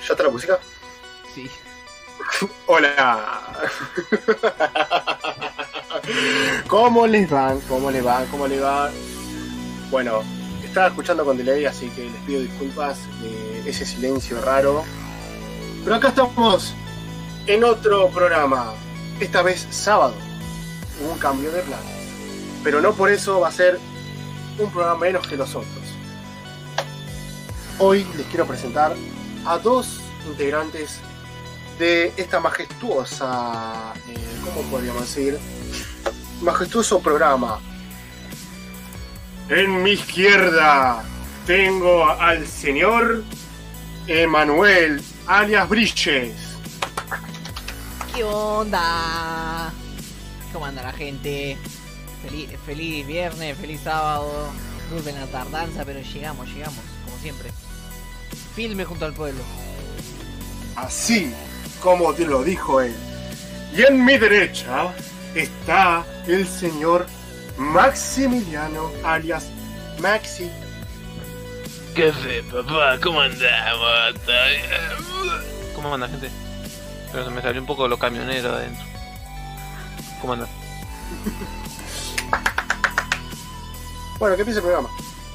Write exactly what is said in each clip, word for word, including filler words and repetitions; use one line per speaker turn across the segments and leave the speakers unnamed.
¿Ya está la música?
Sí.
Hola. ¿Cómo les van? ¿Cómo les va? ¿Cómo les va? Bueno, estaba escuchando con delay, así que les pido disculpas de ese silencio raro. Pero acá estamos en otro programa, esta vez sábado. Hubo un cambio de plan, pero no por eso va a ser un programa menos que los otros. Hoy les quiero presentar a dos integrantes de esta majestuosa, eh, ¿cómo podríamos decir? Majestuoso programa. En mi izquierda tengo al señor Emanuel, alias Brilles.
¿Qué onda? ¿Cómo anda la gente? Feliz, feliz viernes, feliz sábado. Disculpen la tardanza, pero llegamos, llegamos, como siempre. Filme junto al pueblo.
Así como te lo dijo él. Y en mi derecha está el señor Maximiliano, alias Maxi.
¿Qué fe, papá? ¿Cómo andamos? ¿Cómo anda, gente? Pero se me salió un poco lo camionero adentro. ¿Cómo anda?
Bueno, ¿qué piensa el programa?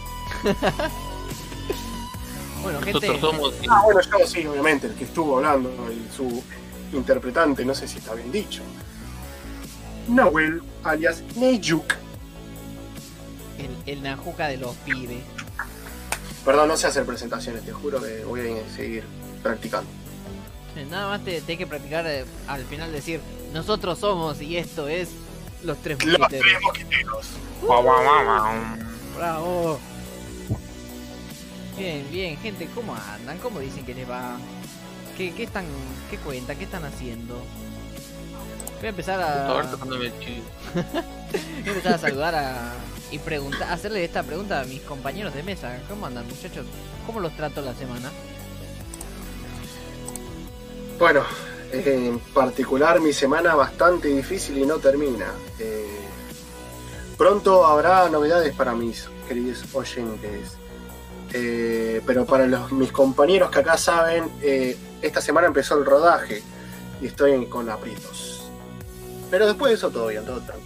Bueno,
Nosotros
gente.
somos...
Ah, bueno, yo sí, obviamente, el que estuvo hablando, y su interpretante, no sé si está bien dicho. Nahuel, alias Neyuk.
El, el Najuca de los pibes.
Perdón, no sé hacer presentaciones, te juro que voy a seguir practicando.
Nada más te, te hay que practicar eh, al final decir nosotros somos y esto es los tres
Los
mosqueteros.
tres mosqueteros.
Bravo. Bien, bien, gente, ¿cómo andan? ¿Cómo dicen que les va? ¿Qué, qué están, qué cuentan? ¿Qué están haciendo? Voy a empezar a...
A ver, tocándome el chido.
Voy a empezar a saludar a... y preguntar, hacerle esta pregunta a mis compañeros de mesa. ¿Cómo andan, muchachos? ¿Cómo los trato la semana?
Bueno, en particular mi semana bastante difícil y no termina. Eh, pronto habrá novedades para mis queridos oyentes. Eh, pero para los, mis compañeros que acá saben, eh, esta semana empezó el rodaje y estoy con aprietos. Pero después de eso todo bien, todo tranquilo.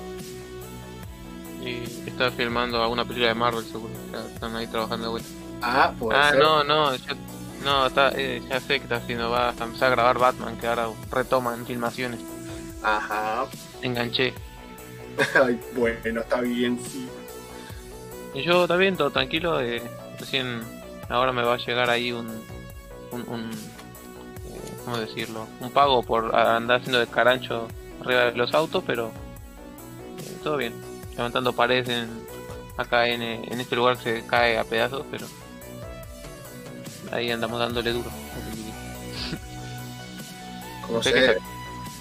Y está filmando alguna película de Marvel, seguro. Ya están ahí trabajando de vuelta.
Ah, puede
Ah,
ser.
no, no, ya, no, está, eh, ya sé que está haciendo, va hasta empezar a grabar Batman, que ahora retoman filmaciones.
Ajá.
Enganché.
Ay, bueno, está bien, sí.
Y yo también, todo tranquilo, eh, recién ahora me va a llegar ahí un, un, un eh, ¿cómo decirlo? Un pago por andar haciendo de carancho arriba de los autos, pero eh, todo bien. Levantando paredes en, acá en, eh, en este lugar que se cae a pedazos, pero ahí andamos dándole duro.
Como
No sé
se
qué
debe.
sabe.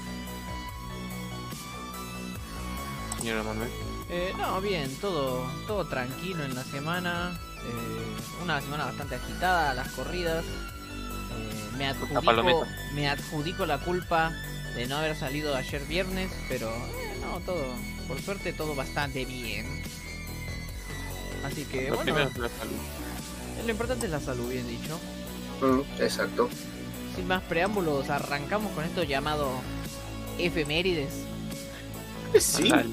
Señora Manuel.
Eh, no, bien, todo, todo tranquilo en la semana. Eh, una semana bastante agitada, las corridas. Eh, me, adjudico,
palometa.
me adjudico la culpa de no haber salido ayer viernes, pero eh, no, todo, por suerte todo bastante bien. Así que
Lo
bueno,
primero es la salud.
lo importante es la salud, bien dicho.
Mm, exacto.
Sin más preámbulos, arrancamos con esto llamado efemérides.
Sí.
Dale.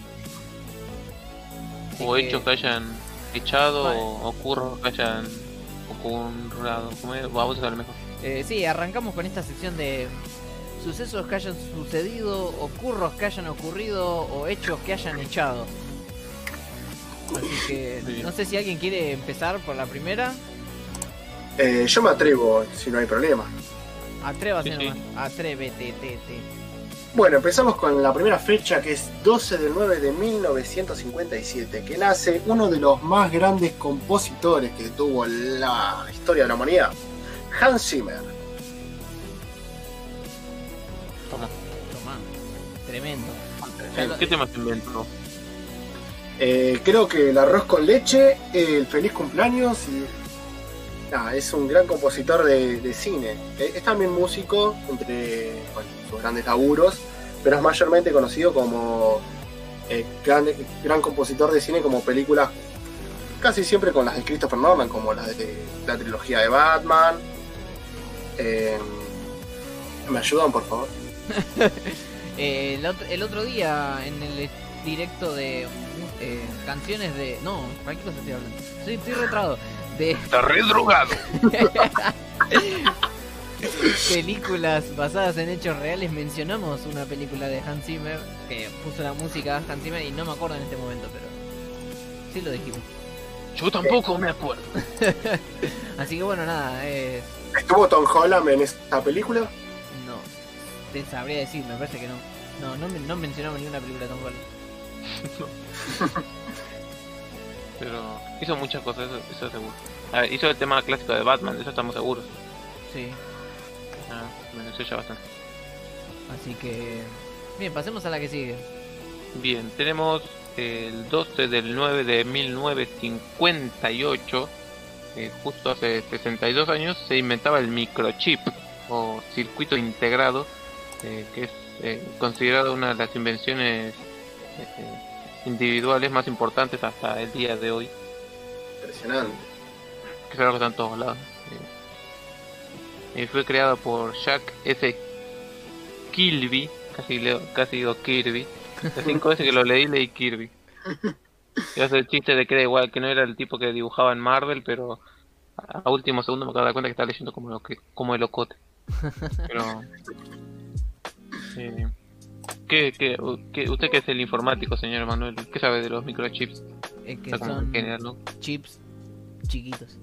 Así
O
que-
hechos que hayan echado
Vale.
o, o curros que hayan ocurrido. ¿Cómo es? Vamos a ver mejor.
Eh, sí, arrancamos con esta sección de sucesos que hayan sucedido, o curros que hayan ocurrido, o hechos que hayan echado. Así que
Sí.
no sé si alguien quiere empezar por la primera.
Eh, yo me atrevo, si no hay problema.
Atrévase
Sí, sí.
nomás. Atrévete, te, te.
Bueno, empezamos con la primera fecha, que es doce de nueve de mil novecientos cincuenta y siete, que nace uno de los más grandes compositores que tuvo la historia de la humanidad, Hans Zimmer.
Toma.
Tomá. Tremendo.
Eh,
¿Qué tema se inventó?
eh, creo que el arroz con leche, el feliz cumpleaños y... Ah, es un gran compositor de, de cine. Eh, es también músico, entre bueno, sus grandes laburos, pero es mayormente conocido como eh, gran, gran compositor de cine, como películas casi siempre con las de Christopher Nolan, como las de la trilogía de Batman, Eh, ¿Me ayudan, por favor?
Eh, el, otro, el otro día en el directo de eh, canciones de... No, cualquier cosa estoy hablando. Sí, estoy retrado. De
Está re drogado.
películas basadas en hechos reales, mencionamos una película de Hans Zimmer que puso la música Hans Zimmer y no me acuerdo en este momento, pero sí lo dijimos.
Yo tampoco me acuerdo.
Así que bueno, nada, es...
¿Estuvo Tom Holland en esta película?
No, te sabría decir, me parece que no. No, no, no mencionamos ninguna película de Tom Holland.
Pero hizo muchas cosas, eso, eso seguro. A ver, hizo el tema clásico de Batman, de eso estamos seguros.
Sí.
Ah, me lo sé ya bastante.
Así que... Bien, pasemos a la que sigue.
Bien, tenemos el doce del nueve de mil novecientos cincuenta y ocho, eh, justo hace sesenta y dos años, se inventaba el microchip o circuito integrado, eh, que es eh, considerado una de las invenciones eh, individuales más importantes hasta el día de hoy.
Impresionante.
Que es algo que está en todos lados. Eh, fue creado por Jack S. Kilby, casi leo, casi digo Kirby. Las cinco veces que lo leí, leí Kirby. Y hace el chiste de que era igual, que no era el tipo que dibujaba en Marvel, pero a, a último segundo me acabo de dar cuenta que estaba leyendo como, lo que, como el ocote. Pero... Eh, ¿qué, qué, qué, ¿Usted que es el informático, señor Manuel? ¿Qué sabe de los microchips?
Es que
Está como
son
genial, ¿no?
chips chiquitos.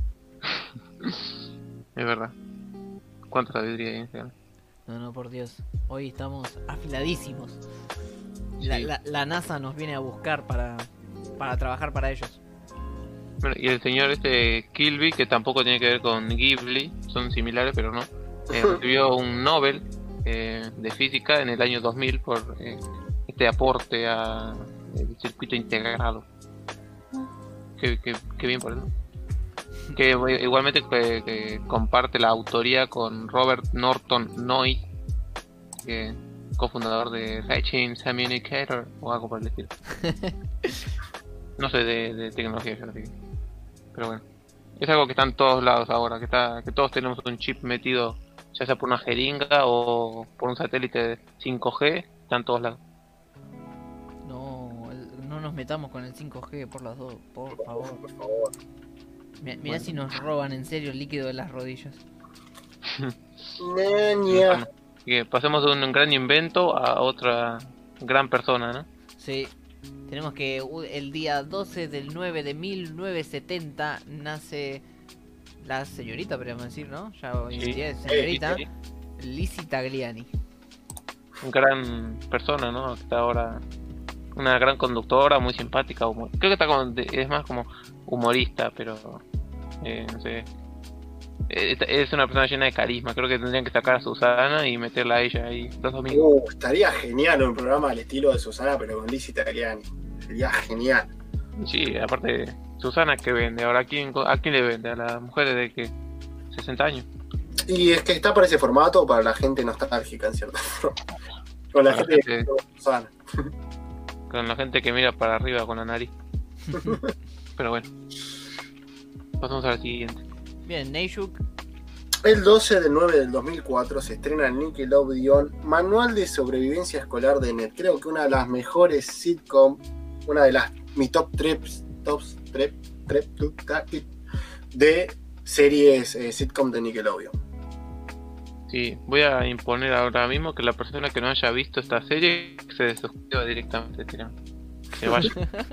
Es verdad. ¿Cuánta sabiduría hay en ese?
No, no, por Dios. Hoy estamos afiladísimos. La,
Sí.
la, la NASA nos viene a buscar para, para trabajar para ellos.
Bueno, y el señor este Kilby, que tampoco tiene que ver con Ghibli, son similares pero no, eh, recibió un Nobel eh, de física en el año dos mil por eh, este aporte a el circuito integrado. Qué, qué, qué bien por él, ¿no? Que eh, igualmente que, que comparte la autoría con Robert Norton Noy, que cofundador de Racing Communicator o algo por el estilo. No sé de, de tecnología yo, así que... Pero bueno, es algo que está en todos lados ahora, que está que todos tenemos un chip metido, ya sea por una jeringa o por un satélite de cinco G, está en todos lados.
No, el- no nos metamos con el cinco G por las dos, por favor.
Por favor.
Mi- Mirá
Bueno.
si nos roban en serio el líquido de las rodillas.
Ñaña.
Bueno, así que pasemos de un gran invento a otra gran persona, ¿no?
Sí, tenemos que u- el día doce del nueve de mil novecientos setenta nace la señorita, podríamos decir, ¿no? Ya hoy en
Sí.
día es señorita,
Sí,
Lizzie Tagliani.
gran persona, ¿no? Que está ahora una gran conductora, muy simpática, humor- creo que está como, de- es más como humorista, pero eh, no sé. Eh, Es una persona llena de carisma. Creo que tendrían que sacar a Susana y meterla a ella ahí los domingos.
Uh, estaría genial un programa al estilo de Susana, pero con Lizzie Tagliani. Sería genial.
Sí, aparte, Susana que vende. Ahora, ¿a quién, ¿a quién le vende? ¿A las mujeres de que sesenta años?
Y es que está para ese formato para la gente nostálgica, en cierta forma. Con la
Para
gente
la
de
gente-
Susana.
Con la gente que mira para arriba con la nariz. Pero bueno, pasamos a la siguiente.
Bien, Neyshuk,
El doce de nueve del dos mil cuatro se estrena en Nickelodeon Manual de Sobrevivencia Escolar de Ned. Creo que una de las mejores sitcom, una de las mi top tres tops trep, trep, tu, ta, ti, de series eh, sitcom de Nickelodeon.
Sí, voy a imponer ahora mismo que la persona que no haya visto esta serie se desuscriba directamente. Tira. Que vaya.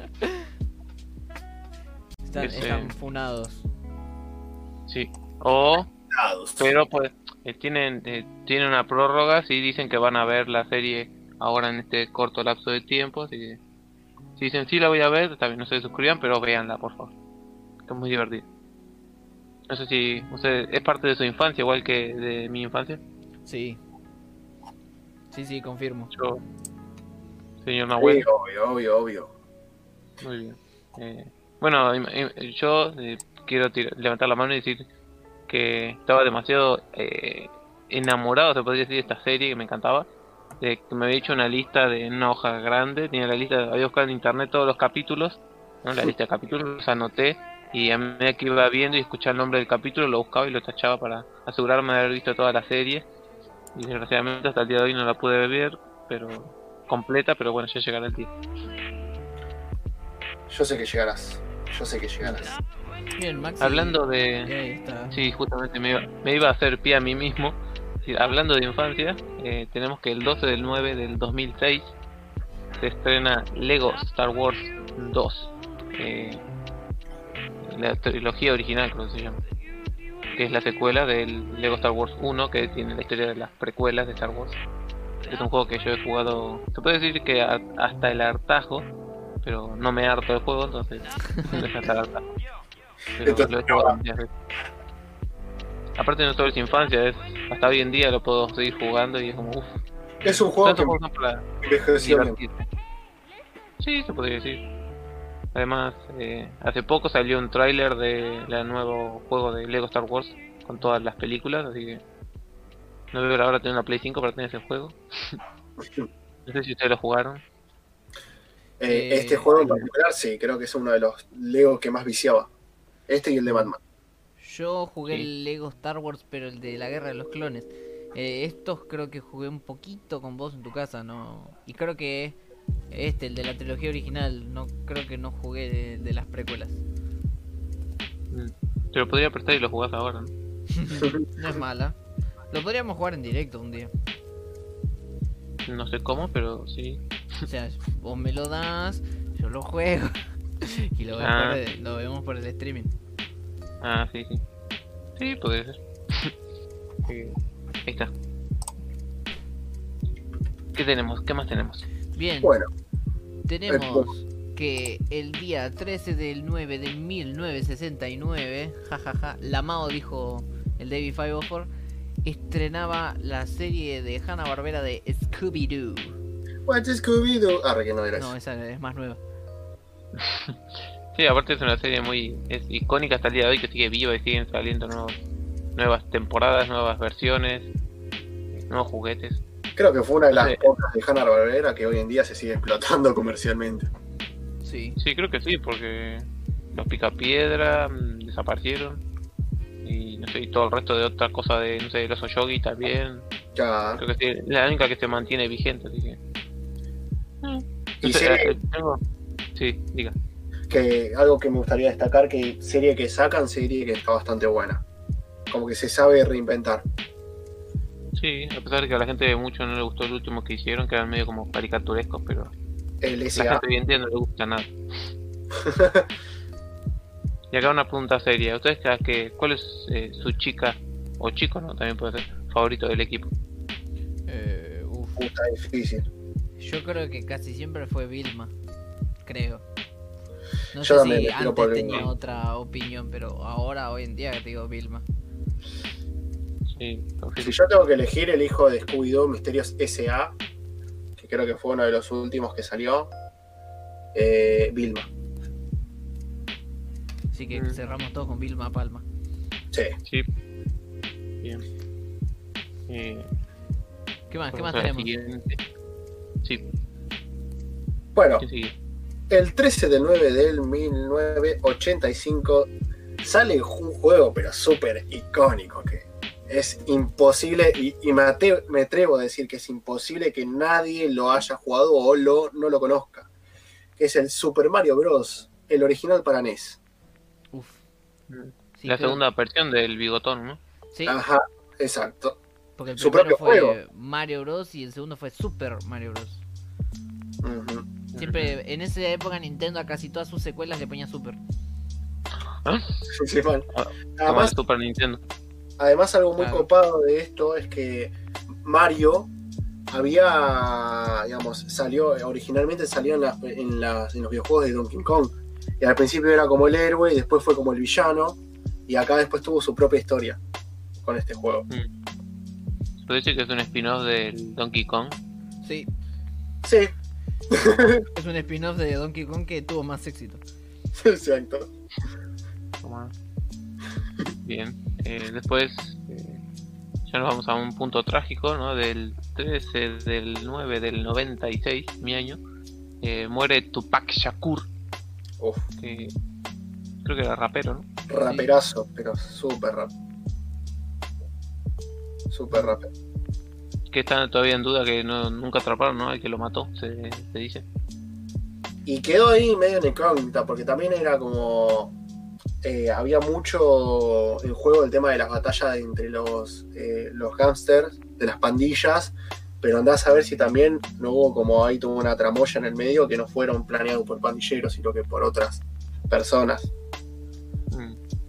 están,
Ese-
están funados.
Sí. O,
Dados.
pero pues, eh, tienen, eh, tienen una prórroga, sí dicen que van a ver la serie ahora en este corto lapso de tiempo, así que si dicen sí la voy a ver, está bien, no se suscriban, pero véanla por favor, que es muy divertido. No sé si usted es parte de su infancia igual que de mi infancia.
Sí. Sí, sí, confirmo.
Yo, señor
Sí,
Nahuel,
obvio, obvio, obvio.
muy bien. Eh, bueno, im- im- yo eh, quiero tir- levantar la mano y decir que estaba demasiado eh, enamorado, se podría decir, de esta serie que me encantaba. De que me había hecho una lista de una hoja grande, tenía la lista, había buscado en internet todos los capítulos, ¿no? La lista de capítulos, los anoté Y a medida que iba viendo y escuchaba el nombre del capítulo, lo buscaba y lo tachaba para asegurarme de haber visto toda la serie. Y desgraciadamente hasta el día de hoy no la pude ver, pero completa, pero bueno, ya llegará el día.
Yo sé que llegarás. Yo sé que llegarás.
Bien, Maxi.
Hablando
Y
de...
ahí está.
Sí, justamente me iba, me iba a hacer pie a mí mismo. Sí, hablando de infancia, eh, tenemos que el doce del nueve del dos mil seis se estrena Lego Star Wars dos. Eh, la trilogía original, creo que se llama. Que es la secuela del Lego Star Wars uno, que tiene la historia de las precuelas de Star Wars. Es un juego que yo he jugado, se puede decir que a, hasta el hartajo, pero no me harto del juego, entonces no es hasta el hartajo. Pero
Entonces,
lo he jugado muchas veces. Aparte no solo es infancia, es hasta hoy en día lo puedo seguir jugando y es como uff.
Es un juego que
Tantos juegos son para
envejeció bien.
divertirse. Sí, se podría decir. Además, eh, hace poco salió un tráiler del nuevo juego de Lego Star Wars con todas las películas, así que no veo la hora de tener una Play cinco para tener ese juego. No sé si ustedes lo jugaron.
Eh,
Eh,
este juego en particular, sí, creo que es uno de los Lego que más viciaba. Este y el de Batman.
Yo jugué
Sí.
el Lego Star Wars, pero el de la Guerra de los Clones. Eh, estos creo que jugué un poquito con vos en tu casa, ¿no? Y creo que este, el de la trilogía original, no creo que no jugué de, de las precuelas.
Mm. Te lo podría prestar y lo jugás ahora, ¿no?
No es mala. Lo podríamos jugar en directo un día.
No sé cómo, pero sí.
O sea, vos me lo das, yo lo juego y lo, vemos
Ah.
por el, lo vemos por el streaming.
Ah, sí, sí. Sí, podría ser. Eh, Ahí está. ¿Qué tenemos? ¿Qué más tenemos?
Bien,
Bueno,
tenemos que el día trece del nueve de mil novecientos sesenta y nueve, jajaja, la Mao dijo el David cinco cero cuatro, estrenaba la serie de Hanna-Barbera de Scooby-Doo.
What is Scooby-Doo? Ah, que no era
No,
eso.
esa es más nueva.
Sí, aparte es una serie muy es icónica hasta el día de hoy, que sigue viva y siguen saliendo nuevos, nuevas temporadas, nuevas versiones, nuevos juguetes.
Creo que fue una de las
Sí.
pocas de Hanna-Barbera que hoy en día se sigue explotando comercialmente.
Sí.
Sí, creo que sí, porque los Picapiedra mm, desaparecieron y no sé, y todo el resto de otra cosa de, no sé, los Oyogi también.
Ya.
Creo que sí, es la única que se mantiene vigente, así que... Mm.
Y
No sé,
serie-
eh, tengo- Sí, diga.
Que algo que me gustaría destacar, que serie que sacan, serie que está bastante buena. Como que se sabe reinventar.
Sí, a pesar de que a la gente mucho no le gustó el último que hicieron, que eran medio como caricaturescos, pero
El
la
S A.
gente hoy en día no le gusta nada. Y acá una pregunta seria. ¿Ustedes creen que cuál es eh, su chica, o chico, no, también puede ser, favorito del equipo?
Eh, uf.
Está difícil.
Yo creo que casi siempre fue Vilma. Creo. No
Yo
sé
también
si
me tiro
antes
por
tenía
Vilma.
otra opinión, pero ahora, hoy en día, te digo Vilma.
Sí,
Si yo tengo que elegir, el hijo de Scooby-Doo, Misterios S A, que creo que fue uno de los últimos que salió, eh, Vilma.
Así que
Mm.
cerramos todo con Vilma Palma.
Sí.
sí. Bien. Eh,
¿Qué más? ¿Qué
vamos
más
a la
tenemos?
siguiente. Sí,
Bueno,
¿quién sigue?
el trece de nueve del mil novecientos ochenta y cinco sale un juego, pero súper icónico, que es imposible, y, y me, ate- me atrevo a decir que es imposible que nadie lo haya jugado o lo, no lo conozca, que es el Super Mario Bros., el original para N E S.
Uf.
Mm.
Sí,
La
creo-
segunda versión del bigotón, ¿no?
Sí,
Ajá, exacto.
porque el
su
primero
propio
fue
juego.
Mario Bros. Y el segundo fue Super Mario Bros.
Ujú.
Siempre, en esa época, Nintendo a casi todas sus secuelas le ponía Super.
¿Ah?
Sí, man.
Ah, Como el
Además,
Super Nintendo.
Además, algo muy
Claro.
copado de esto es que Mario había, digamos, salió, originalmente salió en, las- en, las- en los videojuegos de Donkey Kong. Y al principio era como el héroe y después fue como el villano. Y acá después tuvo su propia historia con este juego.
Se puede decir que es un spin-off del Donkey Kong.
Sí,
Sí,
es un spin-off de Donkey Kong que tuvo más éxito.
exacto.
Toma. Bien. Eh, después eh, ya nos vamos a un punto trágico, ¿no? Del trece del nueve del noventa y seis, mi año. Eh, muere Tupac Shakur,
Uf,
que creo que era rapero, ¿no?
Raperazo, pero súper rap. Súper rapero.
Que está todavía en duda, que no, nunca atraparon, ¿no? El que lo mató, se, se dice.
Y quedó ahí medio en incógnita, porque también era como... Eh, había mucho en juego el tema de las batallas entre los, eh, los gángsters, de las pandillas, pero andás a ver si también no hubo como ahí tuvo una tramoya en el medio que no fueron planeados por pandilleros, sino que por otras personas.
Mm.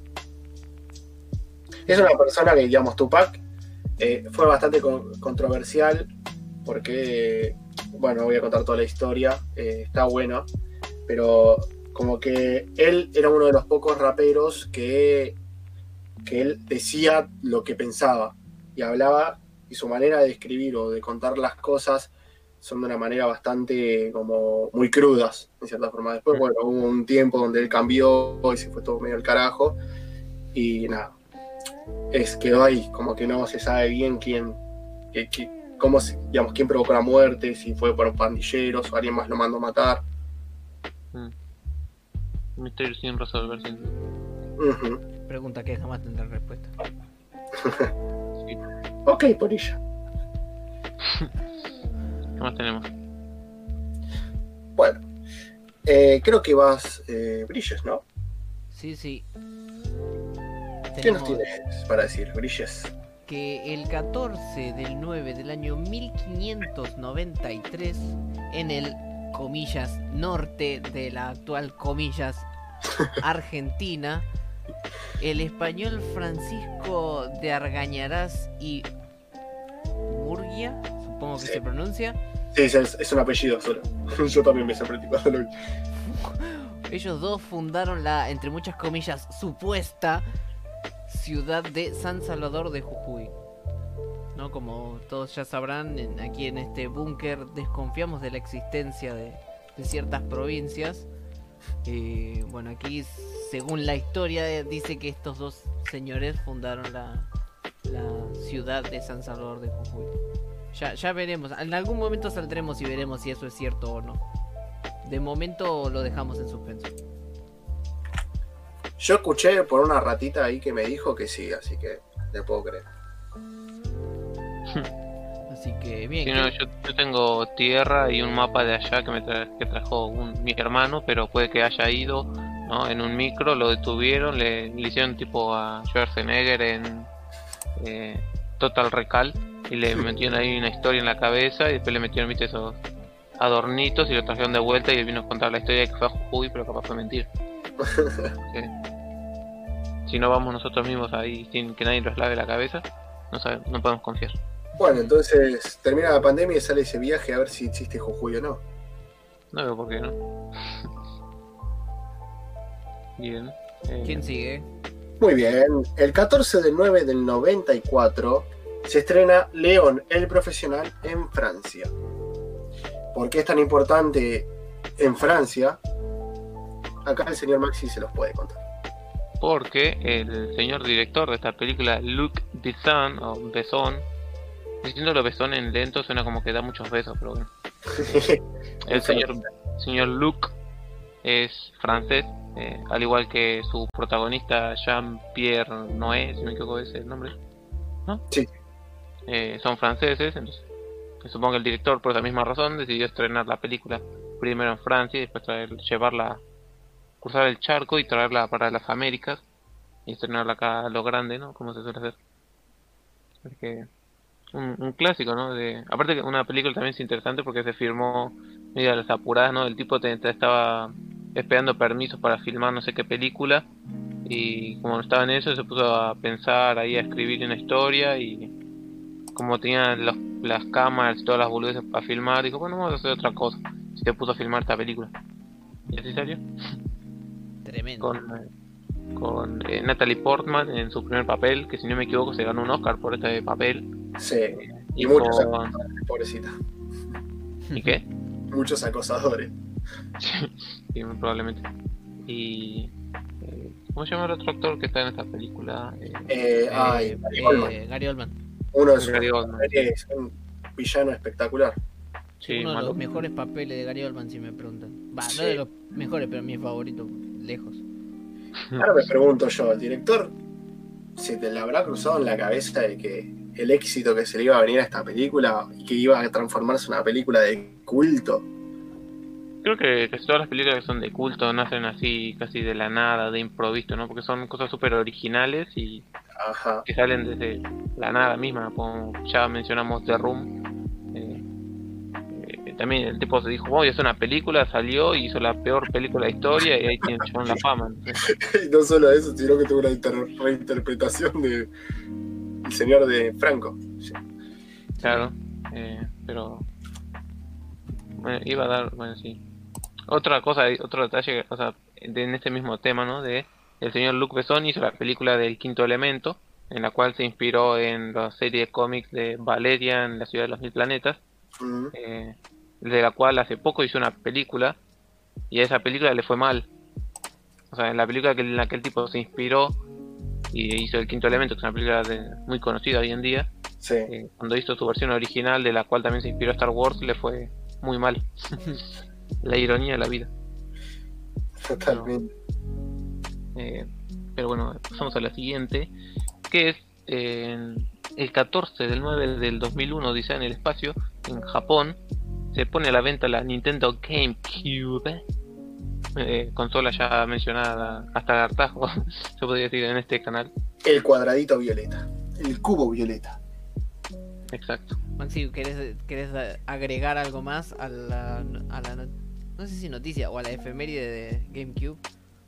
Es una persona que, digamos, Tupac eh, fue bastante con- controversial porque, bueno, voy a contar toda la historia, eh, está bueno, pero como que él era uno de los pocos raperos que, que él decía lo que pensaba y hablaba, y su manera de escribir o de contar las cosas son de una manera bastante como muy crudas, en cierta forma. Después, bueno, hubo un tiempo donde él cambió y se fue todo medio al carajo y nada, es, quedó ahí, como que no se sabe bien quién, eh, qui- cómo, se- digamos, quién provocó la muerte, si fue por pandilleros o alguien más lo mandó a matar.
Mm. Misterio sin resolver, sin duda.
Ujú.
Pregunta que jamás tendrá respuesta.
Sí.
Ok, por ella.
¿Qué más tenemos?
Bueno, eh, creo que vas, eh, Brilles, ¿no?
Sí, sí.
¿Qué nos
Tenemos
tienes para decir, Brilles?
que el catorce del nueve del año mil quinientos noventa y tres, en el, comillas, norte de la actual, comillas, Argentina, el español Francisco de Argañarás y Murguía, supongo que
Sí.
se pronuncia,
Sí, es, es un apellido solo. Yo también me sorprendí cuando lo vi.
ellos dos fundaron la, entre muchas comillas, supuesta ciudad de San Salvador de Jujuy. ¿No? Como todos ya sabrán, en- aquí en este búnker desconfiamos de la existencia de, de ciertas provincias. Eh, bueno, aquí, según la historia, eh, dice que estos dos señores fundaron la, la ciudad de San Salvador de Jujuy. Ya, ya veremos, en algún momento saldremos y veremos si eso es cierto o no. De momento lo dejamos en suspenso.
Yo escuché por una ratita ahí que me dijo que sí, así que le puedo creer.
Así que bien.
Sí,
¿qué-
no, yo, yo tengo tierra y un mapa de allá que me tra- que trajo un, mi hermano, pero puede que haya ido, ¿no? En un micro, lo detuvieron, le, le hicieron tipo a Schwarzenegger en eh, Total Recall y le metieron ahí una historia en la cabeza y después le metieron, viste, esos adornitos y lo trajeron de vuelta y él vino a contar la historia de que fue a Jujuy, pero capaz fue mentira. Sí. Si no vamos nosotros mismos ahí sin que nadie nos lave la cabeza, no sabemos, no podemos confiar.
Bueno, entonces termina la pandemia y sale ese viaje a ver si existe Jujuy o no.
No veo por qué no. Bien. eh,
¿Quién sigue?
Muy bien, el catorce del nueve del noventa y cuatro se estrena León, el profesional en Francia. ¿Por qué es tan importante en Francia? Acá el señor Maxi se los puede contar.
Porque el señor director de esta película, Luc Besson, o Besson, diciéndolo Besson en lento suena como que da muchos besos, pero bueno. El señor, señor Luc es francés, eh, al igual que su protagonista Jean-Pierre Noé, si me equivoco es el nombre, ¿no?
Sí.
Eh, son franceses, entonces supongo que el director por esa misma razón decidió estrenar la película primero en Francia y después traer, llevarla, cruzar el charco y traerla para las Américas y estrenarla acá a lo grande, ¿no? Como se suele hacer. Es que un, un clásico, ¿no? De, aparte que una película también es interesante porque se filmó medio a las apuradas, ¿no? El tipo te, te estaba esperando permisos para filmar no sé qué película y como estaba en eso se puso a pensar ahí, a escribir una historia y como tenía los, las cámaras y todas las boludeces para filmar, dijo, bueno, vamos a hacer otra cosa. Y se puso a filmar esta película. ¿Y así salió?
Tremendo.
Con, eh, con eh, Natalie Portman en su primer papel, que si no me equivoco se ganó un Oscar por este papel.
Sí, y,
Y
muchos
con...
acosadores, pobrecita.
¿Y qué?
Muchos acosadores.
Sí, muy probablemente. Y... eh, ¿cómo se llama el otro actor que está en esta película? Eh,
Eh, ay,
Eh,
Gary
eh,
Oldman.
Gary Oldman.
Uno de sus
Gary Oldman.
es un villano espectacular.
sí,
Uno de
malo.
los mejores papeles de Gary Oldman, si me preguntan. Va,
Sí.
no de los mejores, pero mi favorito, lejos.
Ahora me pregunto yo, ¿el director se te le habrá cruzado en la cabeza de que el éxito que se le iba a venir a esta película y que iba a transformarse en una película de culto?
Creo que casi todas las películas que son de culto nacen así, casi de la nada, de improviso, ¿no? Porque son cosas súper originales y
Ajá.
que salen desde la nada misma, como ya mencionamos The Room. Eh, eh, también el tipo se dijo, voy a hacer una película, salió y hizo la peor película de la historia y ahí tiene el chabón la fama. ¿No?
Y no solo eso, sino que tuvo una inter- reinterpretación de El Señor de Franco. Sí.
Claro, eh, pero bueno, iba a dar, bueno, sí. Otra cosa, otro detalle, o sea, de, en este mismo tema, ¿no? De el señor Luc Besson hizo la película del Quinto Elemento, en la cual se inspiró en la serie de cómics de Valerian, la ciudad de los mil planetas,
Mm.
eh, de la cual hace poco hizo una película y a esa película le fue mal. O sea, en la película que, en la que el tipo se inspiró y hizo el Quinto Elemento, que es una película de, muy conocida hoy en día,
Sí,
eh, cuando hizo su versión original, de la cual también se inspiró Star Wars, le fue muy mal. La ironía de la vida.
totalmente.
Eh, pero bueno, pasamos a la siguiente, que es eh, el catorce del nueve del dos mil uno, dice en el espacio, en Japón, se pone a la venta la Nintendo GameCube, eh, consola ya mencionada hasta el hartazgo, se podría decir en este canal.
El cuadradito violeta. El cubo violeta.
Exacto.
Maxi, ¿querés, querés agregar algo más a la, a la no, no sé si noticia o a la efeméride de GameCube?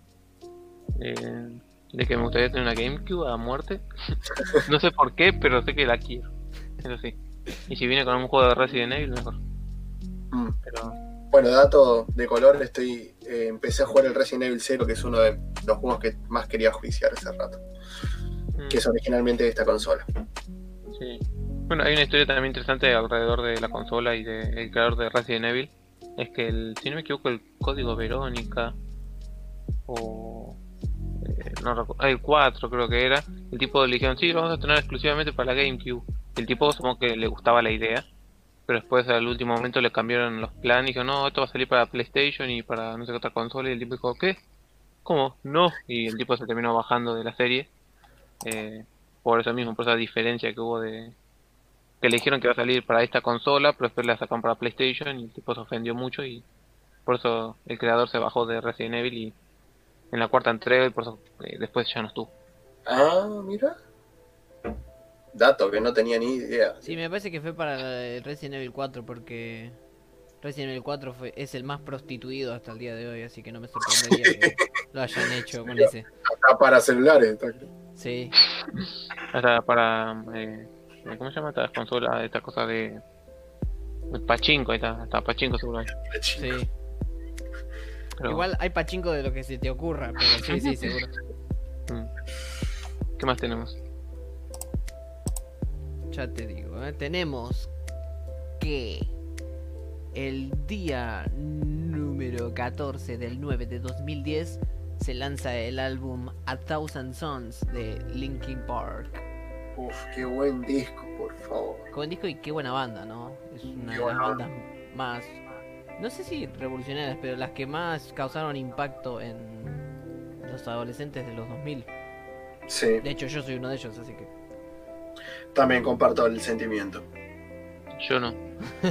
Eh, de que me gustaría tener una GameCube a muerte. No sé por qué, pero sé que la quiero. Eso sí. Y si viene con un juego de Resident Evil, mejor.
Mm.
Pero
Bueno, dato de color, estoy eh, empecé a jugar el Resident Evil cero, que es uno de los juegos que más quería juiciar hace rato.
mm,
Que es originalmente de esta consola.
sí. Bueno, hay una historia también interesante alrededor de la consola y del creador de Resident Evil. Es que, el, si no me equivoco, el código Verónica o eh, no recuerdo, el cuatro creo que era, el tipo le dijeron, sí, lo vamos a tener exclusivamente para la GameCube. El tipo como que le gustaba la idea, pero después al último momento le cambiaron los planes y dijo, no, esto va a salir para PlayStation y para no sé qué otra consola. Y el tipo dijo, ¿qué? ¿Cómo? No. Y el tipo se terminó bajando de la serie, eh, por eso mismo, por esa diferencia que hubo de que le dijeron que va a salir para esta consola, pero después la sacaron para PlayStation y el tipo se ofendió mucho y por eso el creador se bajó de Resident Evil y en la cuarta entrega y por eso eh, después ya no estuvo.
Ah, mira. Dato que no tenía ni idea.
Sí, me parece que fue para el Resident Evil cuatro porque Resident Evil cuatro fue, es el más prostituido hasta el día de hoy, así que no me sorprendería que lo hayan hecho con ese.
Acá para celulares. Está...
Sí,
Hasta para eh, ¿cómo se llama esta consola? Esta cosa de, de Pachinko, ahí está, hasta Pachinko seguro hay.
sí.
Pero,
Igual hay pachinko de lo que se te ocurra, pero sí, sí, seguro.
mm. ¿Qué más tenemos?
Ya te digo, ¿eh? Tenemos que el día número catorce del nueve de dos mil diez se lanza el álbum A Thousand Suns de Linkin Park.
Uf, qué buen disco, por favor.
Qué buen disco y qué buena banda, ¿no? Es una
Qué
de las
buena
bandas más, no sé si revolucionarias, pero las que más causaron impacto en los adolescentes de los dos mil.
Sí,
De hecho, yo soy uno de ellos, así que...
también comparto el sentimiento.
Yo no.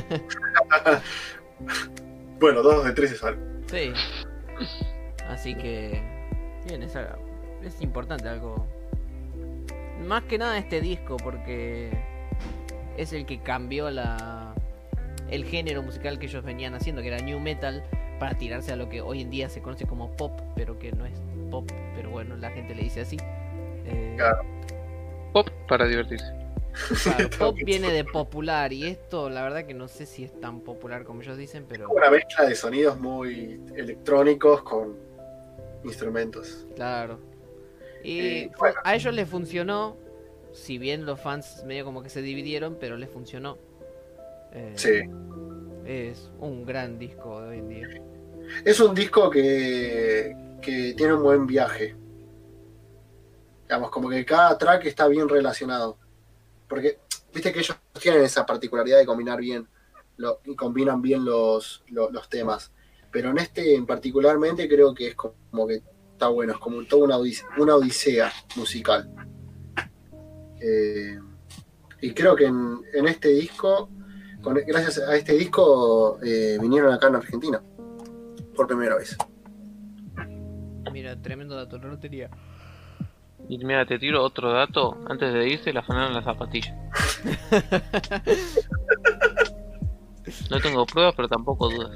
Bueno, dos de tres es algo.
Sí. Así que... Bien, es, algo- es importante algo... Más que nada este disco, porque es el que cambió la el género musical que ellos venían haciendo, que era new metal, para tirarse a lo que hoy en día se conoce como pop, pero que no es pop, pero bueno, la gente le dice así. Eh,
Claro.
Pop para divertirse.
claro, pop viene de popular, y esto la verdad que no sé si es tan popular como ellos dicen, pero
Una mezcla de sonidos muy electrónicos con instrumentos.
claro. Y
Eh,
fue-
bueno.
a ellos les funcionó, si bien los fans medio como que se dividieron, pero les funcionó. Eh,
Sí.
Es un gran disco de hoy en día.
Es un disco que, que tiene un buen viaje. Digamos, como que cada track está bien relacionado. Porque, viste que ellos tienen esa particularidad de combinar bien, lo, y combinan bien los, lo- los temas. Pero en este en particularmente creo que es como que está bueno, es como toda una odisea, una odisea musical. Eh, y creo que en, en este disco, con, gracias a este disco, eh, vinieron acá en Argentina por primera vez.
Mira, tremendo dato, la lotería.
Y mira, te tiro otro dato. Antes de irse, le afanaron las zapatillas. No tengo pruebas, pero tampoco dudas.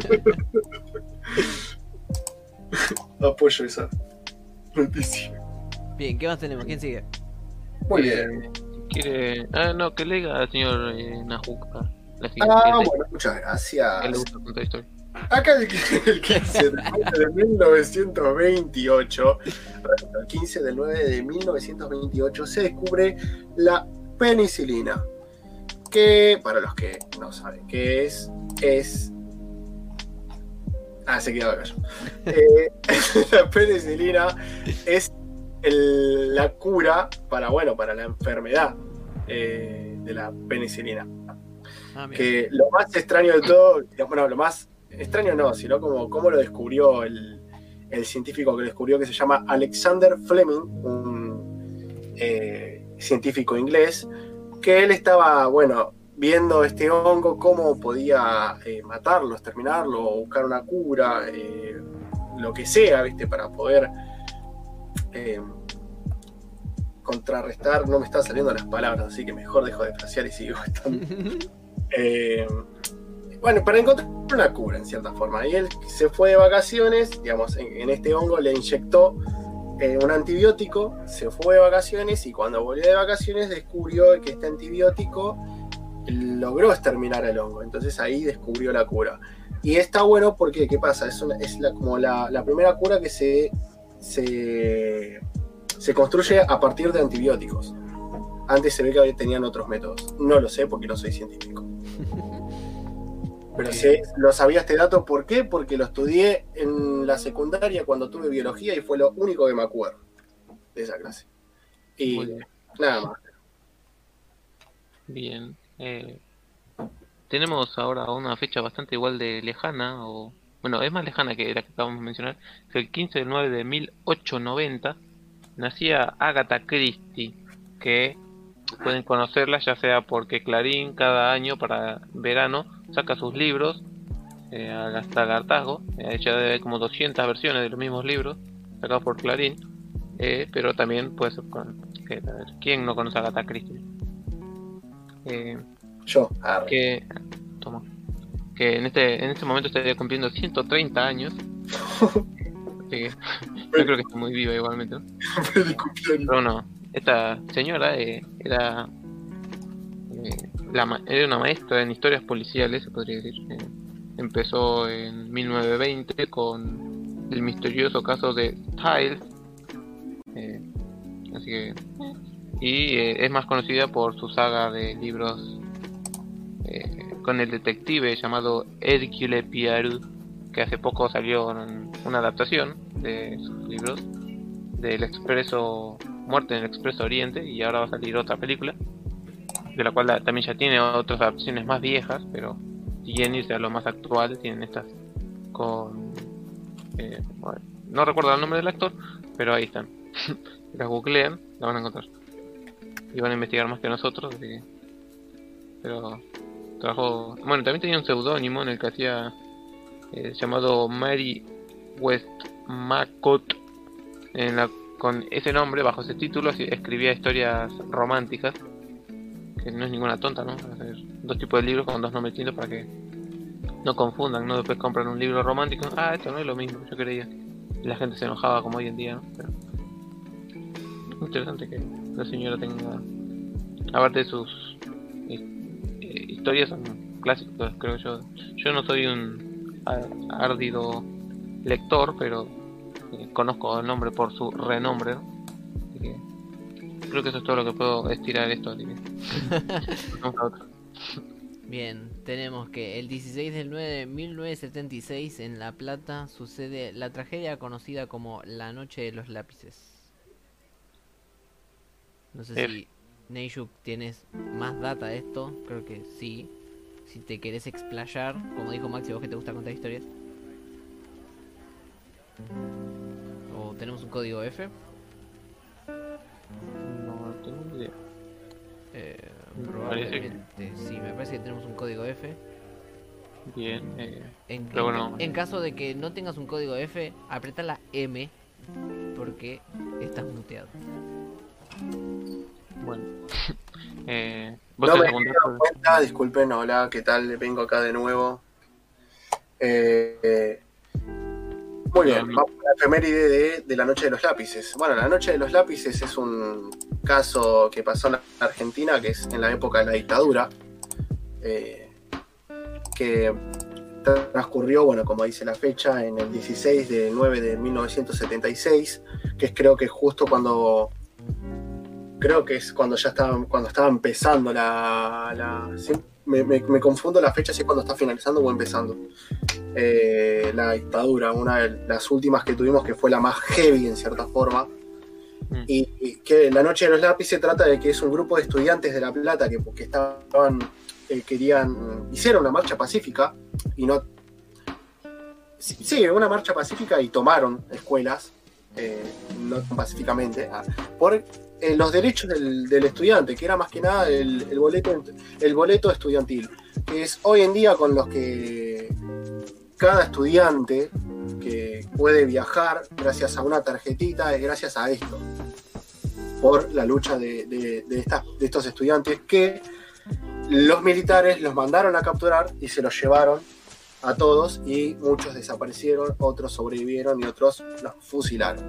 Apoyo esa noticia.
Bien, ¿qué más tenemos? ¿Quién sigue?
Muy bien.
Si quiere... Ah, no, que lea al señor eh, Najuca. La siguiente.
Ah,
El-
bueno, muchas
que le
gracias.
gusta contar historias.
Acá el, el quince de nueve de mil novecientos veintiocho, el quince del nueve de mil novecientos veintiocho se descubre la penicilina, que para los que no saben qué es, es... Ah, se quedó acá yo. Eh, la penicilina es el- la cura para, bueno, para la enfermedad eh, de la penicilina.
Ah, mira.
Que lo más extraño de todo, digamos, bueno, lo más extraño no, sino como cómo lo descubrió el, el científico que lo descubrió, que se llama Alexander Fleming, un eh, científico inglés, que él estaba, bueno, viendo este hongo, cómo podía eh, matarlo, exterminarlo, o buscar una cura, eh, lo que sea, ¿viste? Para poder eh, contrarrestar, no me están saliendo las palabras, así que mejor dejo de frasear y sigo estando. Eh, bueno, para encontrar una cura en cierta forma. Y él se fue de vacaciones, digamos, en, en este hongo le inyectó eh, un antibiótico, se fue de vacaciones y cuando volvió de vacaciones descubrió que este antibiótico logró exterminar el hongo. Entonces ahí descubrió la cura. Y está bueno porque, ¿qué pasa? Es, una, es la, como la, la primera cura que se, se, se construye a partir de antibióticos. Antes se ve que tenían otros métodos. No lo sé porque no soy científico. Pero sí, lo sabía este dato. ¿Por qué? Porque lo estudié en la secundaria cuando tuve biología y fue lo único que me acuerdo de esa clase. Y
Muy bien.
nada más.
Bien. Eh, tenemos ahora una fecha bastante igual de lejana, o bueno, es más lejana que la que acabamos de mencionar, que el quince del nueve de mil ochocientos noventa nacía Agatha Christie, que pueden conocerla ya sea porque Clarín cada año para verano saca sus libros eh, hasta el hartazgo. Eh, ya debe haber como doscientas versiones de los mismos libros sacados por Clarín, eh, pero también puede ser con... Que, a ver, ¿quién no conoce a Agatha Christie? Eh,
Yo, arre.
que toma, que en este en este momento estaría cumpliendo ciento treinta años. Así que no creo que esté muy viva igualmente, ¿no?
Feliz cumpleaños.
Pero no, esta señora eh, era eh, la ma- era una maestra en historias policiales, se podría decir. Eh, empezó en mil novecientos veinte con el misterioso caso de Styles, eh, así que y eh, es más conocida por su saga de libros eh, con el detective llamado Hercule Poirot, que hace poco salió en una adaptación de sus libros del Expreso Muerte en el Expreso Oriente, y ahora va a salir otra película de la cual la- también ya tiene otras adaptaciones más viejas, pero si quieren irse a lo más actual tienen estas con eh, bueno, no recuerdo el nombre del actor, pero ahí están. Si las googlean la van a encontrar y van a investigar más que nosotros, así que... pero trabajó, bueno, también tenía un seudónimo en el que hacía eh, llamado Mary Westmacott, en la, con ese nombre, bajo ese título, así, escribía historias románticas, que no es ninguna tonta, ¿no? Hacer dos tipos de libros con dos nombres distintos para que no confundan, ¿no? Después compran un libro romántico, ah, esto no es lo mismo que yo creía, y la gente se enojaba como hoy en día, ¿no? Pero interesante que la señora tenga, aparte de sus eh, historias, son clásicos, creo yo. Yo no soy un a- ardido lector, pero eh, conozco el nombre por su renombre, ¿no? Así que creo que eso es todo lo que puedo estirar esto, así que vamos a otro.
Bien, tenemos que el dieciséis del nueve de mil novecientos setenta y seis en La Plata sucede la tragedia conocida como La Noche de los Lápices. No sé
F.
si Neishuk tienes más data de esto, creo que sí. Si te querés explayar, como dijo Maxi, vos que te gusta contar historias. O ¿O tenemos un código F?
No tengo ni idea.
Eh,
Parece que-
probablemente. Sí, me parece que tenemos un código F.
Bien, eh,
En,
Pero
en-
bueno.
en caso de que no tengas un código F, aprieta la M porque estás muteado.
bueno. eh, ¿Vos
No
tenés
me
algún
he dado
dato?
cuenta, disculpen, hola, ¿qué tal? Vengo acá de nuevo. Eh, eh, muy bien,
Bien.
vamos a la efeméride de, de la Noche de los Lápices. Bueno, la Noche de los Lápices es un caso que pasó en la Argentina, que es en la época de la dictadura, eh, que transcurrió, bueno, como dice la fecha, en el dieciséis de nueve de mil novecientos setenta y seis, que es creo que justo cuando creo que es cuando ya estaba, cuando estaba empezando la, la sí, me, me, me confundo la fecha si es cuando está finalizando o empezando eh, la dictadura, una de las últimas que tuvimos, que fue la más heavy en cierta forma.
Mm.
Y, y que la Noche de los Lápices trata de que es un grupo de estudiantes de La Plata que, que estaban eh, querían hicieron una marcha pacífica y no sí, sí, una marcha pacífica y tomaron escuelas eh, no pacíficamente ah, por eh, los derechos del, del estudiante, que era más que nada el, el boleto el boleto estudiantil, que es hoy en día con los que cada estudiante que puede viajar gracias a una tarjetita, es gracias a esto, por la lucha de, de, de, estas, de estos estudiantes que los militares los mandaron a capturar y se los llevaron a todos, y muchos desaparecieron, otros sobrevivieron y otros los fusilaron.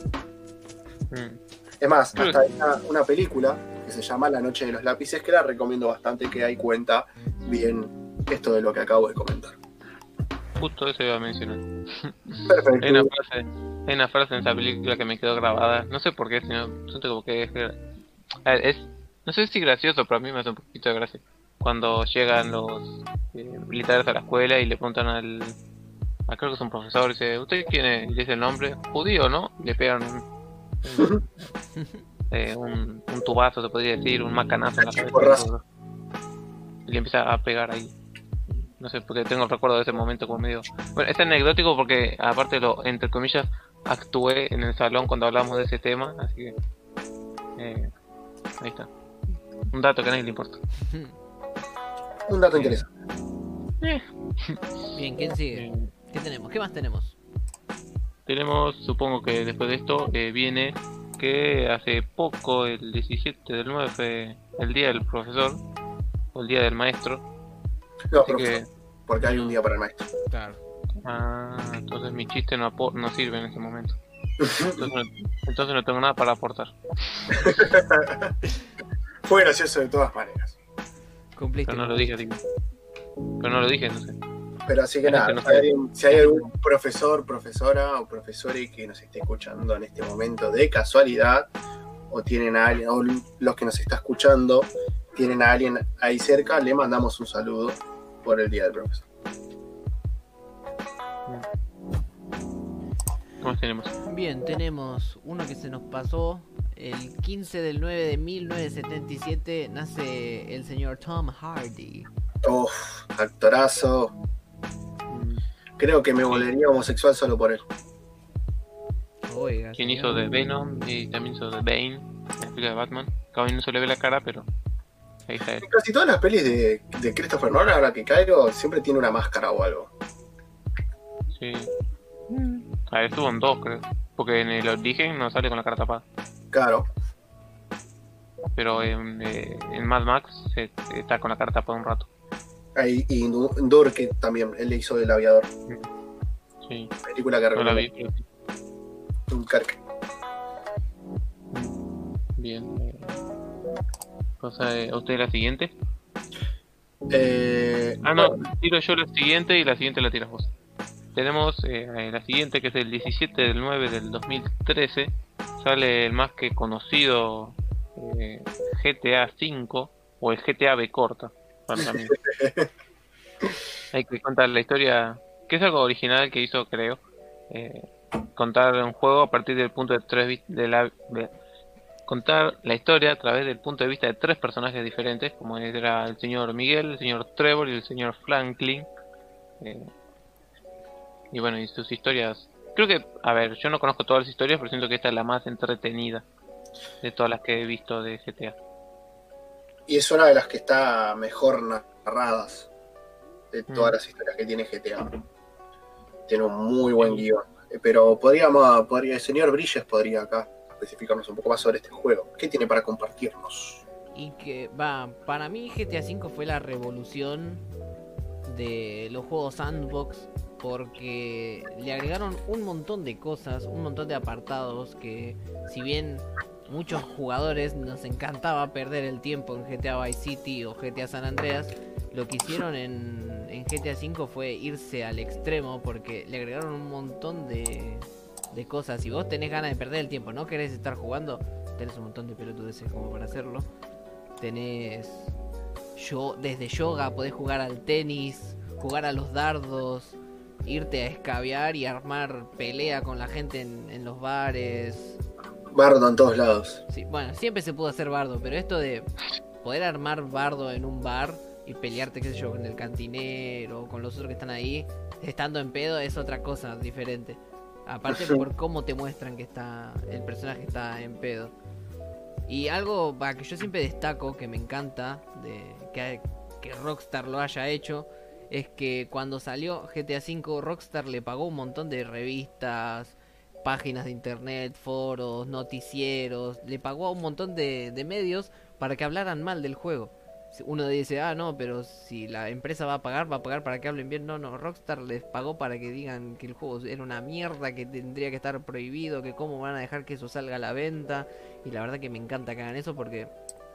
Mm.
Es más,
Creo
hasta hay una, una película que se llama La Noche de los Lápices, que la recomiendo bastante, que ahí cuenta bien esto de lo que acabo de comentar.
Justo eso iba a mencionar.
Perfecto.
Hay una frase, hay una frase en esa película que me quedó grabada. No sé por qué, sino siento como que es, a ver, es no sé si gracioso, pero a mí me hace un poquito de gracia. Cuando llegan los eh, militares a la escuela y le preguntan al, a, creo que es un profesor, dice, ¿usted quién es? Y dice el nombre, judío, ¿no? Y le pegan un, un, eh, un, un tubazo, se podría decir, un macanazo en la cabeza.
Porrazo.
Y le empieza a pegar ahí. No sé, porque tengo el recuerdo de ese momento como medio... Bueno, es anecdótico porque, aparte lo, entre comillas, actué en el salón cuando hablamos de ese tema, así que... Eh, ahí está. Un dato que a nadie le importa.
Un dato interesante.
Eh,
Bien, ¿quién sigue?
eh,
¿Qué tenemos? ¿Qué más tenemos?
tenemos, supongo que después de esto, eh, viene que hace poco, el diecisiete del nueve, fue el día del profesor, o el día del maestro.
No,
Así
profesor,
que...
porque hay un día para el maestro.
Claro.
Ah, entonces mi chiste no, apo- no sirve en ese momento. Entonces no, entonces no tengo nada para aportar.
Fue gracioso de todas maneras.
Cumpliste.
Pero no lo dije, así que... Pero no lo dije, no sé.
Pero así que
Este
nada,
no
si
sabe.
hay, alguien- si hay algún profesor, profesora o profesore que nos esté escuchando en este momento de casualidad, o tienen a alguien, o los que nos está escuchando, tienen a alguien ahí cerca, le mandamos un saludo por el día del profesor.
¿Qué más tenemos?
Bien, tenemos uno que se nos pasó. El quince del nueve de mil novecientos setenta y siete nace el señor Tom Hardy.
Uf, actorazo.
Mm,
Creo que me volvería homosexual solo por él.
Oiga.
Quien
señor.
hizo de Venom y también hizo de Bane en la película de Batman. Cada uno no se le ve la cara, pero ahí está él.
En casi todas las pelis de, de Christopher Nolan, ahora que caigo, siempre tiene una máscara o algo.
Sí. A ver, estuvo en dos, creo. Porque en el origen no sale con la cara tapada.
Claro.
Pero en, eh, en Mad Max se, está con la cara tapada un rato.
Ahí, y Durke también, él le hizo del aviador.
Sí,
Película que
no la
recomiendo.
vi, pero sí.
Dunkerque.
Bien. Eh, cosa, eh, ¿a usted la siguiente?
Eh,
Ah, no,
bueno,
tiro yo la siguiente y la siguiente la tiras vos. Tenemos eh, la siguiente, que es el diecisiete del nueve del dos mil trece. Sale el más que conocido eh, G T A cinco, o el G T A B corta para mí. Hay que contar la historia, que es algo original que hizo, creo, eh, contar un juego a partir del punto de tres vi- de la de- contar la historia a través del punto de vista de tres personajes diferentes, como era el señor Miguel, el señor Trevor y el señor Franklin. eh, y bueno, y sus historias Creo que, a ver, yo no conozco todas las historias, pero siento que esta es la más entretenida de todas las que he visto de G T A.
Y es una de las que está mejor narradas de todas
Mm.
las historias que tiene G T A. Tiene un muy buen guión. Eh, Pero podríamos, podría, el señor Brilles podría acá especificarnos un poco más sobre este juego. ¿Qué tiene para compartirnos?
Y que va, para mí G T A cinco fue la revolución de los juegos sandbox porque le agregaron un montón de cosas, un montón de apartados que si bien muchos jugadores nos encantaba perder el tiempo en G T A Vice City o G T A San Andreas, lo que hicieron en, en G T A cinco fue irse al extremo porque le agregaron un montón de, de cosas. Si vos tenés ganas de perder el tiempo, no querés estar jugando, tenés un montón de pelotudeces como para hacerlo. Tenés yo, desde yoga podés jugar al tenis, jugar a los dardos, irte a escabiar y armar pelea con la gente en, en los bares.
Bardo en todos lados.
Sí, bueno, siempre se pudo hacer bardo, pero esto de poder armar bardo en un bar y pelearte, qué sé yo, con el cantinero o con los otros que están ahí, estando en pedo, es otra cosa diferente. Aparte por cómo te muestran que está el personaje está en pedo. Y algo va, que yo siempre destaco, que me encanta, de que, que Rockstar lo haya hecho, es que cuando salió G T A cinco, Rockstar le pagó un montón de revistas, páginas de internet, foros, noticieros, le pagó a un montón de, de medios para que hablaran mal del juego. Uno dice, ah, no, pero si la empresa va a pagar, va a pagar para que hablen bien. No, no, Rockstar les pagó para que digan que el juego era una mierda, que tendría que estar prohibido, que cómo van a dejar que eso salga a la venta. Y la verdad que me encanta que hagan eso porque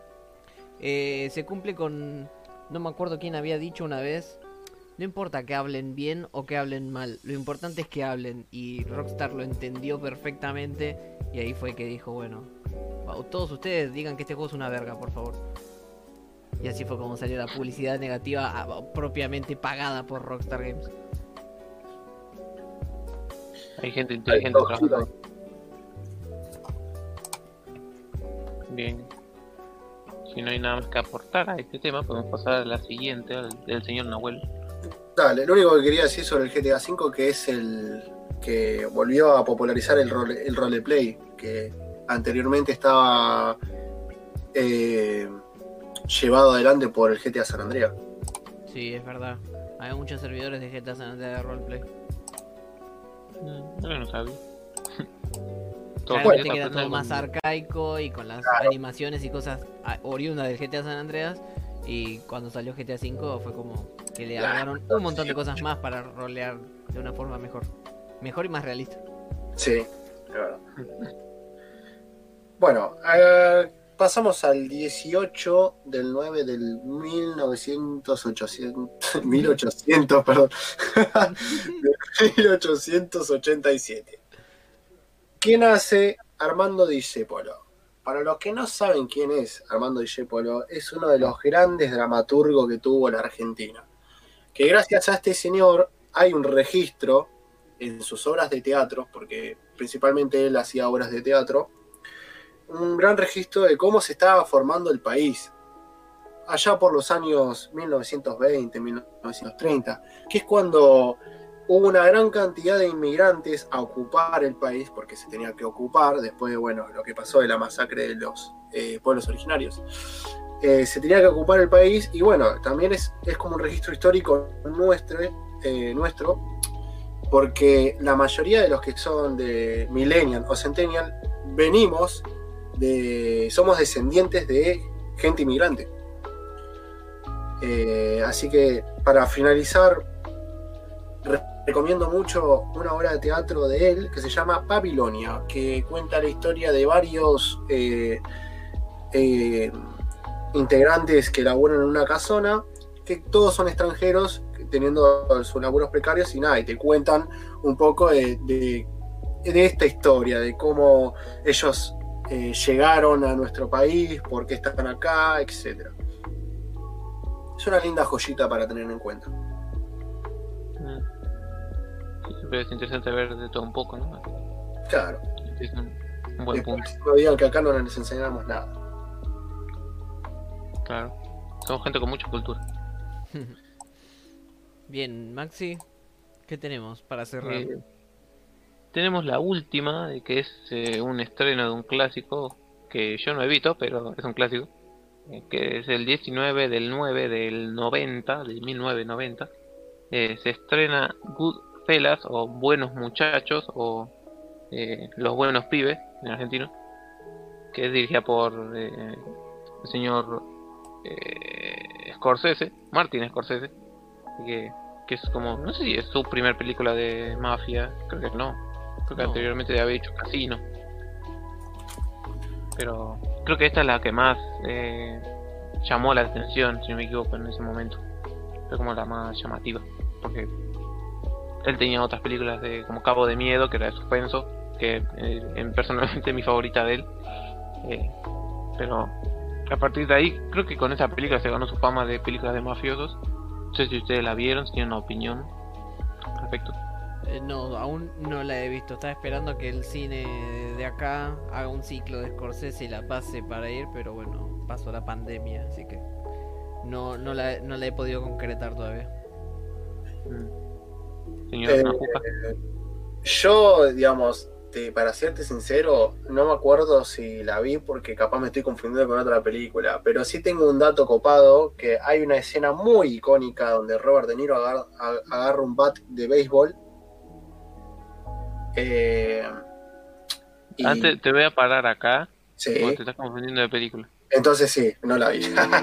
eh, se cumple con... No me acuerdo quién había dicho una vez, no importa que hablen bien o que hablen mal, lo importante es que hablen. Y Rockstar lo entendió perfectamente y ahí fue que dijo, bueno, todos ustedes digan que este juego es una verga, por favor. Y así fue como salió la publicidad negativa propiamente pagada por Rockstar Games.
Hay gente inteligente trabajando ahí. Bien. Si no hay nada más que aportar a este tema, podemos pasar a la siguiente, al del señor Nahuel.
Dale, lo único que quería decir sobre el G T A cinco que es el que volvió a popularizar el role, el roleplay, que anteriormente estaba eh, llevado adelante por el G T A San Andreas.
Sí, es verdad. Hay muchos servidores de G T A San Andreas de roleplay.
Mm, yo no sabía.
Claramente que era todo más arcaico y con las claro. animaciones y cosas oriundas del G T A San Andreas. Y cuando salió G T A cinco fue como que le agregaron un montón de cosas más para rolear de una forma mejor. Mejor y más realista.
Sí, es verdad. Bueno, eh, pasamos al dieciocho del nueve del mil novecientos, ochocientos, mil ochocientos, perdón, mil ochocientos ochenta y siete. ¿Quién hace Armando Discepolo? Para los que no saben quién es Armando Discepolo, es uno de los grandes dramaturgos que tuvo la Argentina. Que gracias a este señor hay un registro en sus obras de teatro, porque principalmente él hacía obras de teatro, un gran registro de cómo se estaba formando el país allá por los años mil novecientos veinte, mil novecientos treinta, que es cuando hubo una gran cantidad de inmigrantes a ocupar el país, porque se tenía que ocupar después de, bueno, lo que pasó de la masacre de los eh, pueblos originarios. Eh, se tenía que ocupar el país y bueno, también es, es como un registro histórico nuestro, eh, nuestro, porque la mayoría de los que son de Millennial o Centennial venimos de, somos descendientes de gente inmigrante. Eh, así que para finalizar, re recomiendo mucho una obra de teatro de él que se llama Babilonia, que cuenta la historia de varios eh, eh, integrantes que laburan en una casona, que todos son extranjeros, teniendo sus laburos precarios y nada, y te cuentan un poco de, de, de esta historia, de cómo ellos eh, llegaron a nuestro país, por qué están acá, etcétera. Es una linda joyita para tener en cuenta.
Mm. Siempre es interesante ver de todo un poco, ¿no?
Claro.
Es un, un buen
Después,
punto.
no digan que acá no les enseñamos nada.
Claro. Somos gente con mucha cultura.
Bien, Maxi, ¿qué tenemos para cerrar?
Eh, tenemos la última, de que es eh, un estreno de un clásico que yo no he visto, pero es un clásico, eh, que es el diecinueve del nueve del noventa, de mil novecientos noventa. Eh, se estrena Goodfellas, o Buenos Muchachos, o eh, Los Buenos Pibes en argentino, que es dirigida por eh, el señor eh, Scorsese, Martin Scorsese, que, que es como, no sé si es su primer película de mafia, creo que no, creo que
No.
anteriormente había hecho Casino, pero creo que esta es la que más eh, llamó la atención, si no me equivoco, en ese momento. Fue como la más llamativa, porque él tenía otras películas de como Cabo de Miedo, que era de suspenso, que eh, en, personalmente es mi favorita de él, eh, pero a partir de ahí creo que con esa película se ganó su fama de películas de mafiosos. No sé si ustedes la vieron, si tienen una opinión al respecto.
Eh, no, aún no la he visto. Estaba esperando que el cine de acá haga un ciclo de Scorsese y la pase para ir, pero bueno, pasó la pandemia, así que no, no, la, no la he podido concretar todavía.
Mm. Señor
Eh,
Najuca.
Yo, digamos, te- para serte sincero, no me acuerdo si la vi porque capaz me estoy confundiendo con otra película, pero sí tengo un dato copado, que hay una escena muy icónica donde Robert De Niro agar- ag- agarra un bat de béisbol. Eh, y-
Antes te voy a parar acá,
sí,
porque te estás confundiendo de película.
entonces sí, no la vi.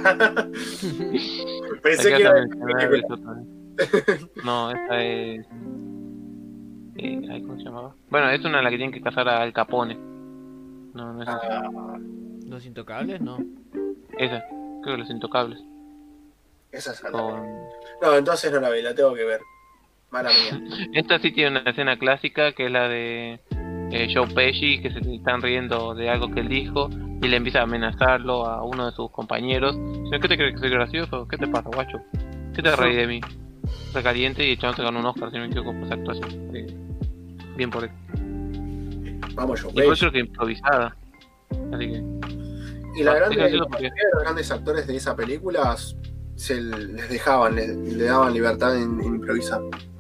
Pensé
Hay
que
que
era de
mencionar
película.
eso también. No, esta es... Eh, ay, ¿cómo se llamaba? Bueno, es una en la que tienen que cazar a Al Capone. No, no es esa.
Ah,
¿Los Intocables? No.
Esa, creo que Los Intocables.
esa es la-
Con...
No, entonces no la vi, la tengo que ver. Mala mía.
Esta sí tiene una escena clásica, que es la de eh, Joe Pesci, que se están riendo de algo que él dijo y le empieza a amenazarlo a uno de sus compañeros. Dice, ¿qué te crees que soy gracioso? ¿Qué te pasa, guacho? ¿Qué te reí de mí? Recaliente, y el chabón se ganó un Oscar, si no me equivoco, por esa actuación. Eh, bien por él.
Vamos, yo.
Y fue creo que improvisada. Así que...
Y la
Ah,
grande,
sí, gracioso porque-
la mayoría de los grandes actores de esa película se les dejaban, les, le daban libertad en, en improvisar.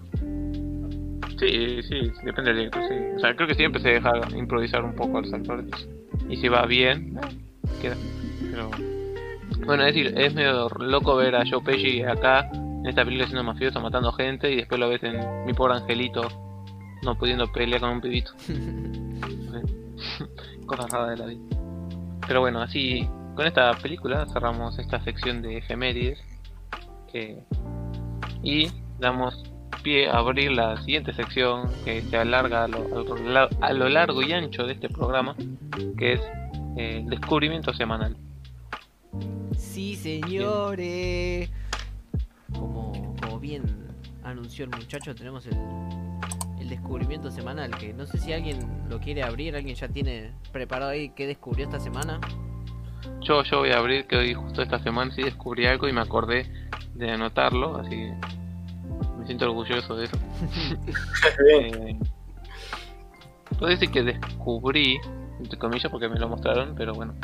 Sí, sí, depende del director, sí. O sea, creo que siempre se deja improvisar un poco a los actores. Y si va bien, queda. Pero... Bueno, es decir, es medio loco ver a Joe Pesci acá, en esta película siendo mafioso, matando gente, y después lo ves en Mi Pobre Angelito, no pudiendo pelear con un pibito. No sé. Cosas raras de la vida. Pero bueno, así, con esta película cerramos esta sección de efemérides. Que... Y damos pie a abrir la siguiente sección, que se alarga a lo, a lo largo y ancho de este programa, que es eh, el descubrimiento semanal.
Sí, señores. Como, como bien anunció el muchacho, tenemos el, el descubrimiento semanal, que no sé si alguien lo quiere abrir, alguien ya tiene preparado ahí qué descubrió esta semana.
Yo, yo voy a abrir, que hoy justo esta semana sí descubrí algo y me acordé de anotarlo, así que me siento orgulloso de eso. eh, puedo decir que descubrí, entre comillas, porque me lo mostraron, pero bueno,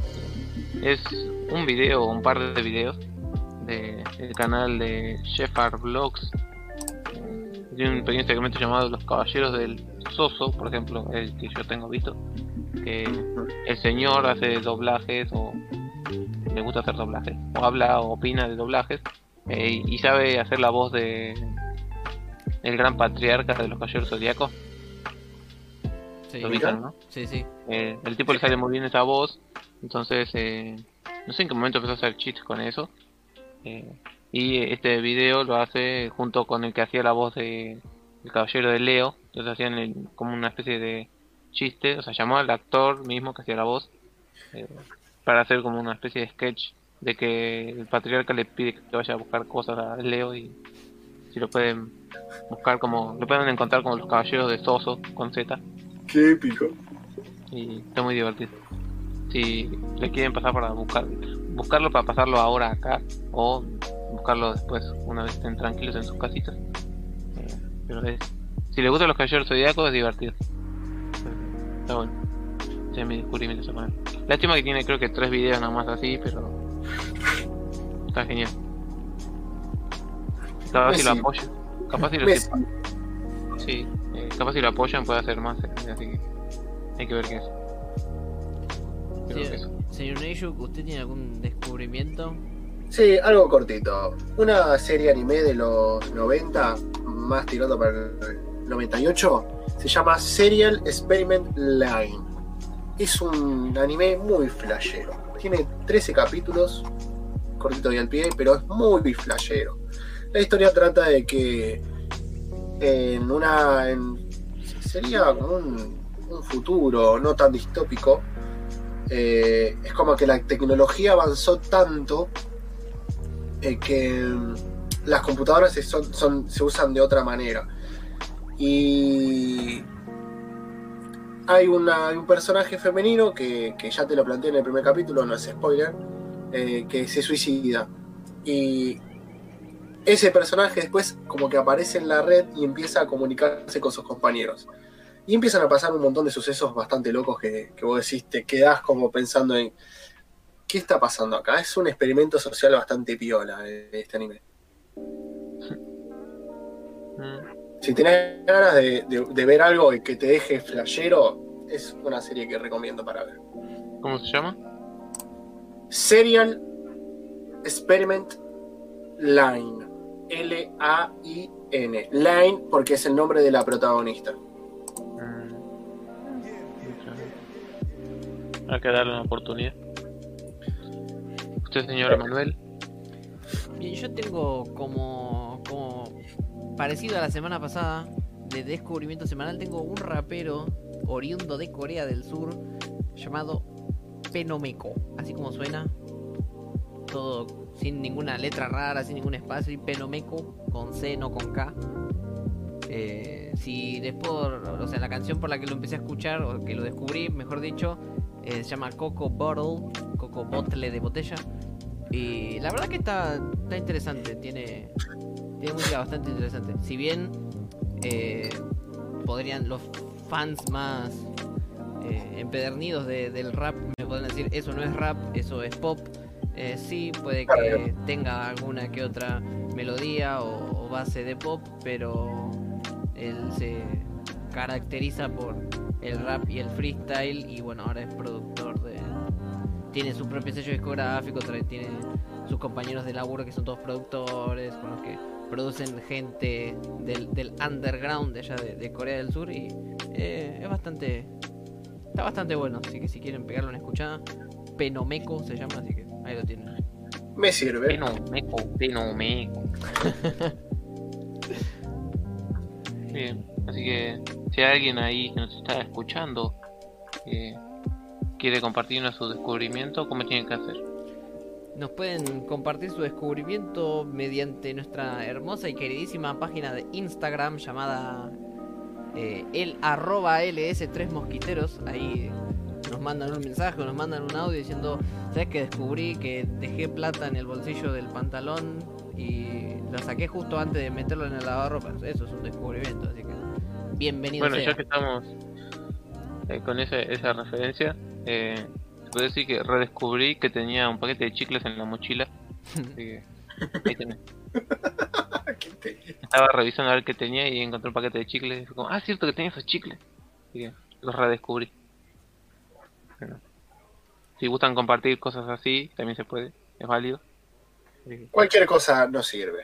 es un video, un par de videos de, del canal de Shepard Vlogs. Tiene un pequeño segmento llamado Los Caballeros del Soso, por ejemplo, el que yo tengo visto, que el señor hace doblajes, o le gusta hacer doblajes, o habla o opina de doblajes, eh, y sabe hacer la voz de el gran patriarca de los Caballeros Zodíacos.
Sí,
Lo ubican, ¿no?
sí, sí.
Eh, el tipo le sale muy bien esa voz, entonces eh, no sé en qué momento empezó a hacer chistes con eso, eh, y este video lo hace junto con el que hacía la voz de el caballero de Leo. Entonces hacían el- como una especie de chiste, o sea, llamó al actor mismo que hacía la voz, eh, para hacer como una especie de sketch de que el patriarca le pide que vaya a buscar cosas a Leo, y si lo pueden buscar como, lo pueden encontrar como los caballeros de Soso con Z.
Qué épico.
Y está muy divertido. Si le quieren pasar para buscar, buscarlo para pasarlo ahora acá, o buscarlo después una vez estén tranquilos en sus casitas. Eh, pero es, si les gustan los caballeros zodíacos, es divertido. Está bueno. Ese es mi descubrimiento semanal. Lástima que tiene creo que tres videos nada más así, pero está genial. Capaz si lo
Messi.
apoyo. Capaz si lo
Messi.
sepa. Sí. eh, capaz si lo apoyan puede hacer más, eh, así que hay que ver qué es. Creo
Sí,
que eso.
señor Neyuk, ¿usted tiene algún descubrimiento?
Sí, algo cortito. Una serie anime de los noventa, más tirando para el noventa y ocho, se llama Serial Experiment Line. Es un anime muy flashero. Tiene trece capítulos, cortito y al pie, pero es muy flashero. La historia trata de que en una... En, sería como un, un futuro no tan distópico. Eh, es como que la tecnología avanzó tanto eh, que las computadoras se, son, son, se usan de otra manera. Y hay, una, hay un personaje femenino que, que ya te lo planteé en el primer capítulo, no es spoiler, eh, que se suicida. Y ese personaje después como que aparece en la red y empieza a comunicarse con sus compañeros. Y empiezan a pasar un montón de sucesos bastante locos que, que vos decís, te quedás como pensando en ¿qué está pasando acá? Es un experimento social bastante piola este anime.
Mm.
Si tenés ganas de, de, de ver algo que te deje flashero, es una serie que recomiendo para ver.
¿Cómo se llama?
Serial Experiment Line. L A I N. Line porque es el nombre de la protagonista.
Mm. Hay que darle una oportunidad. ¿Usted, señor Emanuel?
Bien, yo tengo como, como parecido a la semana pasada de descubrimiento semanal, tengo un rapero oriundo de Corea del Sur llamado Penomeko, así como suena, todo sin ninguna letra rara, sin ningún espacio, y Penomeko con C, no con K. Eh, si después, o sea, la canción por la que lo empecé a escuchar, o que lo descubrí, mejor dicho, eh, se llama Coco Bottle, Coco Bottle de botella. Y la verdad que está, está interesante, tiene, tiene música bastante interesante. Si bien eh, podrían los fans más eh, empedernidos de, del rap me podrían decir eso no es rap, eso es pop. Eh, sí, puede que tenga alguna que otra melodía o, o base de pop, pero él se caracteriza por el rap y el freestyle y bueno, ahora es productor de... Tiene su propio sello discográfico, tiene sus compañeros de laburo que son todos productores, con los que producen gente del, del underground de allá de, de Corea del Sur y eh, es bastante... Está bastante bueno, así que si quieren pegarle una escuchada, Penomeko se llama, así que ahí lo tienen.
Me sirve.
Penomeko, Penomeko. Bien, así que si hay alguien ahí que nos está escuchando eh, quiere compartirnos su descubrimiento, ¿cómo tiene que hacer?
Nos pueden compartir su descubrimiento mediante nuestra hermosa y queridísima página de Instagram llamada eh, el arroba ls tres mosquiteros. Ahí nos mandan un mensaje o nos mandan un audio diciendo, ¿sabes que descubrí que dejé plata en el bolsillo del pantalón y la saqué justo antes de meterlo en el lavarropas? Eso es un descubrimiento, así que bienvenido
Bueno,
sea.
ya que estamos eh, con ese, esa referencia, eh, se puede decir que redescubrí que tenía un paquete de chicles en la mochila. Así que ahí tenés. Estaba revisando a ver qué tenía y encontré un paquete de chicles y fue como, ah, cierto que tenía esos chicles. Así que los redescubrí. Bueno, si gustan compartir cosas así, también se puede, es válido.
Cualquier cosa nos sirve.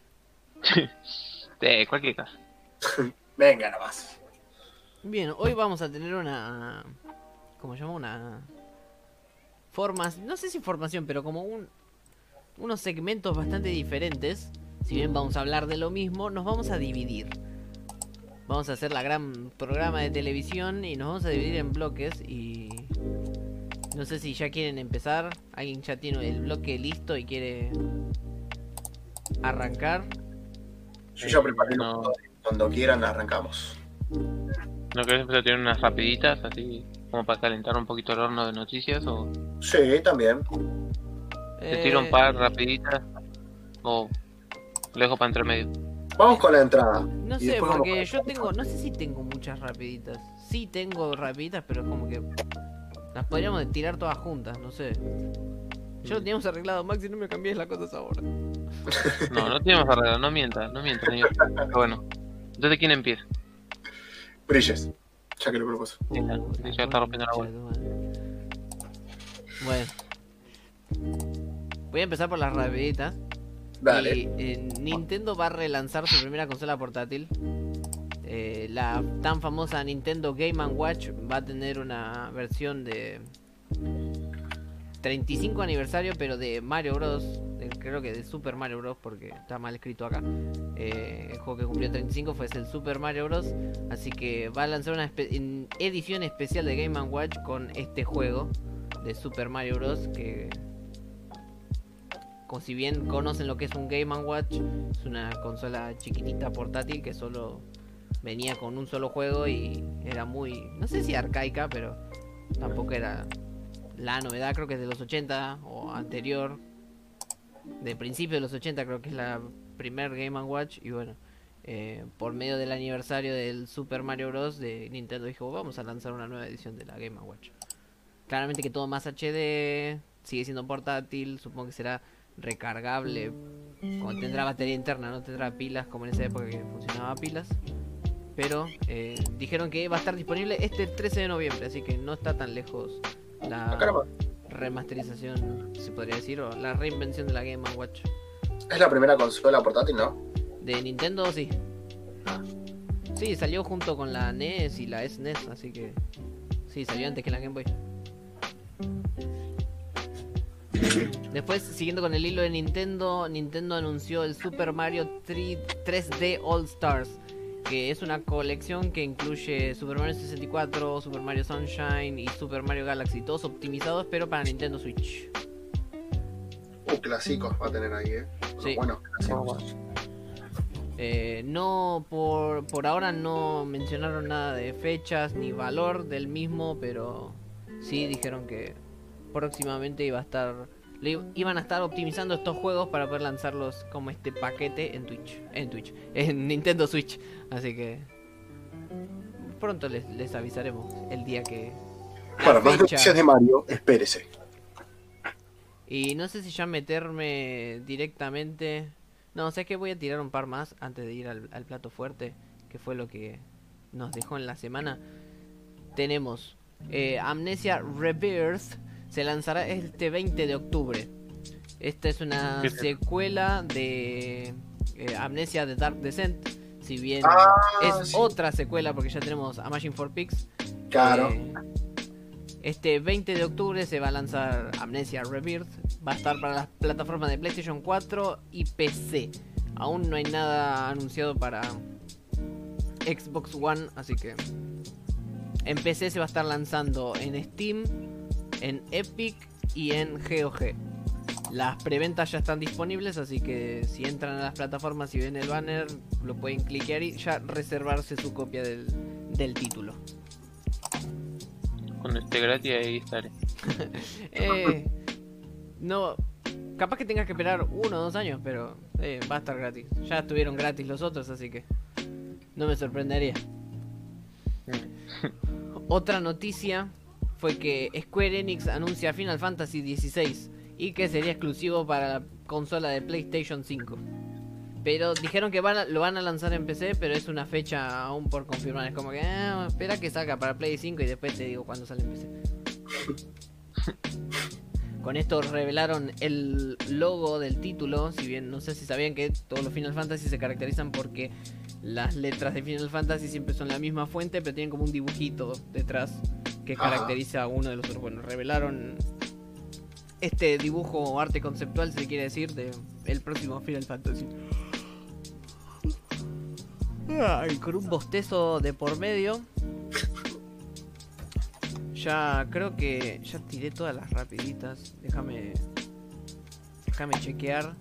Sí, cualquier cosa.
Venga nomás.
Bien, hoy vamos a tener una... ¿Cómo se llama? Una... Formas... No sé si formación, pero como un... unos segmentos bastante diferentes. Si bien vamos a hablar de lo mismo, nos vamos a dividir. Vamos a hacer la gran programa de televisión y nos vamos a dividir en bloques y... No sé si ya quieren empezar. ¿Alguien ya tiene el bloque listo y quiere arrancar?
Yo ya preparé
No.
los motores. Cuando quieran arrancamos.
¿No querés empezar a tener unas rapiditas así como para calentar un poquito el horno de noticias? ¿O
Sí, también.
te tiro un par rapiditas? ¿O lo dejo para entre medio?
Vamos con la entrada.
No
Y
sé,
después
porque
vamos
yo tengo... No sé si tengo muchas rapiditas. Sí tengo rapiditas, pero es como que... Las podríamos tirar todas juntas, no sé. Ya lo teníamos arreglado, Maxi, no me cambies las cosas ahora.
No, no tenemos arreglado, no mientas, no mientas, señor. Pero bueno, entonces ¿quién empieza?
Brilles, ya que lo propuso.
Sí, ya,
Uh,
sí,
la
ya está rompiendo la
concha
bola.
de tu madre. Bueno. Voy a empezar por las rapiditas.
Dale.
Y, eh, Nintendo va a relanzar su primera consola portátil. Eh, la tan famosa Nintendo Game and Watch va a tener una versión de treinta y cinco aniversario, pero de Mario Bros. De, creo que de Super Mario Bros. Porque está mal escrito acá. Eh, el juego que cumplió treinta y cinco fue el Super Mario Bros. Así que va a lanzar una espe en edición especial de Game and Watch con este juego de Super Mario Bros. Que, como si bien conocen lo que es un Game and Watch, es una consola chiquitita portátil que solo venía con un solo juego y era muy, no sé si arcaica, pero tampoco era la novedad. Creo que es de los ochenta o anterior, de principio de los ochenta, creo que es la primer Game and Watch. Y bueno, eh, por medio del aniversario del Super Mario Bros. De Nintendo dijo, vamos a lanzar una nueva edición de la Game and Watch. Claramente que todo más H D, sigue siendo portátil, supongo que será recargable, como tendrá batería interna, no tendrá pilas como en esa época que funcionaba a pilas. Pero eh, dijeron que va a estar disponible este trece de noviembre, así que no está tan lejos la remasterización, se podría decir, o la reinvención de la Game and Watch.
Es la primera consola portátil, ¿no?
De Nintendo, sí. Sí, salió junto con la N E S y la S N E S, así que sí, salió antes que la Game Boy. Después, siguiendo con el hilo de Nintendo, Nintendo anunció el Super Mario tres D All Stars, que es una colección que incluye Super Mario sesenta y cuatro, Super Mario Sunshine y Super Mario Galaxy, todos optimizados pero para Nintendo Switch.
Uh, clásicos va a tener ahí, eh.
Sí.
Bueno, clásicos.
Eh, no, por, por ahora no mencionaron nada de fechas ni valor del mismo, pero sí dijeron que próximamente iba a estar, le, iban a estar optimizando estos juegos para poder lanzarlos como este paquete en Twitch, en Twitch, en Nintendo Switch. Así que pronto les, les avisaremos el día que.
Para más noticias de Mario, espérese.
Y no sé si ya meterme directamente. No, sé que voy a tirar un par más antes de ir al, al plato fuerte, que fue lo que nos dejó en la semana. Tenemos eh, Amnesia Rebirth, se lanzará este veinte de octubre. Esta es una secuela de eh, Amnesia The Dark Descent. Si bien
ah,
es
sí.
otra secuela, porque ya tenemos a Machine for Pigs.
Claro.
Eh, este veinte de octubre se va a lanzar Amnesia Rebirth. Va a estar para las plataformas de PlayStation cuatro y P C. Aún no hay nada anunciado para Xbox One, así que en P C se va a estar lanzando en Steam, en Epic y en G O G. Las preventas ya están disponibles, así que si entran a las plataformas y ven el banner, lo pueden cliquear y ya reservarse su copia del, del título.
Cuando esté gratis ahí estaré.
eh, no, capaz que tengas que esperar uno o dos años, pero eh, va a estar gratis. Ya estuvieron gratis los otros, así que no me sorprendería. Otra noticia fue que Square Enix anuncia Final Fantasy dieciséis y que sería exclusivo para la consola de PlayStation cinco. Pero dijeron que van a, lo van a lanzar en P C, pero es una fecha aún por confirmar. Es como que, eh, espera que salga para Play cinco y después te digo cuándo sale en P C. Con esto revelaron el logo del título. Si bien no sé si sabían que todos los Final Fantasy se caracterizan porque las letras de Final Fantasy siempre son la misma fuente, pero tienen como un dibujito detrás que caracteriza a uno de los otros. Bueno, revelaron este dibujo o arte conceptual, se quiere decir, de el próximo Final Fantasy. Ay, con un bostezo de por medio. Ya creo que ya tiré todas las rapiditas. Déjame Déjame chequear.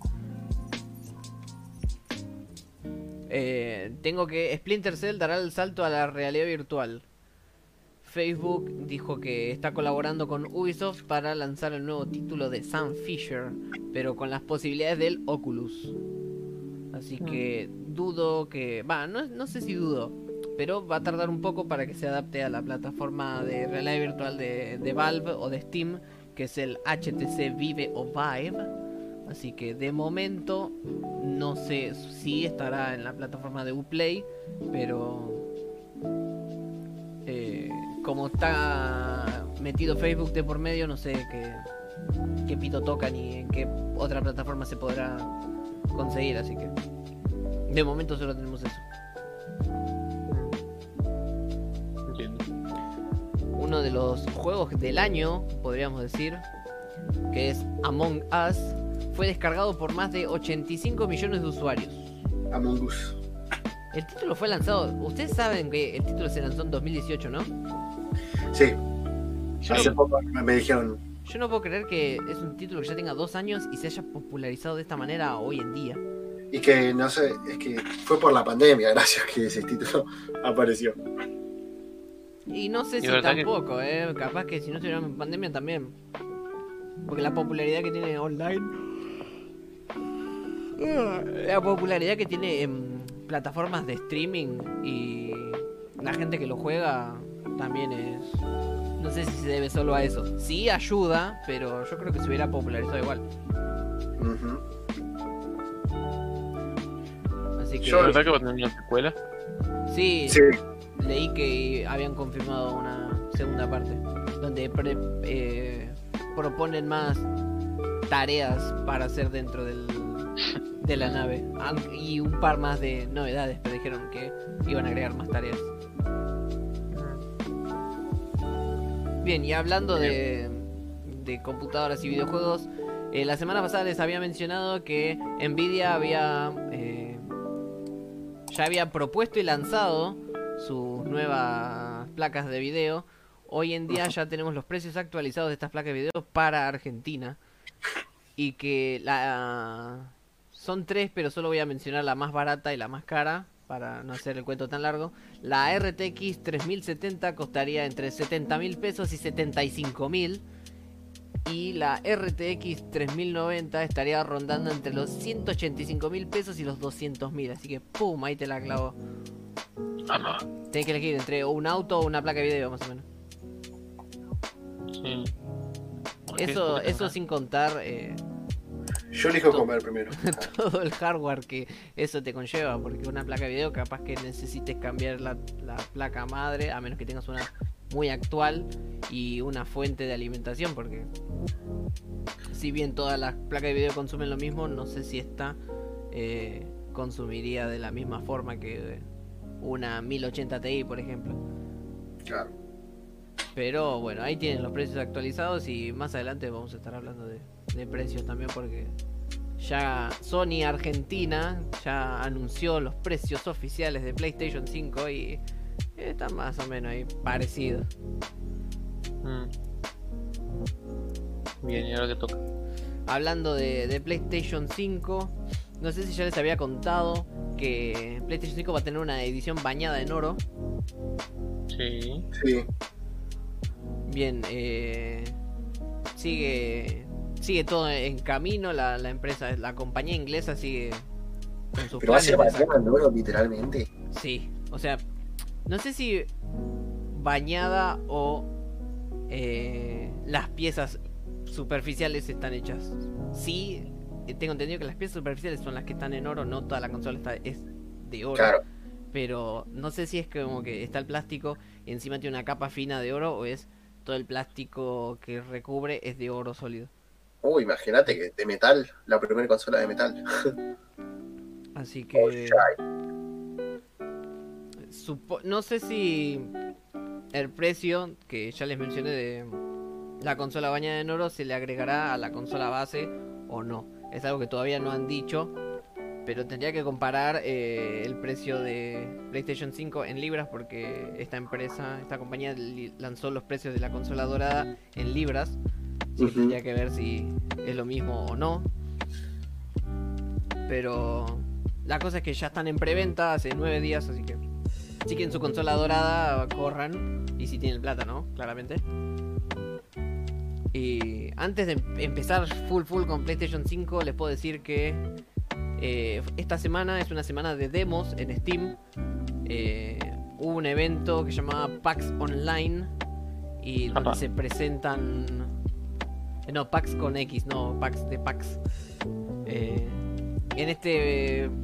Eh, tengo que Splinter Cell dará el salto a la realidad virtual. Facebook dijo que está colaborando con Ubisoft para lanzar el nuevo título de Sam Fisher, pero con las posibilidades del Oculus. Así que dudo que... Va, no, no sé si dudo, pero va a tardar un poco para que se adapte a la plataforma de realidad virtual de, de Valve o de Steam, que es el H T C Vive o Vive. Así que de momento no sé si estará en la plataforma de Uplay, pero como está metido Facebook de por medio, no sé qué, qué pito tocan y en qué otra plataforma se podrá conseguir, así que de momento solo tenemos eso.
Entiendo.
Uno de los juegos del año, podríamos decir, que es Among Us, fue descargado por más de ochenta y cinco millones de usuarios.
Among Us.
El título fue lanzado, ustedes saben que el título se lanzó en dos mil dieciocho, ¿no?
Sí.
Yo
Hace
no,
poco me me dijeron.
yo no puedo creer que es un título que ya tenga dos años y se haya popularizado de esta manera hoy en día.
Y que no sé, es que fue por la pandemia, gracias que ese título apareció.
Y no sé
Y
si
verdad que-
tampoco, eh, capaz que si no estuviéramos en pandemia también. Porque la popularidad que tiene online, ah, la popularidad que tiene en plataformas de streaming y la gente que lo juega también es... No sé si se debe solo a eso. Sí ayuda, pero yo creo que se hubiera popularizado igual.
Ujú.
Así que
Yo-
¿Es verdad que va a tener una secuela?
sí,
Sí,
leí que habían confirmado una segunda parte donde pre- eh, proponen más tareas para hacer dentro del, de la nave. Aun- y un par más de novedades, pero dijeron que iban a agregar más tareas. Bien, y hablando de, de computadoras y videojuegos, eh, la semana pasada les había mencionado que Nvidia había eh, ya había propuesto y lanzado sus nuevas placas de video. Hoy en día ya tenemos los precios actualizados de estas placas de video para Argentina. Y que la son tres, pero solo voy a mencionar la más barata y la más cara, para no hacer el cuento tan largo. La R T X tres mil setenta costaría entre setenta mil pesos y setenta y cinco mil. Y la R T X tres mil noventa estaría rondando entre los ciento ochenta y cinco mil pesos y los doscientos mil. Así que pum, ahí te la clavo.
Vamos.
Tenés que elegir entre un auto o una placa de video, más o menos.
Sí. ¿Por qué?
Eso,
¿Por qué
eso
tan
sin contar eh,
yo elijo comer primero.
todo el hardware que eso te conlleva. Porque una placa de video capaz que necesites cambiar la, la placa madre, a menos que tengas una muy actual y una fuente de alimentación. Porque si bien todas las placas de video consumen lo mismo, no sé si esta eh, consumiría de la misma forma que una mil ochenta Ti, por ejemplo.
Claro.
Pero bueno, ahí tienen los precios actualizados y más adelante vamos a estar hablando de, de precios también, porque ya Sony Argentina ya anunció los precios oficiales de PlayStation cinco y están más o menos ahí parecidos.
Mm. Bien, y ahora que toca.
Hablando de, de PlayStation cinco, no sé si ya les había contado que PlayStation cinco va a tener una edición bañada en oro.
Sí.
Sí.
Bien, eh, sigue sigue todo en camino, la, la empresa, la compañía inglesa sigue con sus
Pero va a
planes
ser
de sacar-
bañada en oro, literalmente.
Sí, o sea, no sé si bañada o eh, las piezas superficiales están hechas. Sí, eh, tengo entendido que las piezas superficiales son las que están en oro, no toda la consola está, es de oro.
Claro.
Pero no sé si es como que está el plástico y encima tiene una capa fina de oro o es todo el plástico que recubre es de oro sólido.
Uy, imagínate que de metal, la primera consola de metal.
Así
Oh,
que
shit.
supo- no sé si el precio que ya les mencioné de la consola bañada en oro se le agregará a la consola base o no. Es algo que todavía no han dicho, pero tendría que comparar eh, el precio de PlayStation cinco en libras, porque esta empresa, esta compañía li- lanzó los precios de la consola dorada en libras. Así que
Ujú.
tendría que ver si es lo mismo o no. Pero la cosa es que ya están en preventa hace nueve días, así que si quieren su consola dorada, corran. Y si tienen plata, ¿no? Claramente. Y antes de em- empezar full full con PlayStation cinco, les puedo decir que eh, esta semana es una semana de demos en Steam. Eh, hubo un evento que se llamaba PAX Online y donde
Apa.
se presentan... eh, No, PAX con X, no PAX de PAX. Eh, en este eh,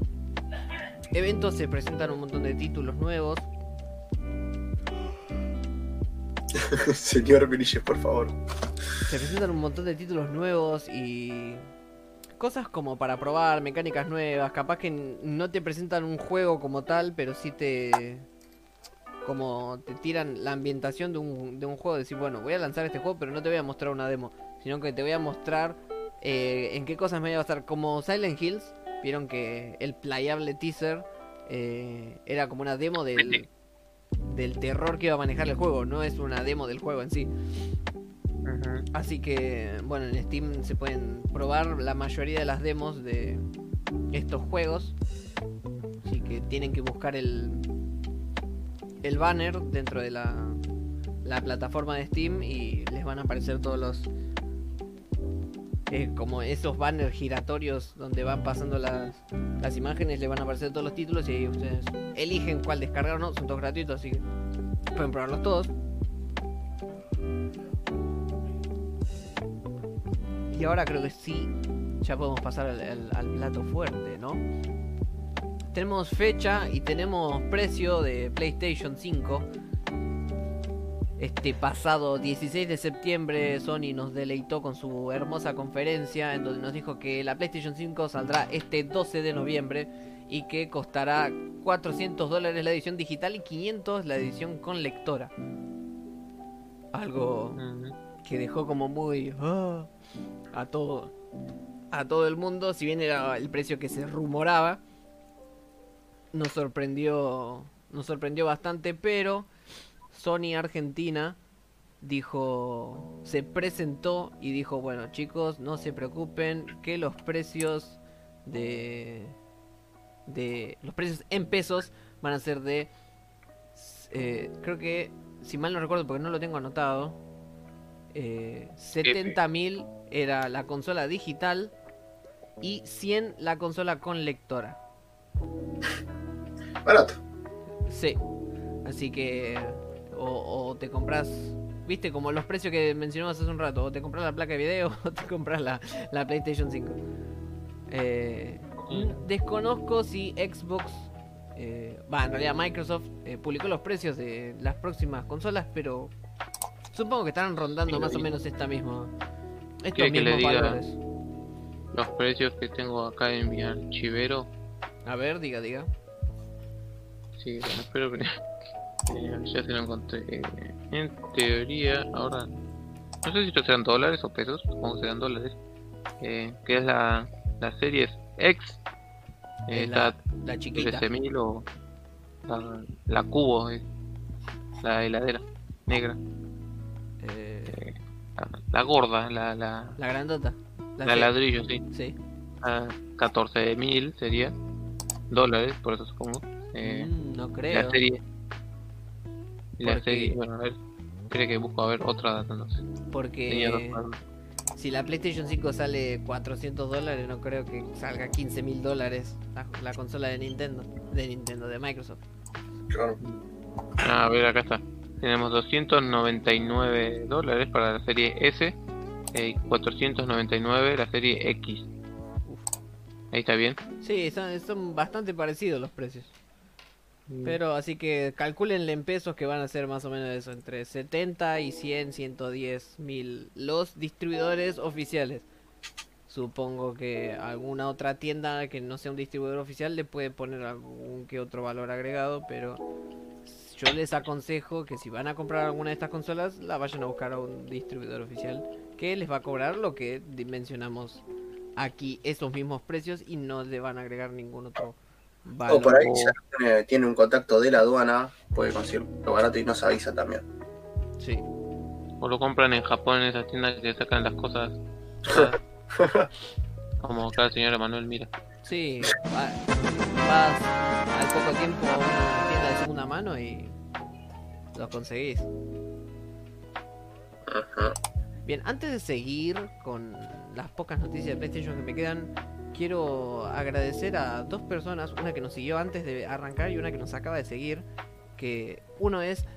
evento se presentan un montón de títulos nuevos.
Señor Brilles, por favor.
Se presentan un montón de títulos nuevos y cosas como para probar, mecánicas nuevas. Capaz que no te presentan un juego como tal, pero sí te... como te tiran la ambientación de un, de un juego. Decir, bueno, voy a lanzar este juego, pero no te voy a mostrar una demo, sino que te voy a mostrar eh, en qué cosas me voy a basar. Como Silent Hills, vieron que el playable teaser eh, era como una demo del, del terror que iba a manejar el juego. No es una demo del juego en sí.
Ujú.
Así que, bueno, en Steam se pueden probar la mayoría de las demos de estos juegos. Así que tienen que buscar el, el banner dentro de la, la plataforma de Steam y les van a aparecer todos los... Eh, como esos banners giratorios donde van pasando las, las imágenes, les van a aparecer todos los títulos y ahí ustedes eligen cuál descargar o no. Son todos gratuitos, así que pueden probarlos todos. Y ahora creo que sí, ya podemos pasar al, al, al plato fuerte, ¿no? Tenemos fecha y tenemos precio de PlayStation cinco. Este pasado dieciséis de septiembre Sony nos deleitó con su hermosa conferencia en donde nos dijo que la PlayStation cinco saldrá este doce de noviembre y que costará cuatrocientos dólares la edición digital y quinientos la edición con lectora. Algo
Ujú.
que dejó como muy... ah, a todo a todo el mundo. Si bien era el precio que se rumoraba, nos sorprendió nos sorprendió bastante, pero Sony Argentina dijo, se presentó y dijo, bueno chicos, no se preocupen que los precios de de los precios en pesos van a ser de eh, creo que, si mal no recuerdo porque no lo tengo anotado, eh, setenta mil era la consola digital y cien la consola con lectora.
Barato.
Sí. Así que o, o te compras, viste, como los precios que mencionamos hace un rato, o te compras la placa de video o te compras la, la PlayStation cinco. Eh, desconozco si Xbox eh, va, en realidad Microsoft eh, publicó los precios de las próximas consolas, pero supongo que estarán rondando más o menos esta misma estos
¿Quiere que le
mismos
diga
valores.
los precios que tengo acá en mi archivero?
A ver, diga, diga.
Sí, bueno, espero que eh, ya se lo encontré. Eh, en teoría, ahora no sé si estos serán dólares o pesos, supongo que serán dólares. Eh, que es la, la Series X. Eh,
Eh, la,
está
la chiquita.
trece mil o la, la Cubo, eh, la heladera negra.
Eh,
Eh, la, la gorda, la, la,
la grandota.
la
C.
ladrillo, sí.
Sí.
A catorce mil sería dólares, por eso supongo. Eh,
Mm, no
la
creo.
serie. Y la
Porque-
serie, bueno, a ver. Creo que busco a ver otra data, no sé. Tenía dos
Porque
palabras.
si la PlayStation cinco sale cuatrocientos dólares, no creo que salga quince mil dólares la, la consola de Nintendo. De Nintendo, de Microsoft.
Claro.
A ver, acá está. Tenemos doscientos noventa y nueve dólares para la serie S eh, y cuatrocientos noventa y nueve la serie X.
Uf.
Ahí está bien.
Sí, son, son bastante parecidos los precios.
Mm.
Pero así que calculenle en pesos que van a ser más o menos eso, entre setenta y cien, ciento diez mil los distribuidores oficiales. Supongo que alguna otra tienda que no sea un distribuidor oficial le puede poner algún que otro valor agregado, pero yo les aconsejo que si van a comprar alguna de estas consolas, la vayan a buscar a un distribuidor oficial que les va a cobrar lo que di- mencionamos aquí, esos mismos precios, y no le van a agregar ningún otro valor.
O por ahí ya tiene, tiene un contacto de la aduana, puede conseguirlo barato y nos avisa también.
Sí.
O lo compran en Japón en esas tiendas que sacan las cosas. usadas. Como acá el señor Emanuel, mira.
Sí, va- vas al poco tiempo a una tienda de segunda mano y los conseguís.
Ajá.
Bien, antes de seguir con las pocas noticias de PlayStation que me quedan, quiero agradecer a dos personas, una que nos siguió antes de arrancar y una que nos acaba de seguir, que uno es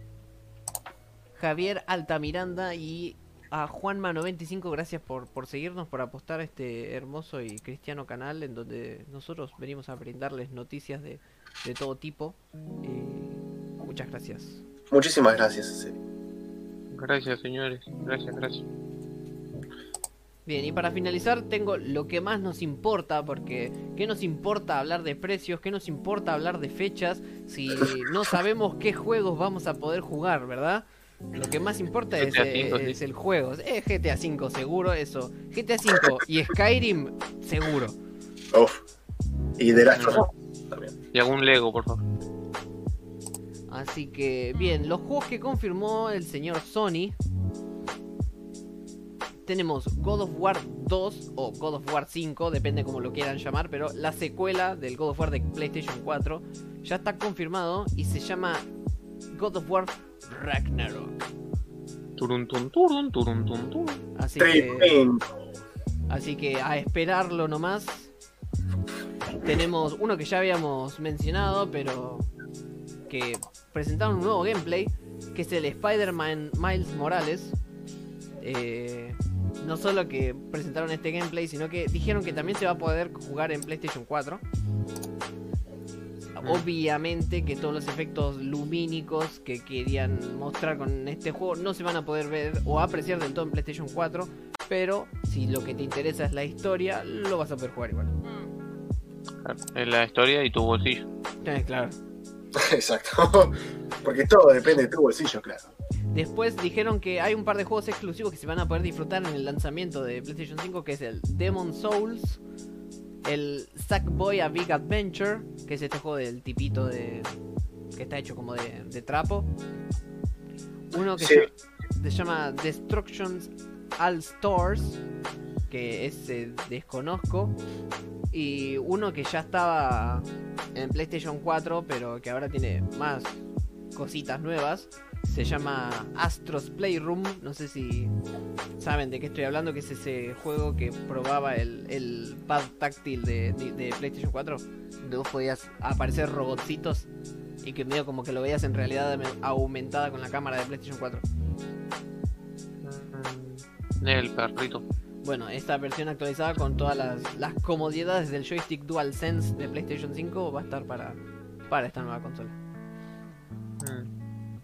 Javier Altamiranda y a Juanma noventa y cinco, gracias por, por seguirnos, por apostar a este hermoso y cristiano canal en donde nosotros venimos a brindarles noticias de, de todo tipo. Eh, muchas gracias.
Muchísimas gracias. Sí.
Gracias, señores. Gracias, gracias.
Bien, y para finalizar tengo lo que más nos importa, porque ¿qué nos importa hablar de precios? ¿Qué nos importa hablar de fechas si no sabemos qué juegos vamos a poder jugar, verdad? Lo que más importa es,
G T A cinco,
eh,
sí.
es el juego. Es G T A cinco seguro, eso. G T A cinco y Skyrim seguro.
Uf. Y de Last of Us también.
Y algún Lego, por favor.
Así que, bien, los juegos que confirmó el señor Sony. Tenemos God of War dos o God of War cinco, depende como lo quieran llamar, pero la secuela del God of War de PlayStation cuatro ya está confirmado y se llama God of War Ragnarok.
Turun, tun, turun, turun, tun, turun.
Así que,
Tremendo.
así que a esperarlo nomás. Tenemos uno que ya habíamos mencionado, pero que presentaron un nuevo gameplay, que es el Spider-Man Miles Morales. Eh, no solo que presentaron este gameplay, sino que dijeron que también se va a poder jugar en PlayStation cuatro. Obviamente que todos los efectos lumínicos que querían mostrar con este juego no se van a poder ver o apreciar del todo en PlayStation cuatro, pero si lo que te interesa es la historia, lo vas a poder jugar igual.
Claro, es la historia y tu bolsillo.
Eh, claro.
Exacto. Porque todo depende de tu bolsillo, claro.
Después dijeron que hay un par de juegos exclusivos que se van a poder disfrutar en el lanzamiento de PlayStation cinco, que es el Demon Souls, el Sackboy A Big Adventure, que es este juego del tipito de que está hecho como de, de trapo. Uno que
Sí.
se, se llama Destructions All Stars, que ese desconozco. Y uno que ya estaba en PlayStation cuatro, pero que ahora tiene más cositas nuevas. Se llama Astro's Playroom. No sé si saben de qué estoy hablando, que es ese juego que probaba el, el pad táctil de, de, de PlayStation cuatro, donde vos podías aparecer robotcitos y que medio como que lo veías en realidad aumentada con la cámara de PlayStation cuatro.
El perrito.
Bueno, esta versión actualizada con todas las, las comodidades del joystick DualSense de PlayStation cinco va a estar para, para esta nueva consola.
Mm.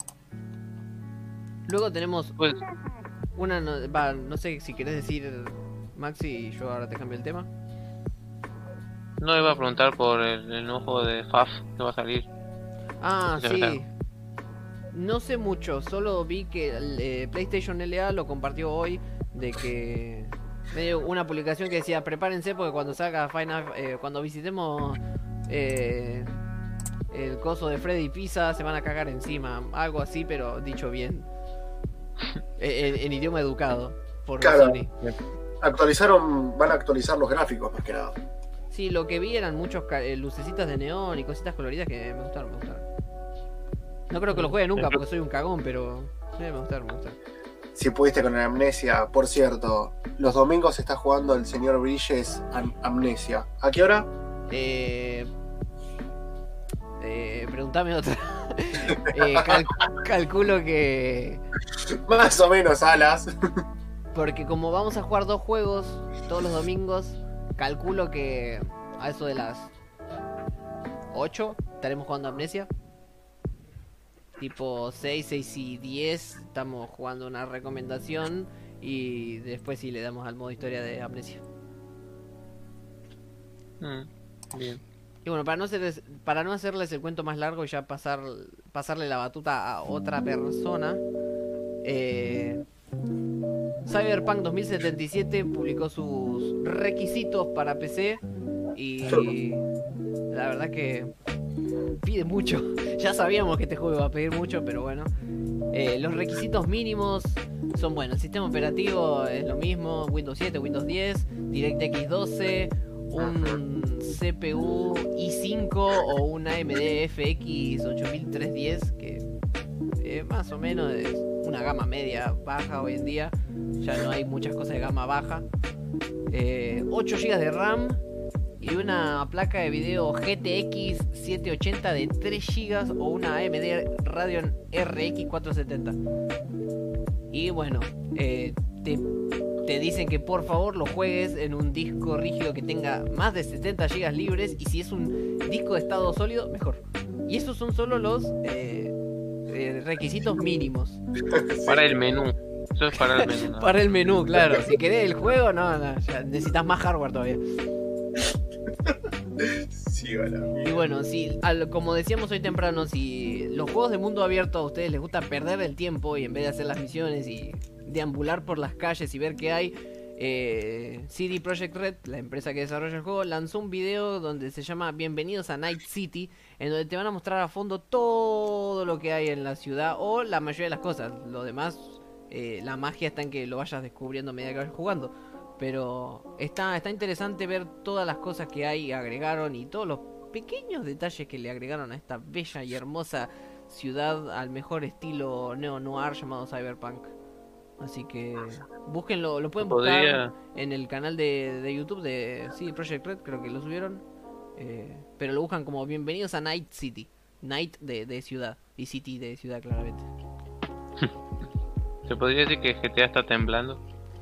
Luego tenemos
Pues,
una... No, va, no sé si querés decir, Maxi, y yo ahora te cambio el tema.
no iba a preguntar por el, el nuevo juego de F A F que va a salir.
Ah,
Ya,
sí.
claro.
No sé mucho, solo vi que el, eh, PlayStation L A lo compartió hoy, de que medio una publicación que decía prepárense porque cuando salga Final, eh, cuando visitemos eh, el coso de Freddy Pizza se van a cagar encima, algo así, pero dicho bien, en, en idioma educado por
Claro.
Sony.
Actualizaron, van a actualizar los gráficos más que nada.
Sí, lo que vi eran muchos ca- eh, lucecitas de neón y cositas coloridas que me gustaron, me gustaron. No creo que lo juegue nunca porque soy un cagón, pero eh, me gustaron, me gustaron.
Si pudiste con la Amnesia, por cierto, los domingos está jugando el señor Brilles Am- Amnesia. ¿A qué hora?
Eh, eh, preguntame otra. eh, cal- calculo que...
Más o menos alas.
Porque como vamos a jugar dos juegos todos los domingos, calculo que a eso de las ocho estaremos jugando Amnesia. Tipo seis, seis y diez estamos jugando una recomendación y después sí le damos al modo historia de Amnesia.
Mm, bien.
Y bueno, para no hacerles, para no hacerles el cuento más largo y ya pasar, pasarle la batuta a otra persona, eh, Cyberpunk dos mil setenta y siete publicó sus requisitos para P C y la verdad que pide mucho. Ya sabíamos que este juego iba a pedir mucho, pero bueno. Eh, los requisitos mínimos son, bueno, el sistema operativo es lo mismo, Windows siete, Windows diez, DirectX doce, un C P U i cinco o un A M D F X ocho mil trescientos diez, que eh, más o menos es una gama media baja hoy en día. Ya no hay muchas cosas de gama baja. Eh, ocho gigas de RAM y una placa de video G T X setecientos ochenta de tres gigas o una A M D Radeon R X cuatrocientos setenta. Y bueno, eh, te, te dicen que por favor lo juegues en un disco rígido que tenga más de setenta gigas libres, y si es un disco de estado sólido, mejor. Y esos son solo los eh, eh, requisitos mínimos.
Para el menú. Eso es para el menú. ¿no?
Para el menú, claro. Si querés el juego, no, no, ya necesitas más hardware todavía.
Sí, bueno.
Y bueno, si, al, como decíamos hoy temprano, si los juegos de mundo abierto a ustedes les gusta perder el tiempo y en vez de hacer las misiones y deambular por las calles y ver qué hay, eh, C D Projekt Red, la empresa que desarrolla el juego, lanzó un video donde se llama Bienvenidos a Night City, en donde te van a mostrar a fondo todo lo que hay en la ciudad o la mayoría de las cosas. Lo demás, eh, la magia está en que lo vayas descubriendo a medida que vayas jugando. Pero está, está interesante ver todas las cosas que hay, agregaron y todos los pequeños detalles que le agregaron a esta bella y hermosa ciudad al mejor estilo neo-noir llamado Cyberpunk. Así que búsquenlo, lo pueden buscar
Podría...
en el canal de, de YouTube de sí, Projekt Red, creo que lo subieron. Eh, pero lo buscan como Bienvenidos a Night City. Night de, de ciudad y City de ciudad, claramente.
¿Se podría decir que G T A está temblando?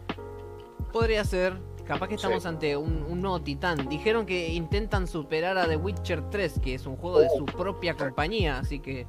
Podría ser, capaz que estamos
Sí.
ante un, un nuevo titán. Dijeron que intentan superar a The Witcher tres, que es un juego de su propia compañía, así que...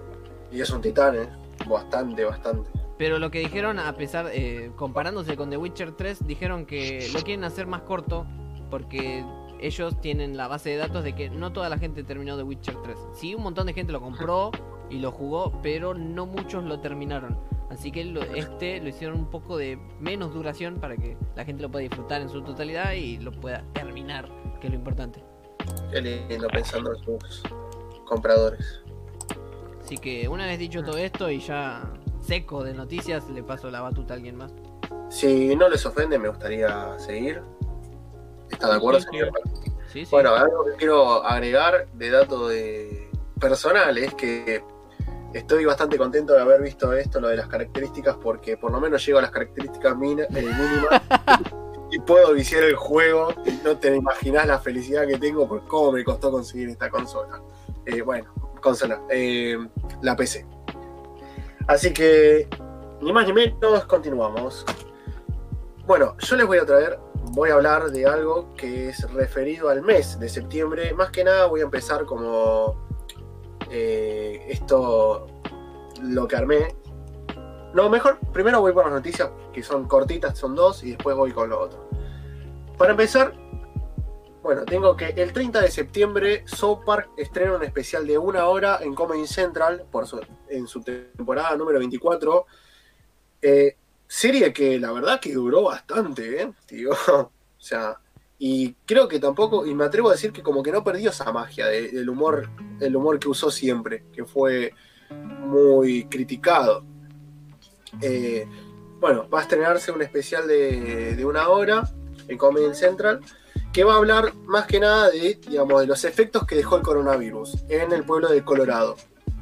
Y es un titán, ¿eh? Bastante, bastante.
Pero lo que dijeron, a pesar, eh, comparándose con The Witcher tres, dijeron que lo quieren hacer más corto, porque ellos tienen la base de datos de que no toda la gente terminó The Witcher tres. Sí, un montón de gente lo compró y lo jugó, pero no muchos lo terminaron. Así que lo, este lo hicieron un poco de menos duración para que la gente lo pueda disfrutar en su totalidad y lo pueda terminar, que es lo importante.
Qué lindo pensando en sus compradores.
Así que una vez dicho todo esto y ya seco de noticias, le paso la batuta a alguien más.
Si no les ofende, me gustaría seguir. ¿Está de acuerdo,
Sí, sí.
señor?
Sí, sí.
Bueno, algo que quiero agregar de dato de personal es que estoy bastante contento de haber visto esto, lo de las características, porque por lo menos llego a las características mina- eh, mínimas y puedo viciar el juego. Y no te imaginás la felicidad que tengo por cómo me costó conseguir esta consola. Eh, bueno, consola, eh, la P C. Así que, ni más ni menos, continuamos. Bueno, yo les voy a traer, voy a hablar de algo que es referido al mes de septiembre. Más que nada voy a empezar como... Eh, esto, lo que armé. No, mejor, primero voy por las noticias, que son cortitas, son dos, y después voy con lo otro. Para empezar, bueno, tengo que el treinta de septiembre South Park estrena un especial de una hora en Comedy Central, por su, en su temporada número veinticuatro. Eh, serie que la verdad que duró bastante, ¿eh? Digo, o sea... Y creo que tampoco, y me atrevo a decir que como que no perdió esa magia de, del humor, el humor que usó siempre, que fue muy criticado. Eh, bueno, va a estrenarse un especial de, de una hora en Comedy Central, que va a hablar más que nada de, digamos, de los efectos que dejó el coronavirus en el pueblo de Colorado.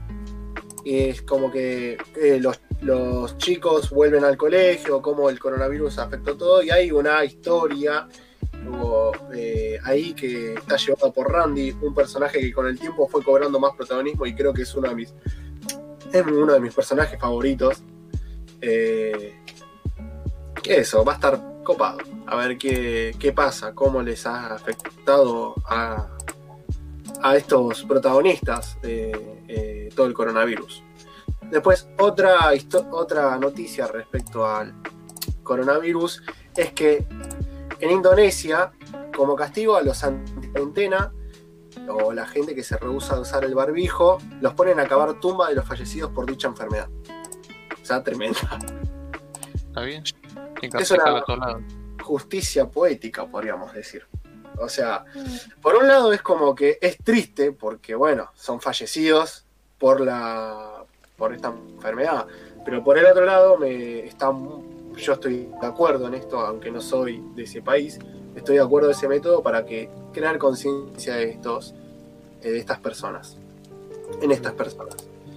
Y es como que eh, los, los chicos vuelven al colegio, cómo el coronavirus afectó todo, y hay una historia... Hubo, eh, ahí que está llevado por Randy, un personaje que con el tiempo fue cobrando más protagonismo y creo que es uno de mis es uno de mis personajes favoritos. Eh, que eso, va a estar copado. A ver qué, qué pasa, cómo les ha afectado a, a estos protagonistas de eh, todo el coronavirus. Después, otra, otra noticia respecto al coronavirus es que en Indonesia, como castigo a los anti-cuarentena o la gente que se rehúsa a usar el barbijo, los ponen a cavar tumba de los fallecidos por dicha enfermedad. O sea, tremenda.
¿Está bien?
Es una justicia poética, podríamos decir. O sea, por un lado es como que es triste porque, bueno, son fallecidos por la por esta enfermedad, pero por el otro lado me está yo estoy de acuerdo en esto, aunque no soy de ese país, estoy de acuerdo en ese método para que crear conciencia de estos, eh, de estas personas, en estas personas.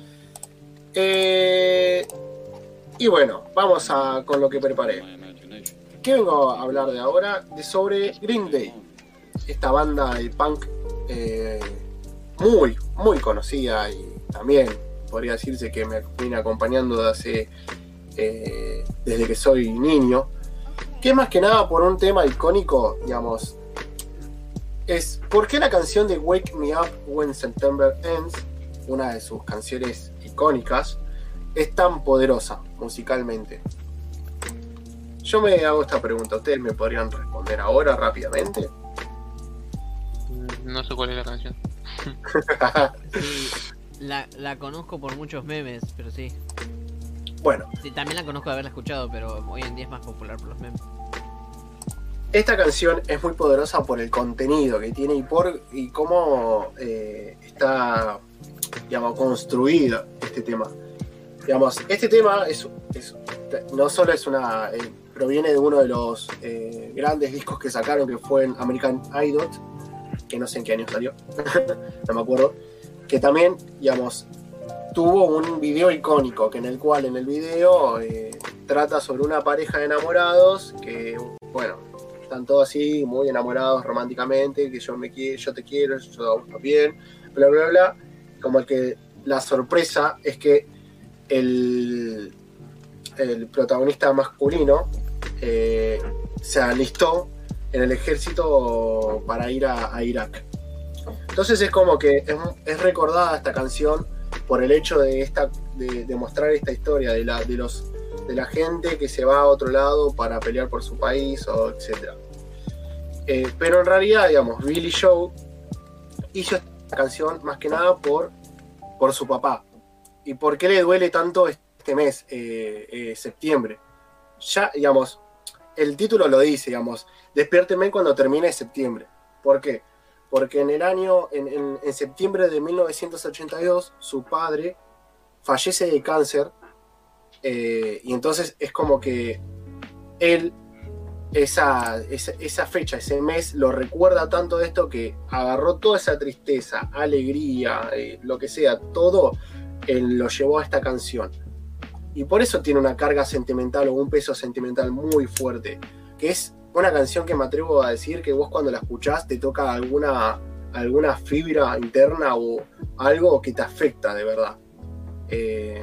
Eh, y bueno, vamos a con lo que preparé. ¿Qué vengo a hablar de ahora? De sobre Green Day, esta banda de punk eh, muy, muy conocida y también podría decirse que me viene acompañando de hace Eh, desde que soy niño, que más que nada por un tema icónico, digamos, es ¿por qué la canción de Wake Me Up When September Ends una de sus canciones icónicas, es tan poderosa musicalmente? Yo me hago esta pregunta, ¿ustedes me podrían responder ahora rápidamente?
No sé cuál es la canción.
Sí, la, la conozco por muchos memes, pero sí.
Bueno,
Sí, también la conozco de haberla escuchado, pero hoy en día es más popular por los memes.
esta canción es muy poderosa por el contenido que tiene y por y cómo eh, está, digamos, construido este tema. Digamos, este tema es, es no solo es una eh, proviene de uno de los eh, grandes discos que sacaron, que fue en American Idol, que no sé en qué año salió, no me acuerdo, que también, digamos, tuvo un video icónico, que en el cual en el video eh, trata sobre una pareja de enamorados que, bueno, están todos así, muy enamorados románticamente, que yo me quiero, yo te quiero, yo también, bla bla bla. Como que la sorpresa es que el, el protagonista masculino eh, se alistó en el ejército para ir a, a Irak. Entonces es como que es, es recordada esta canción por el hecho de esta de, de mostrar esta historia de la de los de la gente que se va a otro lado para pelear por su país o etcétera. Eh, pero en realidad, digamos, Billie Joe hizo esta canción más que nada por por su papá. ¿Y por qué le duele tanto este mes, eh, eh, septiembre? Ya, digamos, el título lo dice, digamos, despiérteme cuando termine septiembre. ¿Por qué? Porque en el año, en, en, en septiembre de mil novecientos ochenta y dos, su padre fallece de cáncer, eh, y entonces es como que él, esa, esa, esa fecha, ese mes, lo recuerda tanto de esto que agarró toda esa tristeza, alegría, eh, lo que sea, todo, él lo llevó a esta canción. Y por eso tiene una carga sentimental o un peso sentimental muy fuerte, que es una canción que me atrevo a decir que vos cuando la escuchás te toca alguna, alguna fibra interna o algo que te afecta de verdad. Eh...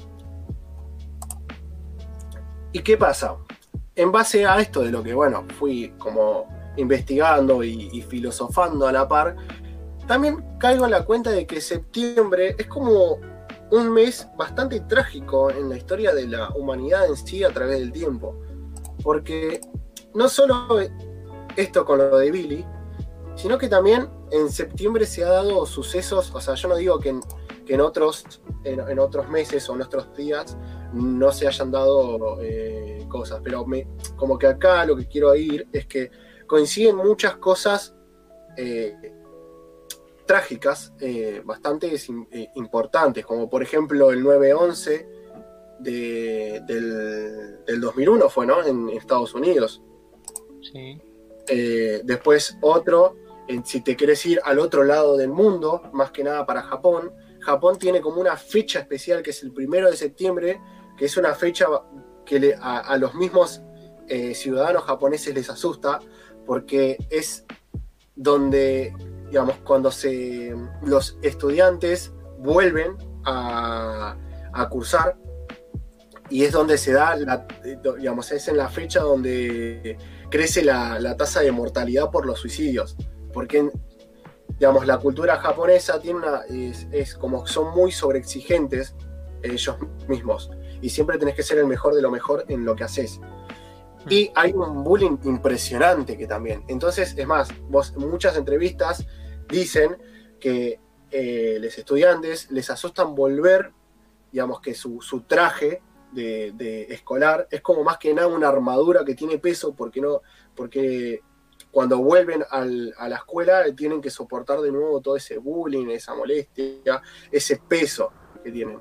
¿Y qué pasa? En base a esto de lo que, bueno, fui como investigando y, y filosofando a la par, también caigo en la cuenta de que septiembre es como un mes bastante trágico en la historia de la humanidad en sí a través del tiempo. Porque no solo esto con lo de Billie, sino que también en septiembre se ha dado sucesos, o sea, yo no digo que en, que en, otros, en, en otros meses o en otros días no se hayan dado eh, cosas, pero me, como que acá lo que quiero ir es que coinciden muchas cosas eh, trágicas, eh, bastante eh, importantes, como por ejemplo el nueve once de, del, del dos mil uno fue, ¿no? En Estados Unidos.
Sí.
Eh, después otro, eh, si te querés ir al otro lado del mundo, más que nada para Japón, Japón tiene como una fecha especial que es el primero de septiembre, que es una fecha que le, a, a los mismos eh, ciudadanos japoneses les asusta, porque es donde, digamos, cuando se, los estudiantes vuelven a, a cursar, y es donde se da, la, digamos, es en la fecha donde crece la, la tasa de mortalidad por los suicidios, porque, digamos, la cultura japonesa tiene una, es, es como son muy sobreexigentes ellos mismos, y siempre tenés que ser el mejor de lo mejor en lo que haces. Y hay un bullying impresionante que también. Entonces, es más, vos en muchas entrevistas dicen que eh, los estudiantes les asustan volver, digamos, que su, su traje de, de escolar es como más que nada una armadura que tiene peso, porque no, porque cuando vuelven al, a la escuela tienen que soportar de nuevo todo ese bullying, esa molestia, ese peso que tienen.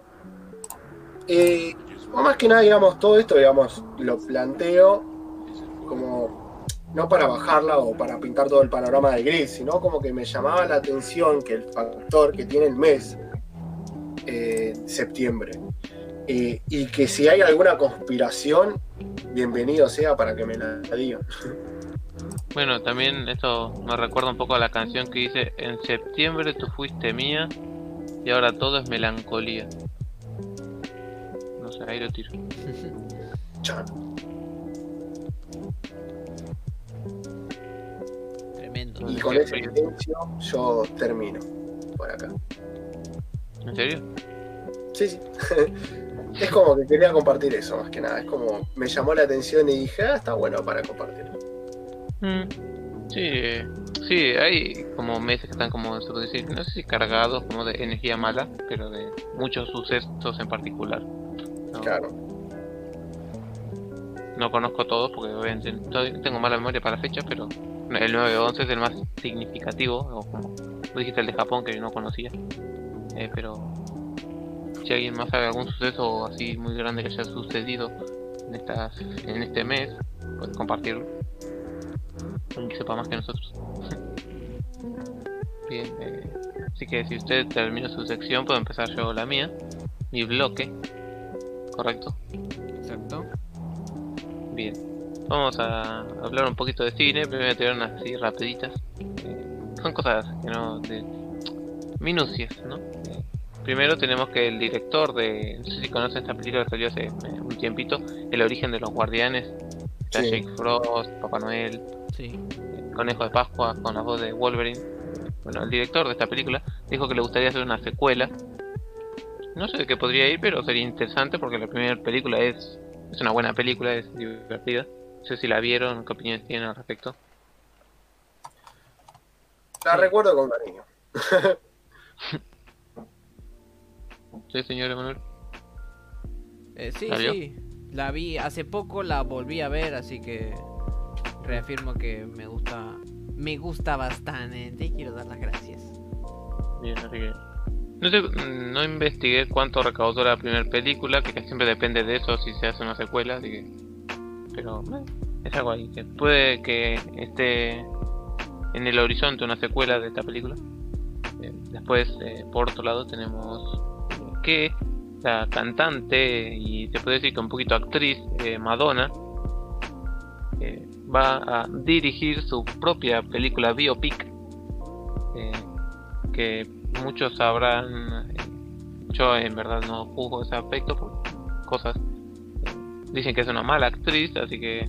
Eh, más que nada, digamos, todo esto, digamos, lo planteo como no para bajarla o para pintar todo el panorama de gris, sino como que me llamaba la atención que el factor que tiene el mes, eh, septiembre, eh, y que si hay alguna conspiración, bienvenido sea para que me la digan.
Bueno, también esto me recuerda un poco a la canción que dice: en septiembre tú fuiste mía y ahora todo es melancolía. No sé, ahí lo tiro.
Chan.
Tremendo.
Y con ese silencio yo termino por acá.
¿En serio?
Sí, sí. Es como que quería compartir eso, más que nada. Es como, me llamó la atención y dije, ah, está bueno para compartir.
Mm, sí, eh, sí, hay como meses que están como, se puede decir, no sé si cargados como de energía mala, pero de muchos sucesos en particular. No,
Claro.
no conozco todos porque obviamente no- tengo mala memoria para fechas, pero el nueve once es el más significativo, o como tú dijiste el de Japón que yo no conocía. Eh, pero si alguien más sabe algún suceso así muy grande que haya sucedido en estas en este mes, puede compartirlo. Alguien que sepa más que nosotros. Bien, eh, así que si usted termina su sección, puedo empezar yo la mía, mi bloque, correcto.
Exacto.
Bien, vamos a hablar un poquito de cine. Primero voy a tirar unas así rapiditas. Eh, son cosas que no, de minucias, ¿no? Eh, primero tenemos que el director de, no sé si conocen esta película que salió hace eh, un tiempito, El origen de los guardianes. Está
Sí.
Jake Frost, Papá Noel,
Sí.
eh, Conejo de Pascua con la voz de Wolverine. Bueno, el director de esta película dijo que le gustaría hacer una secuela. No sé de qué podría ir, pero sería interesante porque la primera película es, es una buena película, es divertida. No sé si la vieron, qué opiniones tienen al respecto.
La
Sí.
recuerdo con cariño.
Sí, señor Emanuel.
Eh, sí,
¿La vio?
sí. La vi hace poco, la volví a ver, así que reafirmo que me gusta. Me gusta bastante. Te quiero dar las gracias.
Bien, así que... No sé, mm, no investigué cuánto recaudó la primera película, que casi siempre depende de eso si se hace una secuela, así que... Pero eh, es algo ahí, que puede que esté en el horizonte una secuela de esta película. Eh, después, eh, por otro lado, tenemos eh, que la cantante y se puede decir que un poquito actriz, eh, Madonna, eh, va a dirigir su propia película biopic, eh, que muchos sabrán. eh, yo en verdad no juzgo ese aspecto por cosas. eh, dicen que es una mala actriz, así que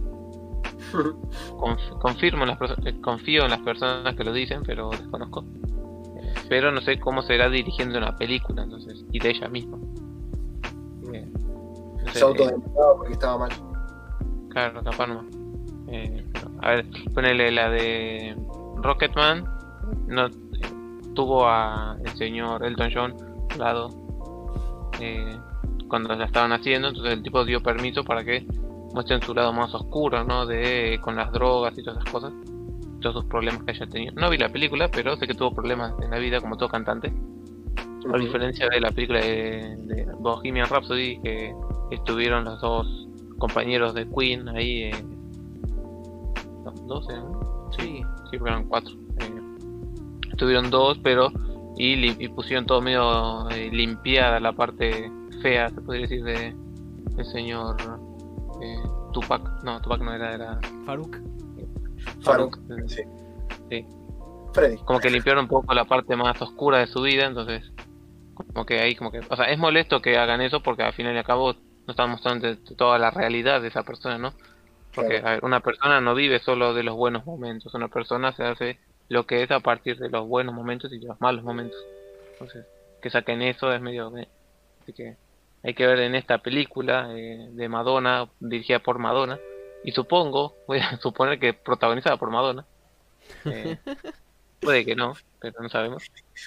conf- confirmo en las perso- eh, confío en las personas que lo dicen, pero desconozco. Eh, pero no sé cómo será dirigiendo una película, entonces, y de ella misma. Eh, no sé,
Se
eh,
autodenunciaba porque estaba mal.
claro, capaz no. Eh, pero, a ver, ponele la de Rocketman. No eh, tuvo a el señor Elton John al lado eh, cuando la estaban haciendo, entonces el tipo dio permiso para que muestren su lado más oscuro, ¿no? De con las drogas y todas esas cosas, todos sus problemas que haya tenido. No vi la película, pero sé que tuvo problemas en la vida como todo cantante. A diferencia de la película de, de Bohemian Rhapsody, que estuvieron los dos compañeros de Queen ahí. Eh, no, dos, ¿eh?
Sí.
Sí, porque eran cuatro. Eh, estuvieron dos, pero. Y, li- y pusieron todo medio eh, limpiada la parte fea, se podría decir, de el señor eh, Tupac. No, Tupac no era, era
Faruk.
Faruk.
eh,
Sí.
Sí.
Freddy.
Como que limpiaron un poco la parte más oscura de su vida, entonces como que ahí como que, o sea, es molesto que hagan eso porque al final y al cabo no están mostrando de- de toda la realidad de esa persona, ¿no? Porque
Claro.
a ver, una persona no vive solo de los buenos momentos, una persona se hace lo que es a partir de los buenos momentos y de los malos momentos. Entonces, que saquen eso es medio... eh, así que hay que ver en esta película eh, de Madonna, dirigida por Madonna, y supongo, voy a suponer que protagonizada por Madonna. Eh, puede que no, pero no sabemos.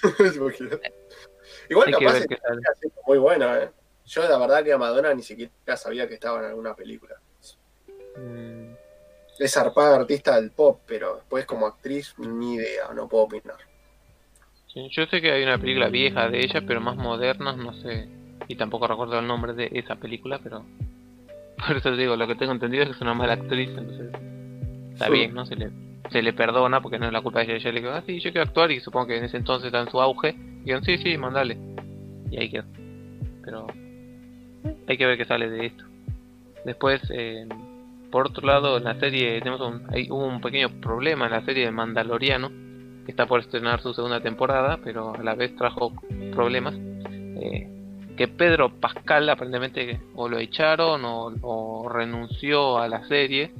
Igual
Hay que
capaz
ver
es
qué tal.
muy bueno, ¿eh? Yo la verdad que a Madonna ni siquiera sabía que estaba en alguna película.
Mm,
Es zarpada artista del pop, pero después como actriz ni idea, no puedo opinar.
sí, yo sé que hay una película vieja de ella, pero más moderna, no sé. Y tampoco recuerdo el nombre de esa película, pero... Por eso te digo, lo que tengo entendido es que es una mala actriz, entonces... Está bien, ¿no? Se le, se le perdona porque no es la culpa de ella. Ella le dijo, ah, sí, yo quiero actuar, y supongo que en ese entonces está en su auge. Y dijeron, sí, sí, mandale. Y ahí quedó. Pero... hay que ver qué sale de esto. Después, eh, por otro lado, en la serie tenemos un, hay, hubo un pequeño problema en la serie de Mandaloriano, que está por estrenar su segunda temporada, pero a la vez trajo problemas. Eh, que Pedro Pascal aparentemente o lo echaron o, o renunció a la serie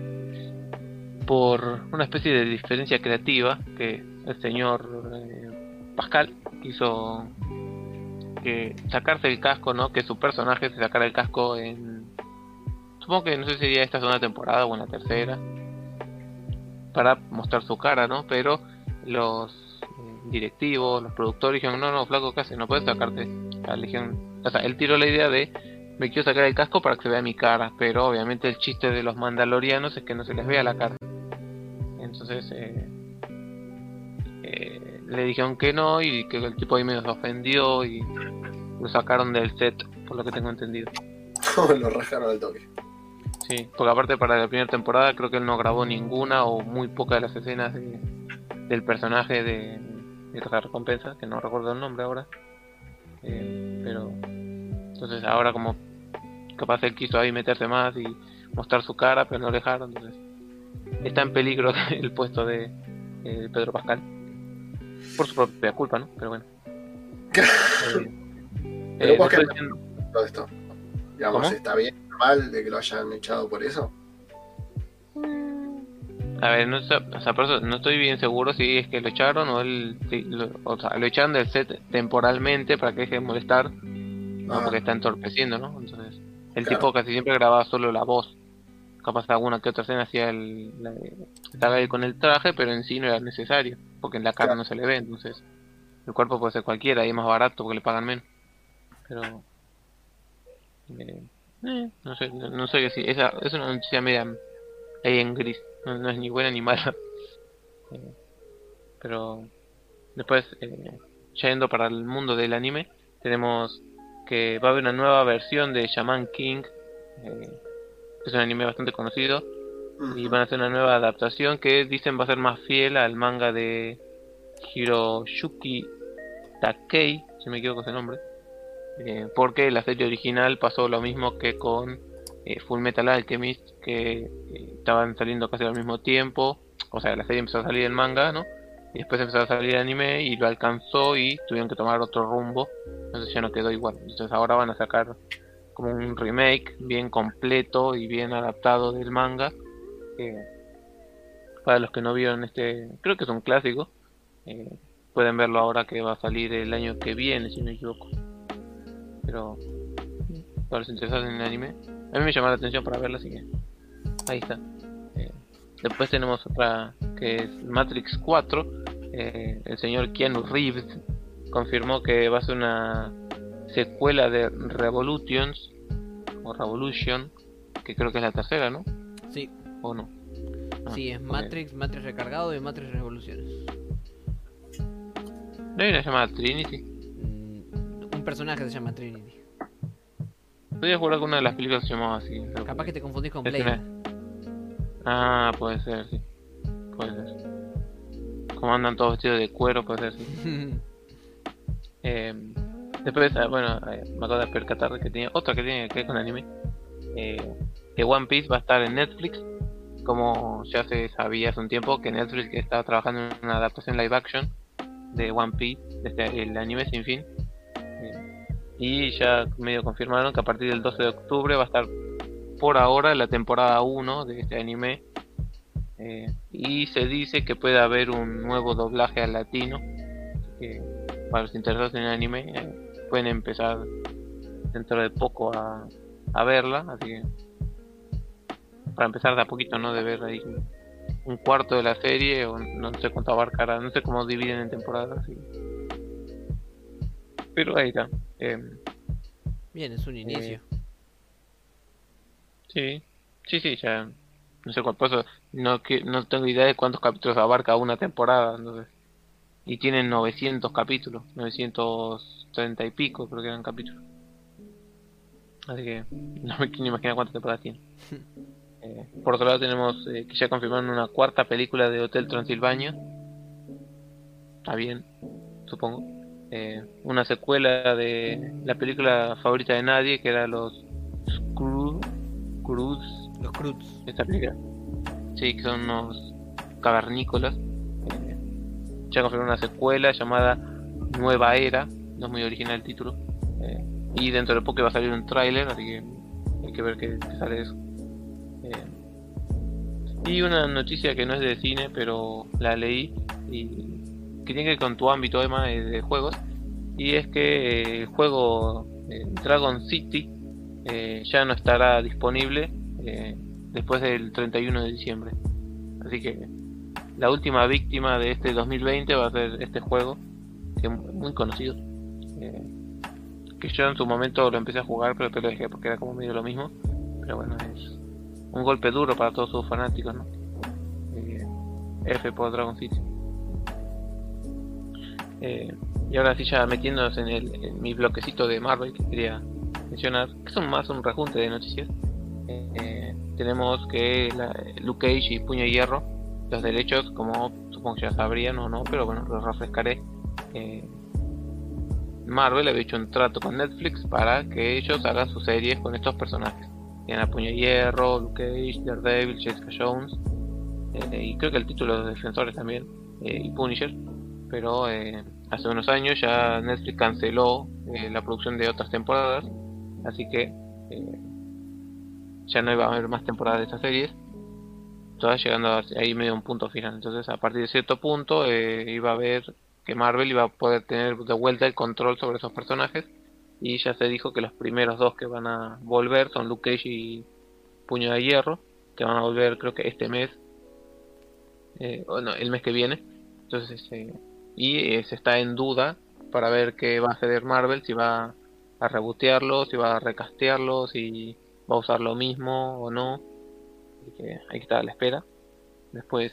por una especie de diferencia creativa que el señor eh, Pascal quiso que sacarse el casco, ¿no? Que su personaje se sacara el casco en... Supongo que no sé si sería esta segunda temporada o en la tercera. Para mostrar su cara, ¿no? Pero los eh, directivos, los productores dijeron, no, no, flaco, casi no puedes sacarte la legión. O sea, él tiró la idea de, me quiero sacar el casco para que se vea mi cara. Pero obviamente el chiste de los mandalorianos es que no se les vea la cara. Entonces... Eh, Eh, le dijeron que no y que el tipo ahí medio se ofendió y lo sacaron del set, por lo que tengo entendido.
Lo rajaron al toque.
Sí, porque aparte para la primera temporada creo que él no grabó ninguna o muy pocas de las escenas de, del personaje de, de Caza Recompensa, que no recuerdo el nombre ahora. Eh, pero entonces ahora como capaz él quiso ahí meterse más y mostrar su cara, pero no lo dejaron, entonces está en peligro el puesto de eh, Pedro Pascal. Por su propia culpa, ¿no? Pero bueno. eh,
Pero
eh,
vos que
después-
todo esto. Digamos,
¿Cómo?
¿está bien mal de que lo hayan echado por eso?
A ver, no, está- o sea, por eso no estoy bien seguro si es que lo echaron o él, sí, lo, o sea, lo echaron del set temporalmente para que deje de molestar, no,
Ah.
porque está entorpeciendo, ¿no? Entonces, el
Claro.
tipo casi siempre grababa solo la voz. Capaz alguna que otra escena hacía el, la, estaba ahí con el traje, pero en sí no era necesario, porque en la cara
Claro.
no se le ve, entonces el cuerpo puede ser cualquiera y es más barato porque le pagan menos. Pero eh, eh, no sé, no, no sé si esa es una noticia media ahí en gris, no, no es ni buena ni mala. Eh, pero después, eh, yendo para el mundo del anime, tenemos que va a haber una nueva versión de Shaman King, eh, que es un anime bastante conocido, y van a hacer una nueva adaptación que dicen va a ser más fiel al manga de Hiroyuki Takei, si me equivoco ese nombre, eh, porque la serie original pasó lo mismo que con eh, Full Metal Alchemist, que eh, estaban saliendo casi al mismo tiempo, o sea, la serie empezó a salir en manga, ¿no? Y después empezó a salir el anime y lo alcanzó y tuvieron que tomar otro rumbo, entonces ya no quedó igual. Entonces ahora van a sacar como un remake bien completo y bien adaptado del manga, que para los que no vieron este, creo que es un clásico, eh, pueden verlo ahora que va a salir el año que viene, si no me equivoco. Pero para los interesados en el anime, a mí me llamó la atención para verlo, así que ahí está. Eh, después tenemos otra que es Matrix cuatro. Eh, el señor Keanu Reeves confirmó que va a ser una secuela de Revolutions o Revolution, que creo que es la tercera, ¿no?
Sí,
¿O no? Ah,
sí, es
ok.
Matrix, Matrix Recargado y Matrix Revoluciones.
¿No hay una llamada Trinity?
Mm, un personaje se llama Trinity.
Podría jugar alguna de las películas que se llamaba así. pero-
Capaz que te confundís con
Es
Blade.
Ah, puede ser, sí. Puede ser. Como andan todos vestidos de cuero, puede ser, sí. Eh, después, ah, bueno, eh, me acabo de percatar de que tenía otra que tiene que ver con anime. Eh, que One Piece va a estar en Netflix. Como ya se sabía hace un tiempo que Netflix estaba trabajando en una adaptación live action de One Piece, de este, el anime sin fin. Eh, y ya medio confirmaron que a partir del doce de octubre va a estar por ahora la temporada uno de este anime. Eh, y se dice que puede haber un nuevo doblaje al latino. Que para los interesados en el anime eh, pueden empezar dentro de poco a, a verla. Así que para empezar de a poquito, ¿no? De ver ahí un cuarto de la serie, o no sé cuánto abarcará, no sé cómo dividen en temporadas. y- Pero ahí está. Eh,
Bien, es un inicio.
sí, sí, sí, ya. No sé cuánto, por eso no, que, no tengo idea de cuántos capítulos abarca una temporada. Entonces. Y tienen novecientos capítulos, novecientos treinta y pico creo que eran capítulos. Así que no me quiero imaginar cuántas temporadas tiene. Eh, por otro lado tenemos eh, que ya confirmaron una cuarta película de Hotel Transilvania. Está bien, supongo. Eh, una secuela de la película favorita de nadie, que era los Screw Cruz,
Los Cruz.
esta película. Sí, que son unos cavernícolas. Eh, ya confirmaron una secuela llamada Nueva Era, no es muy original el título. Eh, y dentro de poco va a salir un tráiler, así que hay que ver qué, qué sale de eso. Eh, y una noticia que no es de cine, pero la leí y que tiene que ver con tu ámbito, Emma, de, de juegos. y es que eh, el juego eh, Dragon City eh, ya no estará disponible eh, después del treinta y uno de diciembre. Así que la última víctima de este dos mil veinte va a ser este juego, que es muy conocido, eh, que yo en su momento lo empecé a jugar, pero después lo dejé porque era como medio lo mismo. Pero bueno, es un golpe duro para todos sus fanáticos, ¿no? Eh, F por Dragon City. Eh, y ahora sí, ya metiéndonos en, el, en mi bloquecito de Marvel que quería mencionar, que son más un rejunte de noticias. Eh, eh, tenemos que la, Luke Cage y Puño de Hierro, los derechos, como supongo que ya sabrían o no, pero bueno, los refrescaré. Eh, Marvel había hecho un trato con Netflix para que ellos hagan sus series con estos personajes. Tienen a Puño de Hierro, Luke Cage, Daredevil, Jessica Jones, eh, y creo que el título de los Defensores también, eh, y Punisher. Pero eh, hace unos años ya Netflix canceló eh, la producción de otras temporadas, así que eh, ya no iba a haber más temporadas de estas series, todas llegando ahí medio a un punto final. Entonces, a partir de cierto punto eh, iba a haber que Marvel iba a poder tener de vuelta el control sobre esos personajes, y ya se dijo que los primeros dos que van a volver son Luke Cage y Puño de Hierro, que van a volver creo que este mes, eh, o no, el mes que viene. Entonces, eh, y eh, se está en duda para ver qué va a hacer Marvel, si va a rebotearlo, si va a recastearlo, si va a usar lo mismo o no. Así que hay que estar a la espera. Después,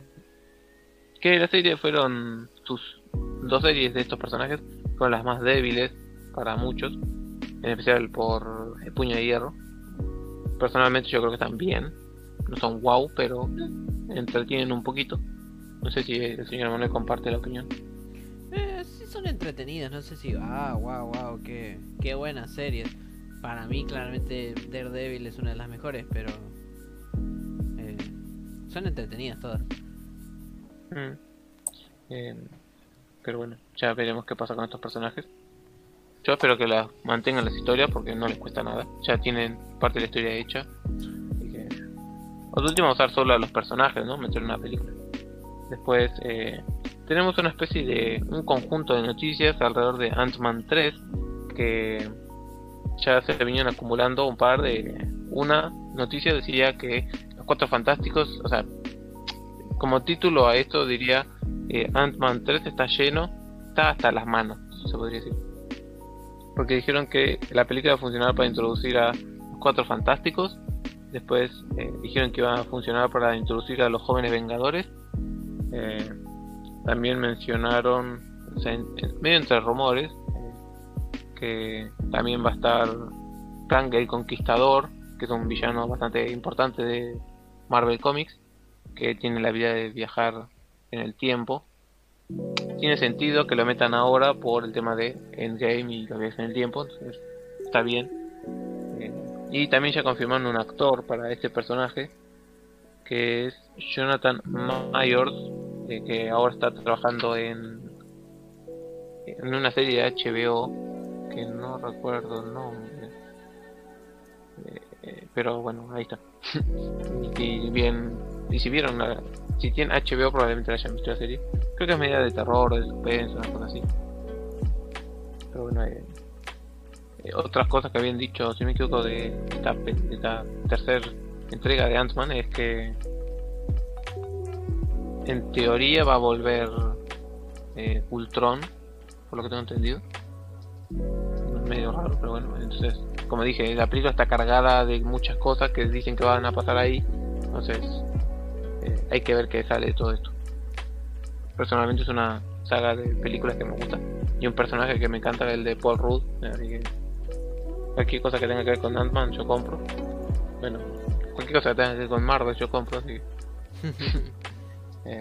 que la serie fueron sus dos series de estos personajes, fueron las más débiles para muchos, en especial por el Puño de Hierro. Personalmente yo creo que están bien, no son wow, pero entretienen un poquito. No sé si el señor Manuel comparte la opinión.
Eh, sí son entretenidas, no sé si, ah, wow, wow, qué, qué buenas series. Para mí claramente Daredevil es una de las mejores, pero eh, son entretenidas todas.
Mm. Eh, pero bueno, ya veremos qué pasa con estos personajes. Yo espero que las mantengan las historias porque no les cuesta nada. Ya tienen parte de la historia hecha. Así que, por último, usar solo a los personajes, ¿no? Meter una película. Después eh, tenemos una especie de un conjunto de noticias alrededor de Ant-Man tres, que ya se vinieron acumulando un par de... Una noticia decía que los Cuatro Fantásticos, o sea, como título a esto diría eh, Ant-Man tres está lleno, está hasta las manos, se podría decir. Porque dijeron que la película iba a funcionar para introducir a los Cuatro Fantásticos. Después eh, dijeron que iba a funcionar para introducir a los Jóvenes Vengadores. Eh, también mencionaron, o sea, en, en, medio entre rumores, eh, que también va a estar Kang el Conquistador, que es un villano bastante importante de Marvel Comics, que tiene la habilidad de viajar en el tiempo. Tiene sentido que lo metan ahora por el tema de Endgame y los viajes en el tiempo, entonces está bien. Eh, y también ya confirmaron un actor para este personaje, que es Jonathan Mayors, eh, que ahora está trabajando en en una serie de H B O que no recuerdo el nombre, eh, eh, pero bueno, ahí está. y bien, y si vieron la, si tienen H B O probablemente la hayan visto la serie. Creo que es media de terror o de suspenso, una cosa así. Pero bueno, eh, eh, otras cosas que habían dicho, si me equivoco, de esta, de esta tercera entrega de Ant-Man es que en teoría va a volver eh, Ultron, por lo que tengo entendido. Es medio raro, pero bueno, entonces, como dije, la película está cargada de muchas cosas que dicen que van a pasar ahí, entonces eh, hay que ver qué sale de todo esto. Personalmente es una saga de películas que me gusta, y un personaje que me encanta es el de Paul Rudd, así que cualquier cosa que tenga que ver con Ant-Man yo compro. Bueno, cualquier cosa que tenga que ver con Marvel yo compro, así que eh,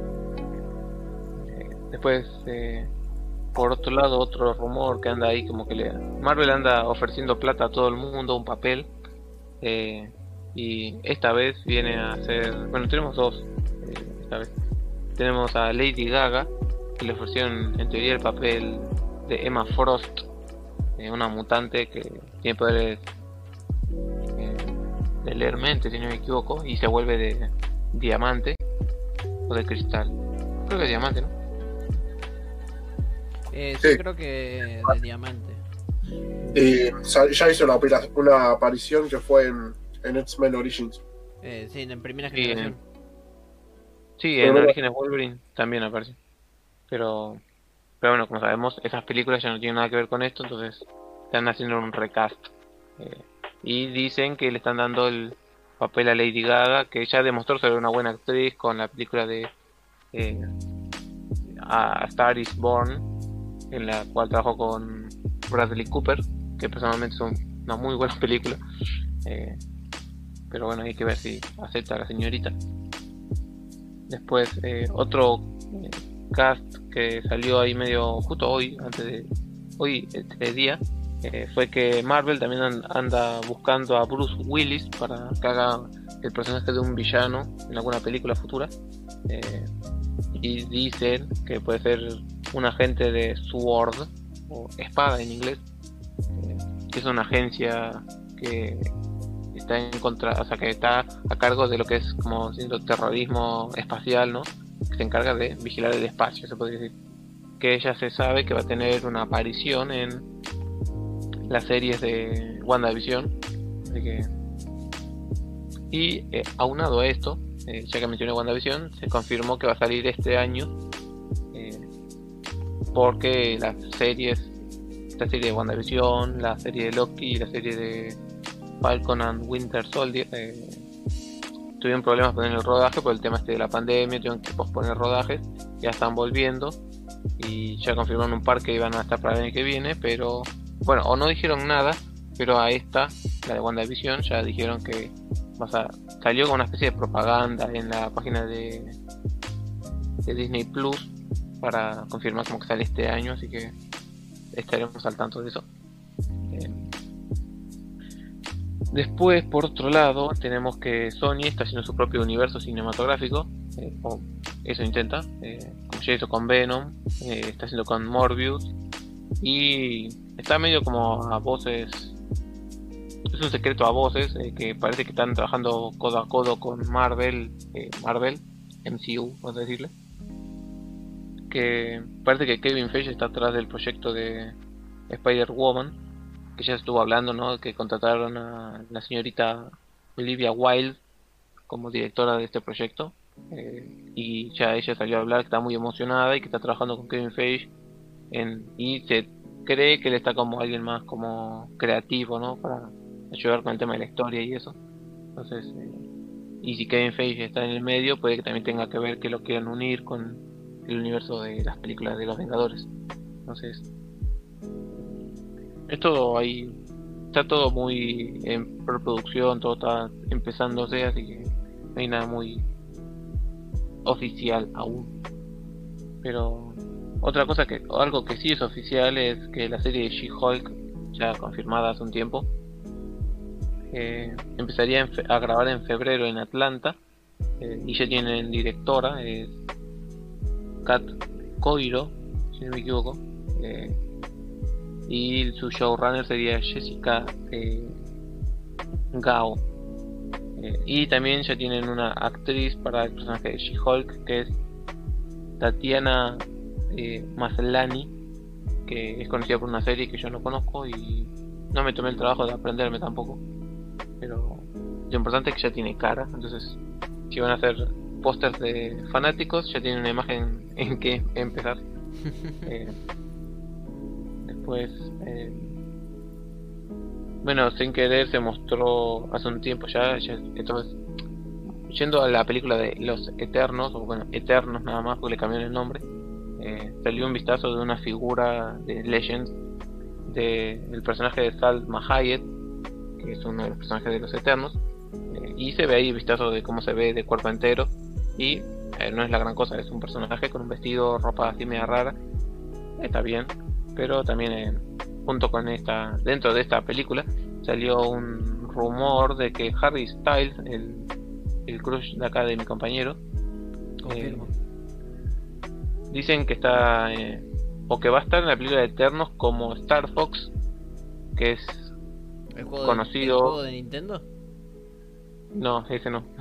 eh, después eh, por otro lado, otro rumor que anda ahí, como que le Marvel anda ofreciendo plata a todo el mundo, un papel, eh, y esta vez viene a ser, bueno, tenemos dos, eh, esta vez tenemos a Lady Gaga, que le ofrecieron en teoría el papel de Emma Frost, eh, una mutante que tiene poderes eh, de leer mente, si no me equivoco, y se vuelve de diamante o de cristal, creo que es diamante, ¿no?
Eh, sí,
Sí.
creo que de diamante.
Y sa- ya hizo una, opera- una aparición que fue en, en X-Men Origins.
Eh, sí, en primera
Sí,
generación.
en, sí,
Pero
en
bueno,
Orígenes Wolverine también aparece. Pero, pero bueno, como sabemos, esas películas ya no tienen nada que ver con esto, entonces están haciendo un recast. Eh, y dicen que le están dando el papel a Lady Gaga, que ya demostró ser una buena actriz con la película de eh, A Star is Born, en la cual trabajó con Bradley Cooper, que personalmente es un- una muy buena película. Eh, pero bueno, hay que ver si acepta a la señorita. Después, eh, otro eh, cast que salió ahí medio justo hoy, antes de hoy, este día, eh, fue que Marvel también an- anda buscando a Bruce Willis para que haga el personaje de un villano en alguna película futura. Eh, y dicen que puede ser un agente de SWORD, o espada en inglés, eh, que es una agencia que está en contra, o sea, que está a cargo de lo que es como siendo terrorismo espacial, ¿no? Que se encarga de vigilar el espacio, se podría decir. Que ella se sabe que va a tener una aparición en las series de WandaVision, así que y eh, aunado a esto, eh, ya que mencioné WandaVision, se confirmó que va a salir este año, eh, porque las series, esta serie de WandaVision, la serie de Loki y la serie de Falcon and Winter Soldier eh, tuvieron problemas con el rodaje por el tema este de la pandemia, tuvieron que posponer rodajes, ya están volviendo y ya confirmaron un par que iban a estar para el año que viene, pero bueno, o no dijeron nada, pero a esta, la de WandaVision, ya dijeron que vas a, salió con una especie de propaganda en la página de, de Disney Plus para confirmar como que sale este año, así que estaremos al tanto de eso. Eh, Después, por otro lado, tenemos que Sony está haciendo su propio universo cinematográfico, eh, o eso intenta, eh, como ya hizo con Venom, eh, está haciendo con Morbius, y está medio como a voces, es un secreto a voces, eh, que parece que están trabajando codo a codo con Marvel, eh, Marvel, M C U, vamos a decirle, que parece que Kevin Feige está atrás del proyecto de Spider-Woman, que ya estuvo hablando, ¿no? Que contrataron a la señorita Olivia Wilde como directora de este proyecto, eh, y ya ella salió a hablar que está muy emocionada y que está trabajando con Kevin Feige en, y se cree que él está como alguien más como creativo, ¿no? Para ayudar con el tema de la historia y eso. Entonces, eh, y si Kevin Feige está en el medio, puede que también tenga que ver que lo quieran unir con el universo de las películas de los Vengadores. Entonces, es todo ahí, está todo muy en preproducción, todo está empezándose, así que no hay nada muy oficial aún. Pero otra cosa que, algo que sí es oficial es que la serie de She-Hulk, ya confirmada hace un tiempo, eh, empezaría en fe- a grabar en febrero en Atlanta, eh, y ya tienen directora, es Kat Coiro, si no me equivoco. eh, y su showrunner sería Jessica eh, Gao. Eh, y también ya tienen una actriz para el personaje de She-Hulk, que es Tatiana eh, Maslany, que es conocida por una serie que yo no conozco y no me tomé el trabajo de aprenderme tampoco. Pero lo importante es que ya tiene cara, entonces si van a hacer pósters de fanáticos, ya tienen una imagen en que empezar. Eh, Después, eh, bueno, sin querer se mostró hace un tiempo ya, ya entonces, yendo a la película de Los Eternos, o bueno, Eternos nada más, porque le cambiaron el nombre, eh, salió un vistazo de una figura de Legends del personaje de Salma Hayek, que es uno de los personajes de Los Eternos, eh, y se ve ahí el vistazo de cómo se ve de cuerpo entero, y eh, no es la gran cosa, es un personaje con un vestido, ropa así media rara, está bien, pero también eh, junto con esta, dentro de esta película salió un rumor de que Harry Styles, el, el crush de acá de mi compañero, eh,
Confirmo.
dicen que está eh, o que va a estar en la película de Eternos como Star Fox, que es
¿El juego,
conocido-
de, ¿El juego de Nintendo?
no, ese no.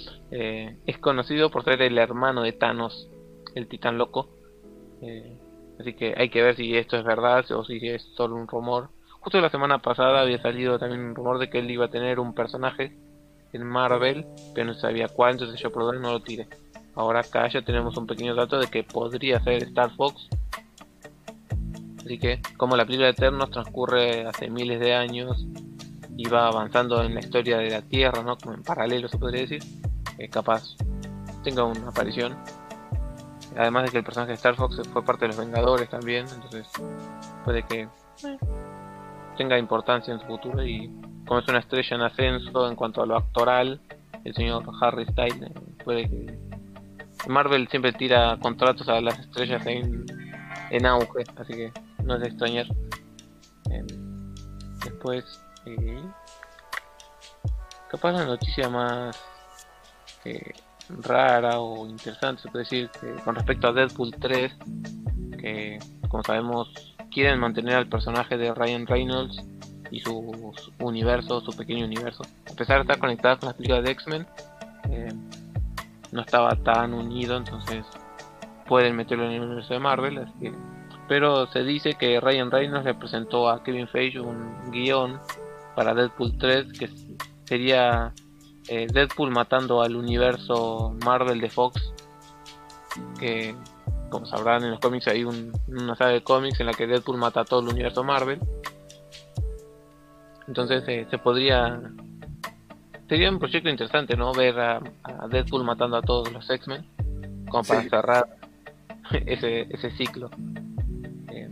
Eh, es conocido por ser el hermano de Thanos, el titán loco. Eh, Así que hay que ver si esto es verdad o si es solo un rumor. Justo la semana pasada había salido también un rumor de que él iba a tener un personaje en Marvel, pero no sabía cuál, entonces yo por lo menos no lo tiré. Ahora acá ya tenemos un pequeño dato de que podría ser Star Fox. Así que, como la película de Eternos transcurre hace miles de años y va avanzando en la historia de la Tierra, ¿no? Como en paralelo se podría decir, eh, capaz tenga una aparición. Además de que el personaje de Star Fox fue parte de los Vengadores también, entonces puede que eh, tenga importancia en su futuro. Y como es una estrella en ascenso en cuanto a lo actoral, el señor Harry Styles eh, puede que... Marvel siempre tira contratos a las estrellas en, en auge, así que no es de extrañar. Eh, después, eh, capaz la noticia más eh, rara o interesante se puede decir que con respecto a Deadpool tres, que como sabemos quieren mantener al personaje de Ryan Reynolds y su, su universo, su pequeño universo, a pesar de estar conectado con las películas de X-Men. Eh, no estaba tan unido, entonces pueden meterlo en el universo de Marvel, así que... Pero se dice que Ryan Reynolds le presentó a Kevin Feige un guión para Deadpool tres que sería eh, Deadpool matando al universo Marvel de Fox, que como sabrán en los cómics hay un, una saga de cómics en la que Deadpool mata a todo el universo Marvel. Entonces eh, se podría... Sería un proyecto interesante, ¿no? Ver a, a Deadpool matando a todos los X-Men, como para sí. cerrar ese, ese ciclo. Eh,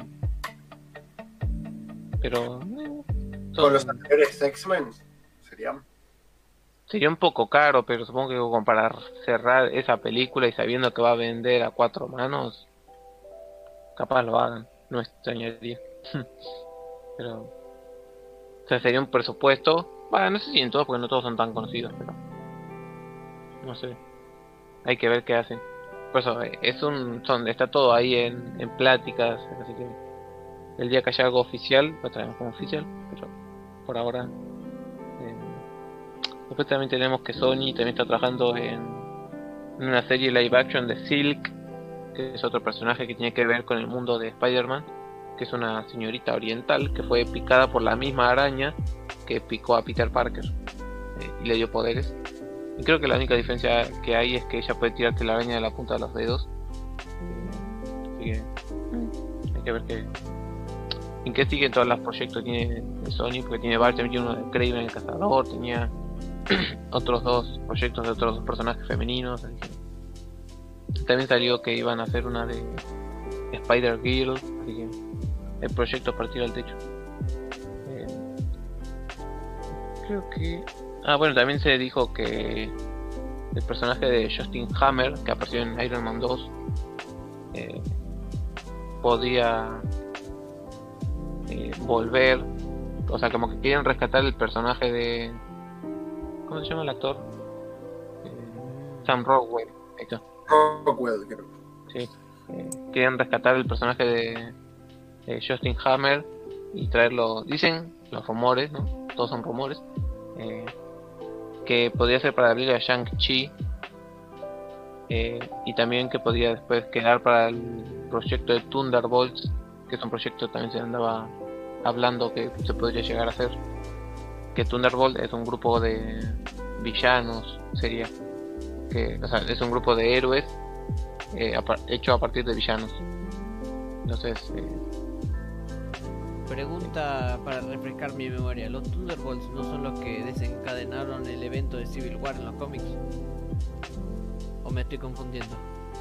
pero... Eh,
son... ¿Con los anteriores X-Men serían?
Sería un poco caro, pero supongo que como para cerrar esa película y sabiendo que va a vender a cuatro manos, capaz lo hagan, no me extrañaría. Pero... O sea, sería un presupuesto... Bueno, no sé si en todos, porque no todos son tan conocidos, pero... No sé. Hay que ver qué hacen. Por eso, es un... Son, está todo ahí en, en pláticas, así que... El día que haya algo oficial, lo traemos como oficial, pero... Por ahora... Eh, después también tenemos que Sony también está trabajando en... en una serie live action de Silk, que es otro personaje que tiene que ver con el mundo de Spider-Man, que es una señorita oriental que fue picada por la misma araña que picó a Peter Parker eh, y le dio poderes. Y creo que la única diferencia que hay es que ella puede tirarte la araña de la punta de los dedos. Así que hay que ver qué, en qué siguen todos los proyectos que tiene Sony, porque tiene varios, también tiene uno de Kraven el Cazador, tenía otros dos proyectos de otros dos personajes femeninos. Así que también salió que iban a hacer una de Spider-Girl, así que el proyecto partió al techo. Eh, creo que... Ah, bueno, también se dijo que el personaje de Justin Hammer, que apareció en Iron Man dos, eh, podía eh, volver. O sea, como que quieren rescatar el personaje de... ¿Cómo se llama el actor? Eh, Sam Rockwell. Ahí está.
Rockwell, creo.
Sí. Eh, quieren rescatar el personaje de, de Justin Hammer y traerlo, dicen los rumores, ¿no? Todos son rumores, eh, que podría ser para abrir a Shang-Chi, eh, y también que podría después quedar para el proyecto de Thunderbolts, que es un proyecto que también se andaba hablando que se podría llegar a hacer, que Thunderbolt es un grupo de villanos, sería, que, o sea, es un grupo de héroes Eh, a hecho a partir de villanos. Entonces eh...
pregunta para refrescar mi memoria, ¿los Thunderbolts no son los que desencadenaron el evento de Civil War en los cómics? ¿O me estoy confundiendo?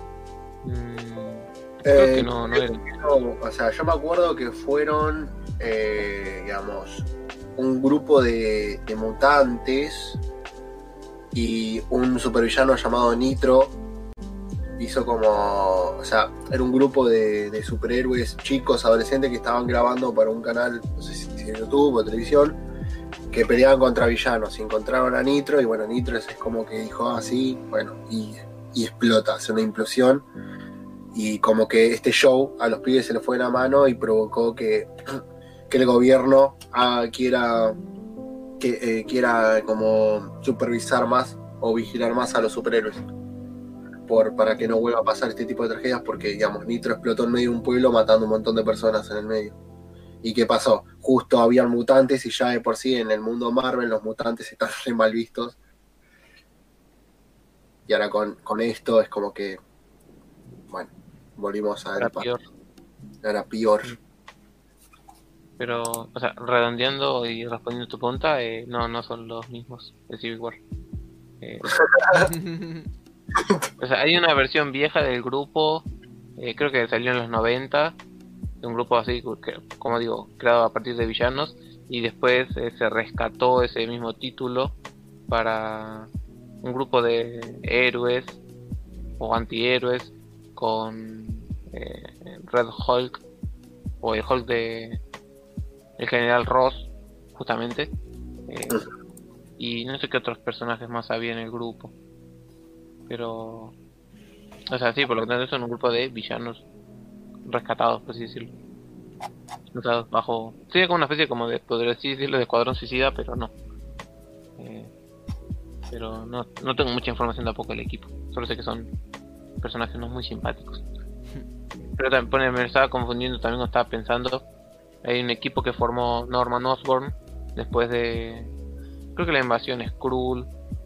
Mm, creo
eh,
que no, no era.
No, o sea, yo me acuerdo que fueron eh, digamos un grupo de, de mutantes y un supervillano llamado Nitro hizo como, o sea, era un grupo de, de superhéroes chicos, adolescentes que estaban grabando para un canal, no sé si en YouTube o televisión, que peleaban contra villanos, y encontraron a Nitro, y bueno, Nitro es, es como que dijo así, ah, bueno, y, y explota, hace una implosión, y como que este show a los pibes se les fue de la mano y provocó que, que el gobierno ah, quiera, que, eh, quiera como supervisar más o vigilar más a los superhéroes. por, para que no vuelva a pasar este tipo de tragedias, porque, digamos, Nitro explotó en medio de un pueblo matando un montón de personas en el medio. ¿Y qué pasó? Justo habían mutantes y ya de por sí en el mundo Marvel los mutantes están re mal vistos. Y ahora con, con esto es como que, bueno, volvimos a
Era
ver.
peor.
Era peor.
Pero, o sea, redondeando y respondiendo a tu pregunta, eh, no, no son los mismos de Civil War. Eh, o sea, hay una versión vieja del grupo, eh, creo que salió en los noventa, de un grupo así, que, como digo, creado a partir de villanos, y después eh, se rescató ese mismo título para un grupo de héroes o antihéroes con eh, Red Hulk o el Hulk de el General Ross, justamente, eh, y no sé qué otros personajes más había en el grupo, pero, o sea, sí, por lo tanto son un grupo de villanos rescatados, por así decirlo. O sea, bajo, sería como una especie como de, podría así decirlo, de escuadrón suicida, pero no. Eh, pero no, no tengo mucha información tampoco del equipo, solo sé que son personajes no muy simpáticos. Pero también pone, me estaba confundiendo también cuando estaba pensando. Hay un equipo que formó Norman Osborn después de, creo que la invasión Skrull.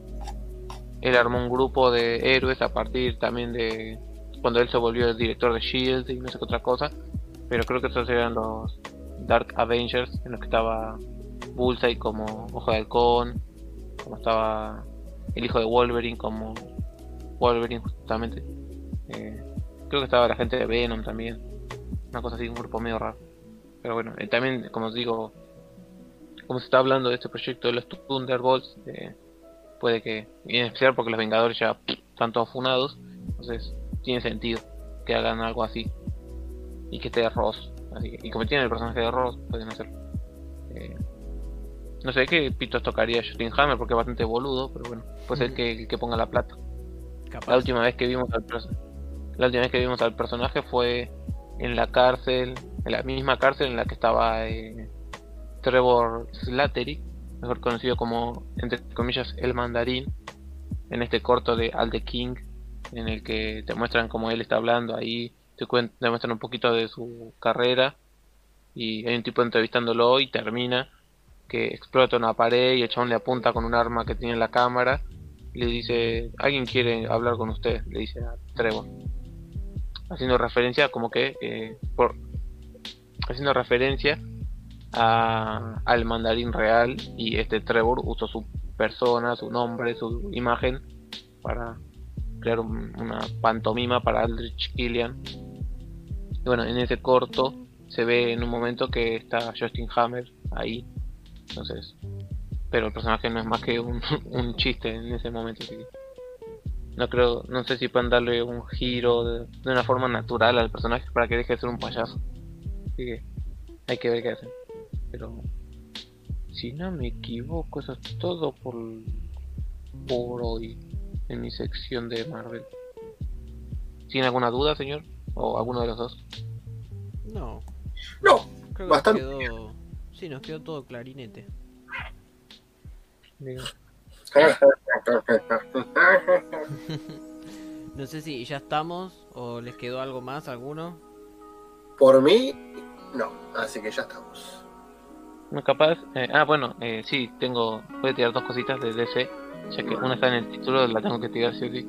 Él armó un grupo de héroes a partir también de cuando él se volvió el director de Shield y no sé qué otra cosa. Pero creo que esos eran los Dark Avengers, en los que estaba Bullseye como Ojo de Halcón, como estaba el hijo de Wolverine como Wolverine justamente. Eh, creo que estaba la gente de Venom también, una cosa así, un grupo medio raro. Pero bueno, eh, también, como os digo, como se está hablando de este proyecto de los Thunderbolts, eh, puede que, y en especial porque los Vengadores ya pff, están todos funados, entonces tiene sentido que hagan algo así y que esté Ross, así que, y como tiene el personaje de Ross, pueden hacerlo. Eh, no sé qué pitos tocaría Justin Hammer porque es bastante boludo, pero bueno, puede ser que, el que ponga la plata.
Capaz.
La última vez que vimos al personaje, la última vez que vimos al personaje fue en la cárcel, en la misma cárcel en la que estaba eh, Trevor Slattery, mejor conocido como, entre comillas, el Mandarín, en este corto de Al the King, en el que te muestran cómo él está hablando ahí, te, cuen- te muestran un poquito de su carrera, y hay un tipo entrevistándolo y termina que explota una pared y el chabón le apunta con un arma que tiene en la cámara y le dice, alguien quiere hablar con usted, le dice a Trevor, haciendo referencia como que eh, por haciendo referencia a, al mandarín real, y este Trevor usó su persona, su nombre, su imagen para crear un- una pantomima para Aldrich Killian. Y bueno, en ese corto se ve en un momento que está Justin Hammer ahí, entonces, pero el personaje no es más que un, un chiste en ese momento, así que no creo, no sé si pueden darle un giro de, de una forma natural al personaje para que deje de ser un payaso, así que hay que ver qué hacen. Pero si no me equivoco, eso es todo por, por hoy en mi sección de Marvel. ¿Tiene alguna duda, señor? ¿O alguno de los dos?
No,
No,
creo que
bastante.
nos quedó. Sí, nos quedó todo clarinete.
Bien.
No sé si ya estamos o les quedó algo más, alguno.
Por mí, no. Así que ya estamos.
No, capaz, eh, ah bueno, eh, sí, tengo, voy a tirar dos cositas de D C, ya que una está en el título, la tengo que tirar sí o sí.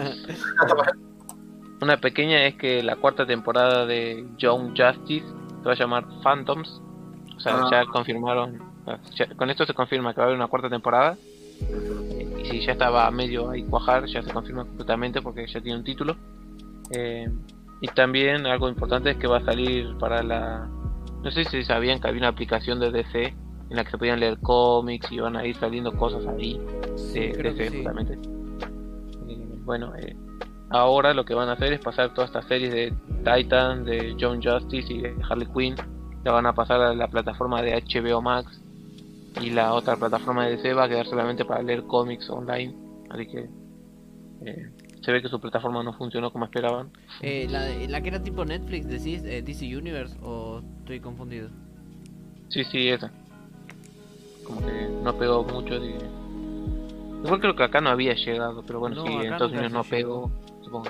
Una pequeña es que la cuarta temporada de Young Justice se va a llamar Phantoms, o sea,
Ah.
ya confirmaron, ya- con esto se confirma que va a haber una cuarta temporada, eh, y si ya estaba medio ahí cuajar, ya se confirma completamente porque ya tiene un título. Eh, y también algo importante es que va a salir para la, no sé si sabían que había una aplicación de D C en la que se podían leer cómics y van a ir saliendo cosas ahí
Sí,
de
creo
D C
que sí.
justamente. Eh, bueno, eh, ahora lo que van a hacer es pasar todas estas series de Titan, de Young Justice y de Harley Quinn, la van a pasar a la plataforma de H B O Max, y la otra plataforma de D C va a quedar solamente para leer cómics online, así que eh, se ve que su plataforma no funcionó como esperaban.
Eh, la, la que era tipo Netflix, decís, eh, D C Universe, o estoy confundido.
Sí, sí, esa. Como que no pegó mucho. Así que... igual creo que acá no había llegado, pero bueno,
No,
sí, en
acá
Estados
nunca
Unidos no
se llegó.
pegó. supongo.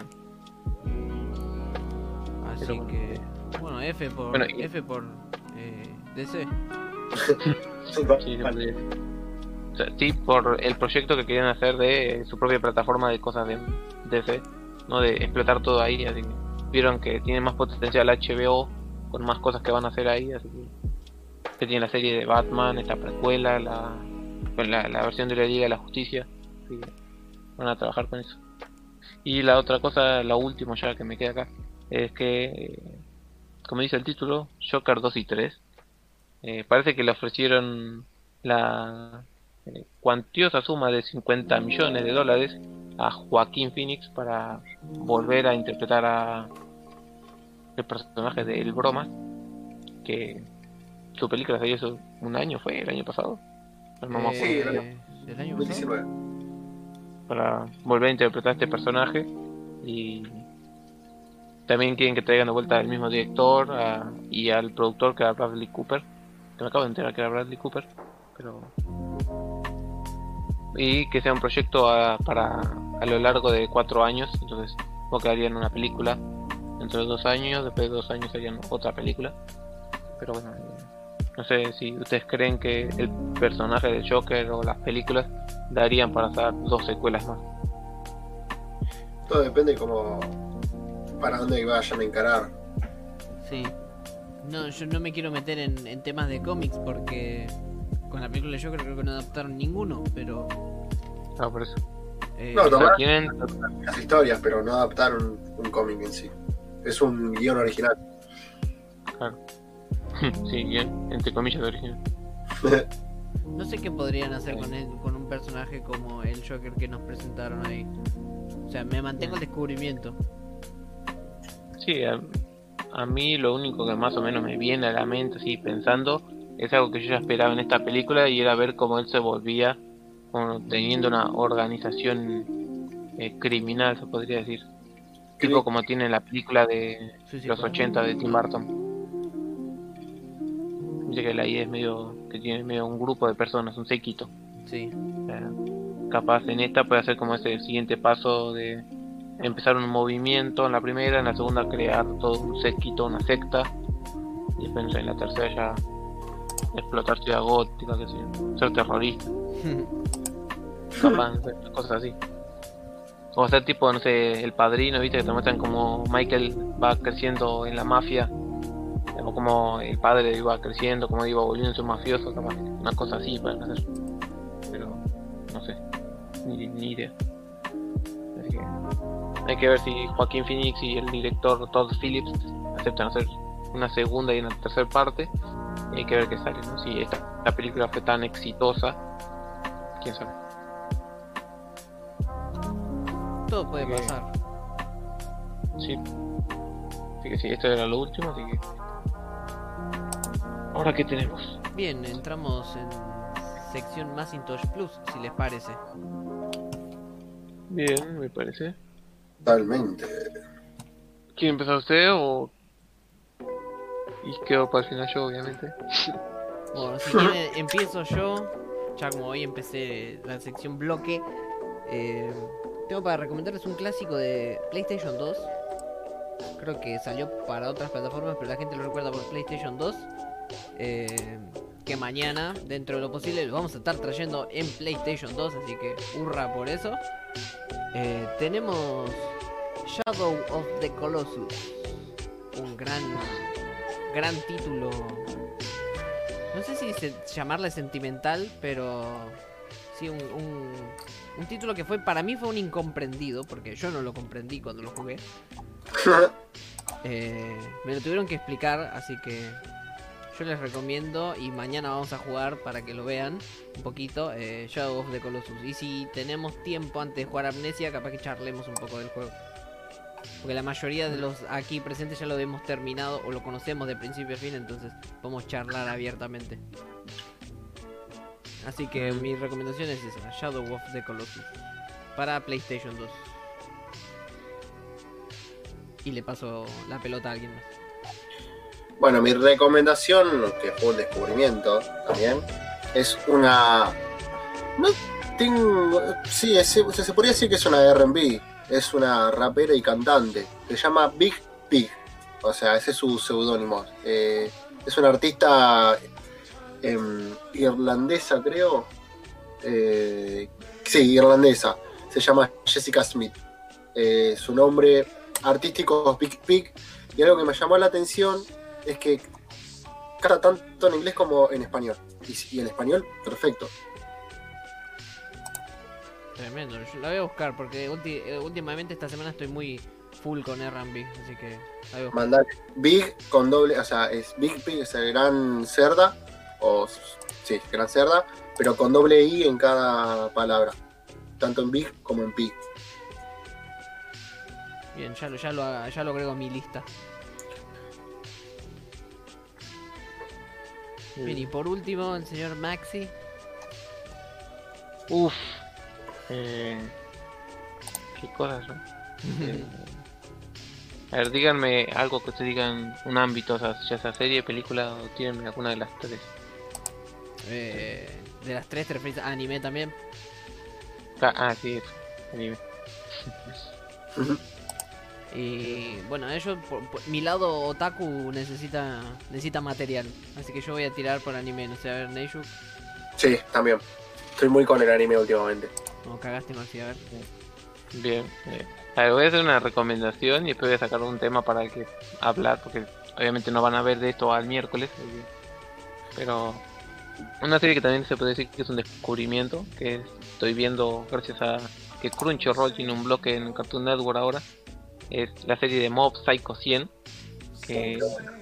Así
Pero bueno.
que, bueno, F por,
Bueno, y-
F por eh, D C.
Sí, va-
Sí, se
vale.
podría decir. O sea, sí, por el proyecto que querían hacer de su propia plataforma de cosas de D C, ¿no? De explotar todo ahí, así que vieron que tiene más potencial H B O con más cosas que van a hacer ahí, así que, que tiene la serie de Batman, esta precuela, la, con la, la versión de la Liga de la Justicia, así que van a trabajar con eso. Y la otra cosa, la última ya que me queda acá, es que, eh, como dice el título, Joker dos y tres, eh, parece que le ofrecieron la eh, cuantiosa suma de cincuenta millones de dólares a Joaquín Phoenix para volver a interpretar a el personaje de El Bromas, que su película salió hace un año, fue el año pasado, no me acuerdo,
Sí, el año-
Eh, ¿del año
dos mil
pasado?
diecinueve.
para volver a interpretar a este personaje. Y también quieren que traigan de vuelta al mismo director a- y al productor, que era Bradley Cooper, que me acabo de enterar que era Bradley Cooper, pero y que sea un proyecto a, para a lo largo de cuatro años, entonces no quedarían una película dentro de dos años, después de dos años harían otra película, pero bueno, eh, no sé si ustedes creen que el personaje del Joker o las películas darían para hacer dos secuelas más.
Todo depende como para dónde vayan a encarar.
Sí. No, yo no me quiero meter en, en temas de cómics porque con la película de Joker creo que no adaptaron ninguno, pero...
Ah, por eso.
eh,
No,
O sea,
tomar
tienen,
las historias, pero no adaptaron un cómic en sí. Es un guión original.
claro. Sí, bien, entre comillas de original.
no sé qué podrían hacer con él, con un personaje como el Joker que nos presentaron ahí. O sea, me mantengo el descubrimiento.
Sí, a, a mí lo único que más o menos me viene a la mente, así pensando, es algo que yo ya esperaba en esta película, y era ver cómo él se volvía, como teniendo una organización eh, criminal, se podría decir. Tipo como tiene la película de
Sí, sí,
los
claro.
ochenta de Tim Burton. Dice que la idea es medio, que tiene medio un grupo de personas, un séquito.
Sí.
O sea, capaz en esta puede hacer como ese siguiente paso de empezar un movimiento en la primera, en la segunda crear todo un séquito, una secta, y después no sé, en la tercera ya explotar Ciudad Gótica, que sé yo, ser terrorista, capaz, no sé, cosas así. O hacer tipo, no sé, El Padrino, viste, que te muestran como Michael va creciendo en la mafia, o como el padre iba creciendo, como iba volviéndose un mafioso, capaz, una cosa así pueden hacer. Pero, no sé, ni, ni idea. Así que hay que ver si Joaquín Phoenix y el director Todd Phillips aceptan hacer una segunda y una tercera parte. Y hay que ver qué sale, ¿no? Si esta, esta película fue tan exitosa, quién sabe.
Todo puede
Así que-
pasar.
Sí. Así que sí, esto era lo último, así que... Ahora, ¿qué tenemos?
Bien, entramos en sección Macintosh Plus, si les parece.
Bien, me parece.
Totalmente.
¿Quiere empezar usted o...? Y quedo para el final yo, obviamente.
Bueno, si quieren empiezo yo. Ya como hoy empecé la sección bloque. eh, tengo para recomendarles un clásico de PlayStation dos. Creo que salió para otras plataformas, pero la gente lo recuerda por PlayStation dos. eh, que mañana, dentro de lo posible, lo vamos a estar trayendo en PlayStation dos. Así que hurra por eso. Eh, tenemos Shadow of the Colossus. Un gran, gran título. No sé si se, llamarle sentimental, pero sí un, un, un título que fue, para mí fue un incomprendido, porque yo no lo comprendí cuando lo jugué. Eh, me lo tuvieron que explicar, así que yo les recomiendo, y mañana vamos a jugar para que lo vean un poquito, eh, Shadow of the Colossus. Y si tenemos tiempo antes de jugar Amnesia, capaz que charlemos un poco del juego. Porque la mayoría de los aquí presentes ya lo hemos terminado o lo conocemos de principio a fin, entonces podemos charlar abiertamente. Así que mi recomendación es esa, Shadow of the Colossus, para PlayStation dos. Y le paso la pelota a alguien más.
Bueno, mi recomendación, que fue un descubrimiento también, es una... No tengo... Sí, es- se, se podría decir que es una R and B. es una rapera y cantante. Se llama Big Pig. O sea, ese es su seudónimo. Eh, es una artista eh, irlandesa, creo. Eh, sí, irlandesa. Se llama Jessica Smith. Eh, su nombre artístico es Big Pig. Y algo que me llamó la atención es que canta tanto en inglés como en español. Y, y en español, perfecto.
Tremendo, yo la voy a buscar porque ulti últimamente esta semana estoy muy full con R and B, así que la voy a buscar.
Mandar Big con doble, o sea, es Big Pig, es el gran cerda, o sí, gran cerda, pero con doble I en cada palabra, tanto en Big como en Pig.
Bien, ya lo, ya lo, ya lo agrego a mi lista. Bien, y por último, el señor Maxi.
Uff. Eh, qué cosas, ¿no? eh, a ver, díganme algo que ustedes digan, un ámbito, o sea, ya sea serie, película, o tienen alguna de las tres.
Eh, de las tres te refieres a anime también.
Ah, ah sí, eso, anime.
Y bueno, ellos, por, por, mi lado otaku necesita necesita material, así que yo voy a tirar por anime, no sé, a ver, Neishu.
Sí, también. Estoy muy con el anime últimamente.
No, cagaste, Maxi, a ver.
Bien, eh. A ver, voy a hacer una recomendación y después voy a sacar un tema para el que hablar, porque obviamente no van a ver de esto al miércoles. Pero una serie que también se puede decir que es un descubrimiento, que estoy viendo gracias a que Crunchyroll tiene un bloque en Cartoon Network ahora, es la serie de Mob Psycho cien, que...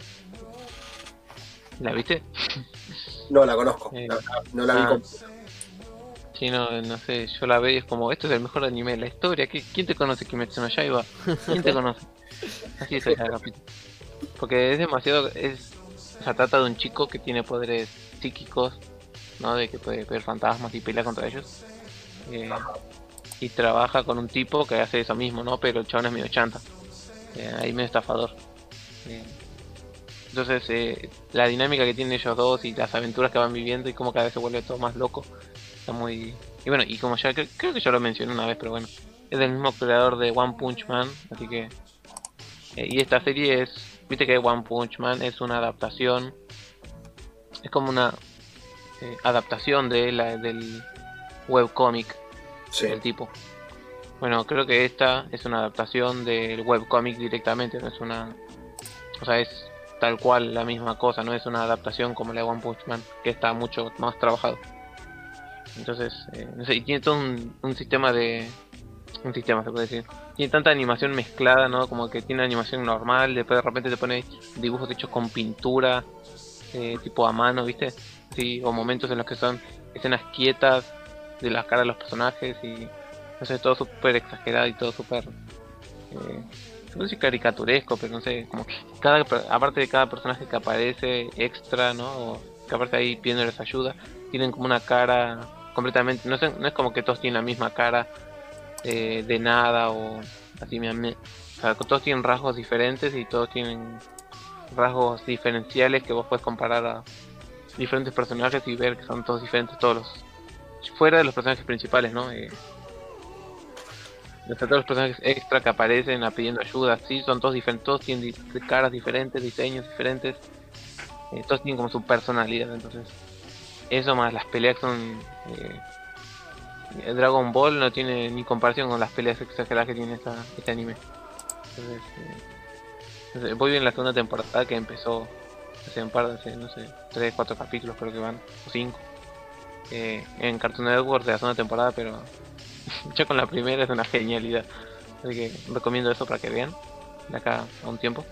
¿La viste?
No, la conozco,
Eh,
no, no la vi
ah.
con...
Sí, no, no sé, yo la veo y es como, esto es el mejor anime de la historia. ¿Quién te conoce Kimetsu no Yaiba? ¿Quién te conoce? Así es el capítulo. Porque es demasiado, es, o sea, trata de un chico que tiene poderes psíquicos, ¿no? De que puede ver fantasmas y pelea contra ellos. Eh, y trabaja con un tipo que hace eso mismo, ¿no? Pero el chabón es medio chanta. Eh, ahí medio estafador. Eh, entonces, eh, la dinámica que tienen ellos dos y las aventuras que van viviendo y cómo cada vez se vuelve todo más loco. Está muy... Y bueno, y como ya creo, creo que ya lo mencioné una vez, pero bueno, es del mismo creador de One Punch Man, así que... Eh, y esta serie es... Viste que One Punch Man es una adaptación... Es como una eh, adaptación de la, del webcomic
Sí.
del tipo. Bueno, creo que esta es una adaptación del webcomic directamente, no es una... O sea, es tal cual la misma cosa, no es una adaptación como la de One Punch Man, que está mucho más trabajado. Entonces, eh, no sé, y tiene todo un, un sistema de... Un sistema, se puede decir. Tiene tanta animación mezclada, ¿no? Como que tiene animación normal, después de repente te pone dibujos hechos con pintura, eh, tipo a mano, ¿viste? Sí, o momentos en los que son escenas quietas de las caras de los personajes y... No sé, todo súper exagerado y todo súper... Eh, se puede decir caricaturesco, pero no sé, como que cada, aparte de cada personaje que aparece extra, ¿no? O que aparece ahí pidiéndoles ayuda, tienen como una cara... completamente, no, sé, no es como que todos tienen la misma cara eh, de nada o así, me, me, o sea, todos tienen rasgos diferentes y todos tienen rasgos diferenciales que vos puedes comparar a diferentes personajes y ver que son todos diferentes, todos los fuera de los personajes principales, ¿no? Eh, o sea, todos los personajes extra que aparecen a pidiendo ayuda, sí, son todos diferentes, todos tienen caras diferentes, diseños diferentes, eh, todos tienen como su personalidad, entonces eso más las peleas son... Eh, Dragon Ball no tiene ni comparación con las peleas exageradas que tiene esta, este anime. Entonces, eh, entonces, voy bien la segunda temporada que empezó hace un par de, hace, no sé, tres, cuatro capítulos creo que van, o cinco. Eh, en Cartoon Network de la segunda temporada, pero ya con la primera es una genialidad. Así que recomiendo eso para que vean de acá a un tiempo.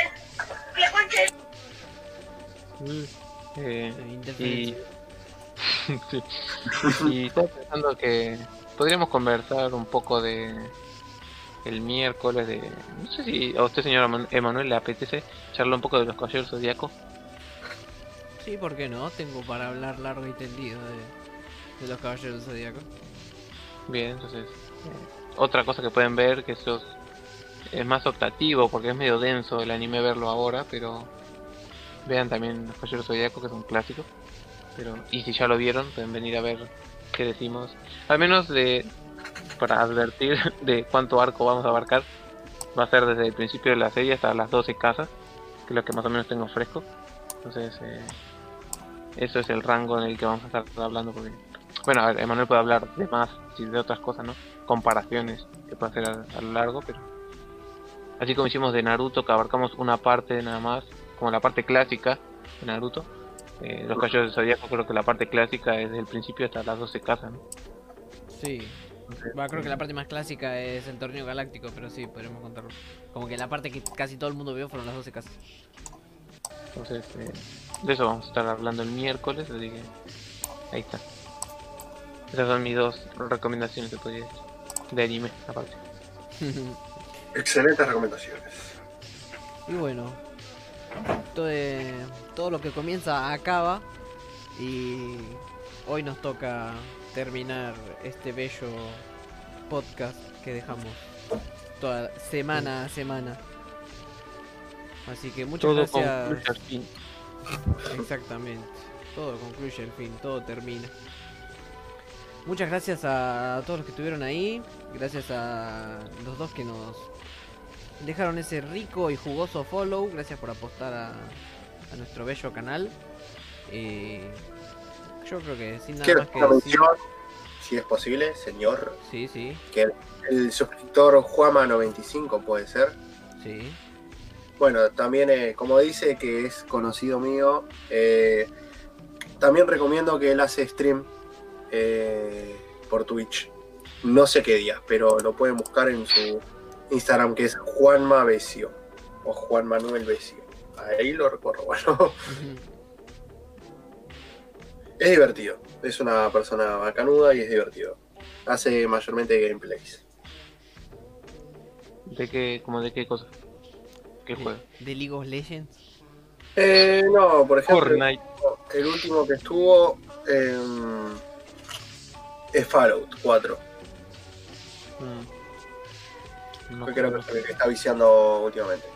Eh, y... sí. Y estaba pensando que podríamos conversar un poco de el miércoles de... No sé si a usted, señor Emanuel, le apetece charlar un poco de los Caballeros Zodíacos.
Sí, ¿por qué no? Tengo para hablar largo y tendido de, de los Caballeros Zodíacos.
Bien, entonces... Eh, otra cosa que pueden ver, que eso es, es más optativo, porque es medio denso el anime verlo ahora, pero... Vean también los Caballeros Zodíacos, que es un clásico. Pero, y si ya lo vieron, pueden venir a ver qué decimos. Al menos de para advertir de cuánto arco vamos a abarcar. Va a ser desde el principio de la serie hasta las doce casas, que es lo que más o menos tengo fresco. Entonces, eh, eso es el rango en el que vamos a estar hablando. Porque, bueno, a ver, Emanuel puede hablar de más y de otras cosas, ¿no? Comparaciones que puede hacer a, a lo largo, pero así como hicimos de Naruto, que abarcamos una parte nada más, como la parte clásica de Naruto. Eh, los Caballeros del Zodiaco, creo que la parte clásica es desde el principio hasta las doce casas, ¿no?
Sí. Va, creo que la parte más clásica es el torneo galáctico, pero sí, podríamos contarlo. Como que la parte que casi todo el mundo vio fueron las doce casas.
Entonces, eh, de eso vamos a estar hablando el miércoles, así que ahí está. Esas son mis dos recomendaciones, se podría decir, de anime, aparte.
Excelentes recomendaciones.
Y bueno, todo, eh, todo lo que comienza acaba. Y hoy nos toca terminar este bello podcast que dejamos toda semana a semana. Así que muchas
Todo
gracias.
concluye al fin.
Exactamente. Todo concluye al fin, todo termina. Muchas gracias a todos los que estuvieron ahí. Gracias a los dos que nos dejaron ese rico y jugoso follow. Gracias por apostar a, a nuestro bello canal. Eh, yo creo que sin nada
Quiero
más que
una
decir.
mención, si es posible, señor,
Sí, sí,
que el, el suscriptor Juama noventa y cinco puede ser.
sí.
Bueno, también, eh, como dice que es conocido mío, eh, también recomiendo que él hace stream eh, por Twitch. No sé qué día, pero lo pueden buscar en su Instagram, que es Juanma Besio o Juan Manuel Besio. Ahí lo recuerdo, bueno.
Ujú.
Es divertido, es una persona bacanuda y es divertido. Hace mayormente gameplays.
¿De qué, como de qué cosa? ¿Qué juego?
De, de League of Legends.
Eh, no, por ejemplo,
Fortnite.
el último que estuvo eh, es Fallout cuatro.
Mm. No
que creo
conozco.
que es el que está viciando últimamente.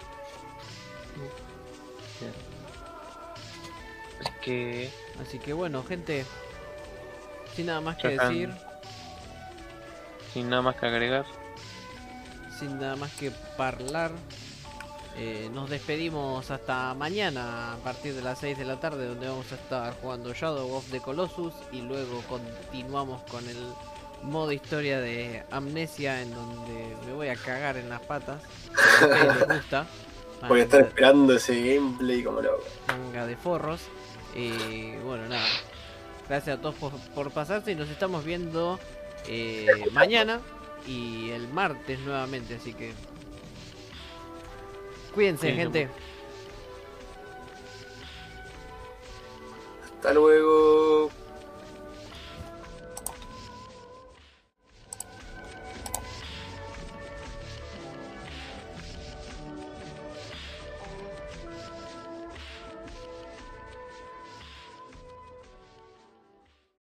Bien. Así que
Así que bueno, gente, sin nada más
Ya
que
están.
decir,
sin nada más que agregar,
sin nada más que hablar, eh, nos despedimos hasta mañana a partir de las seis de la tarde, donde vamos a estar jugando Shadow of the Colossus y luego continuamos con el modo historia de Amnesia, en donde me voy a cagar en las patas. Si a ustedes les gusta,
Voy a estar
manga,
esperando ese gameplay como loco.
manga de forros. Y bueno, nada, gracias a todos por, por pasarse y nos estamos viendo eh, mañana y el martes nuevamente, así que cuídense,
Sí,
gente.
Hasta luego.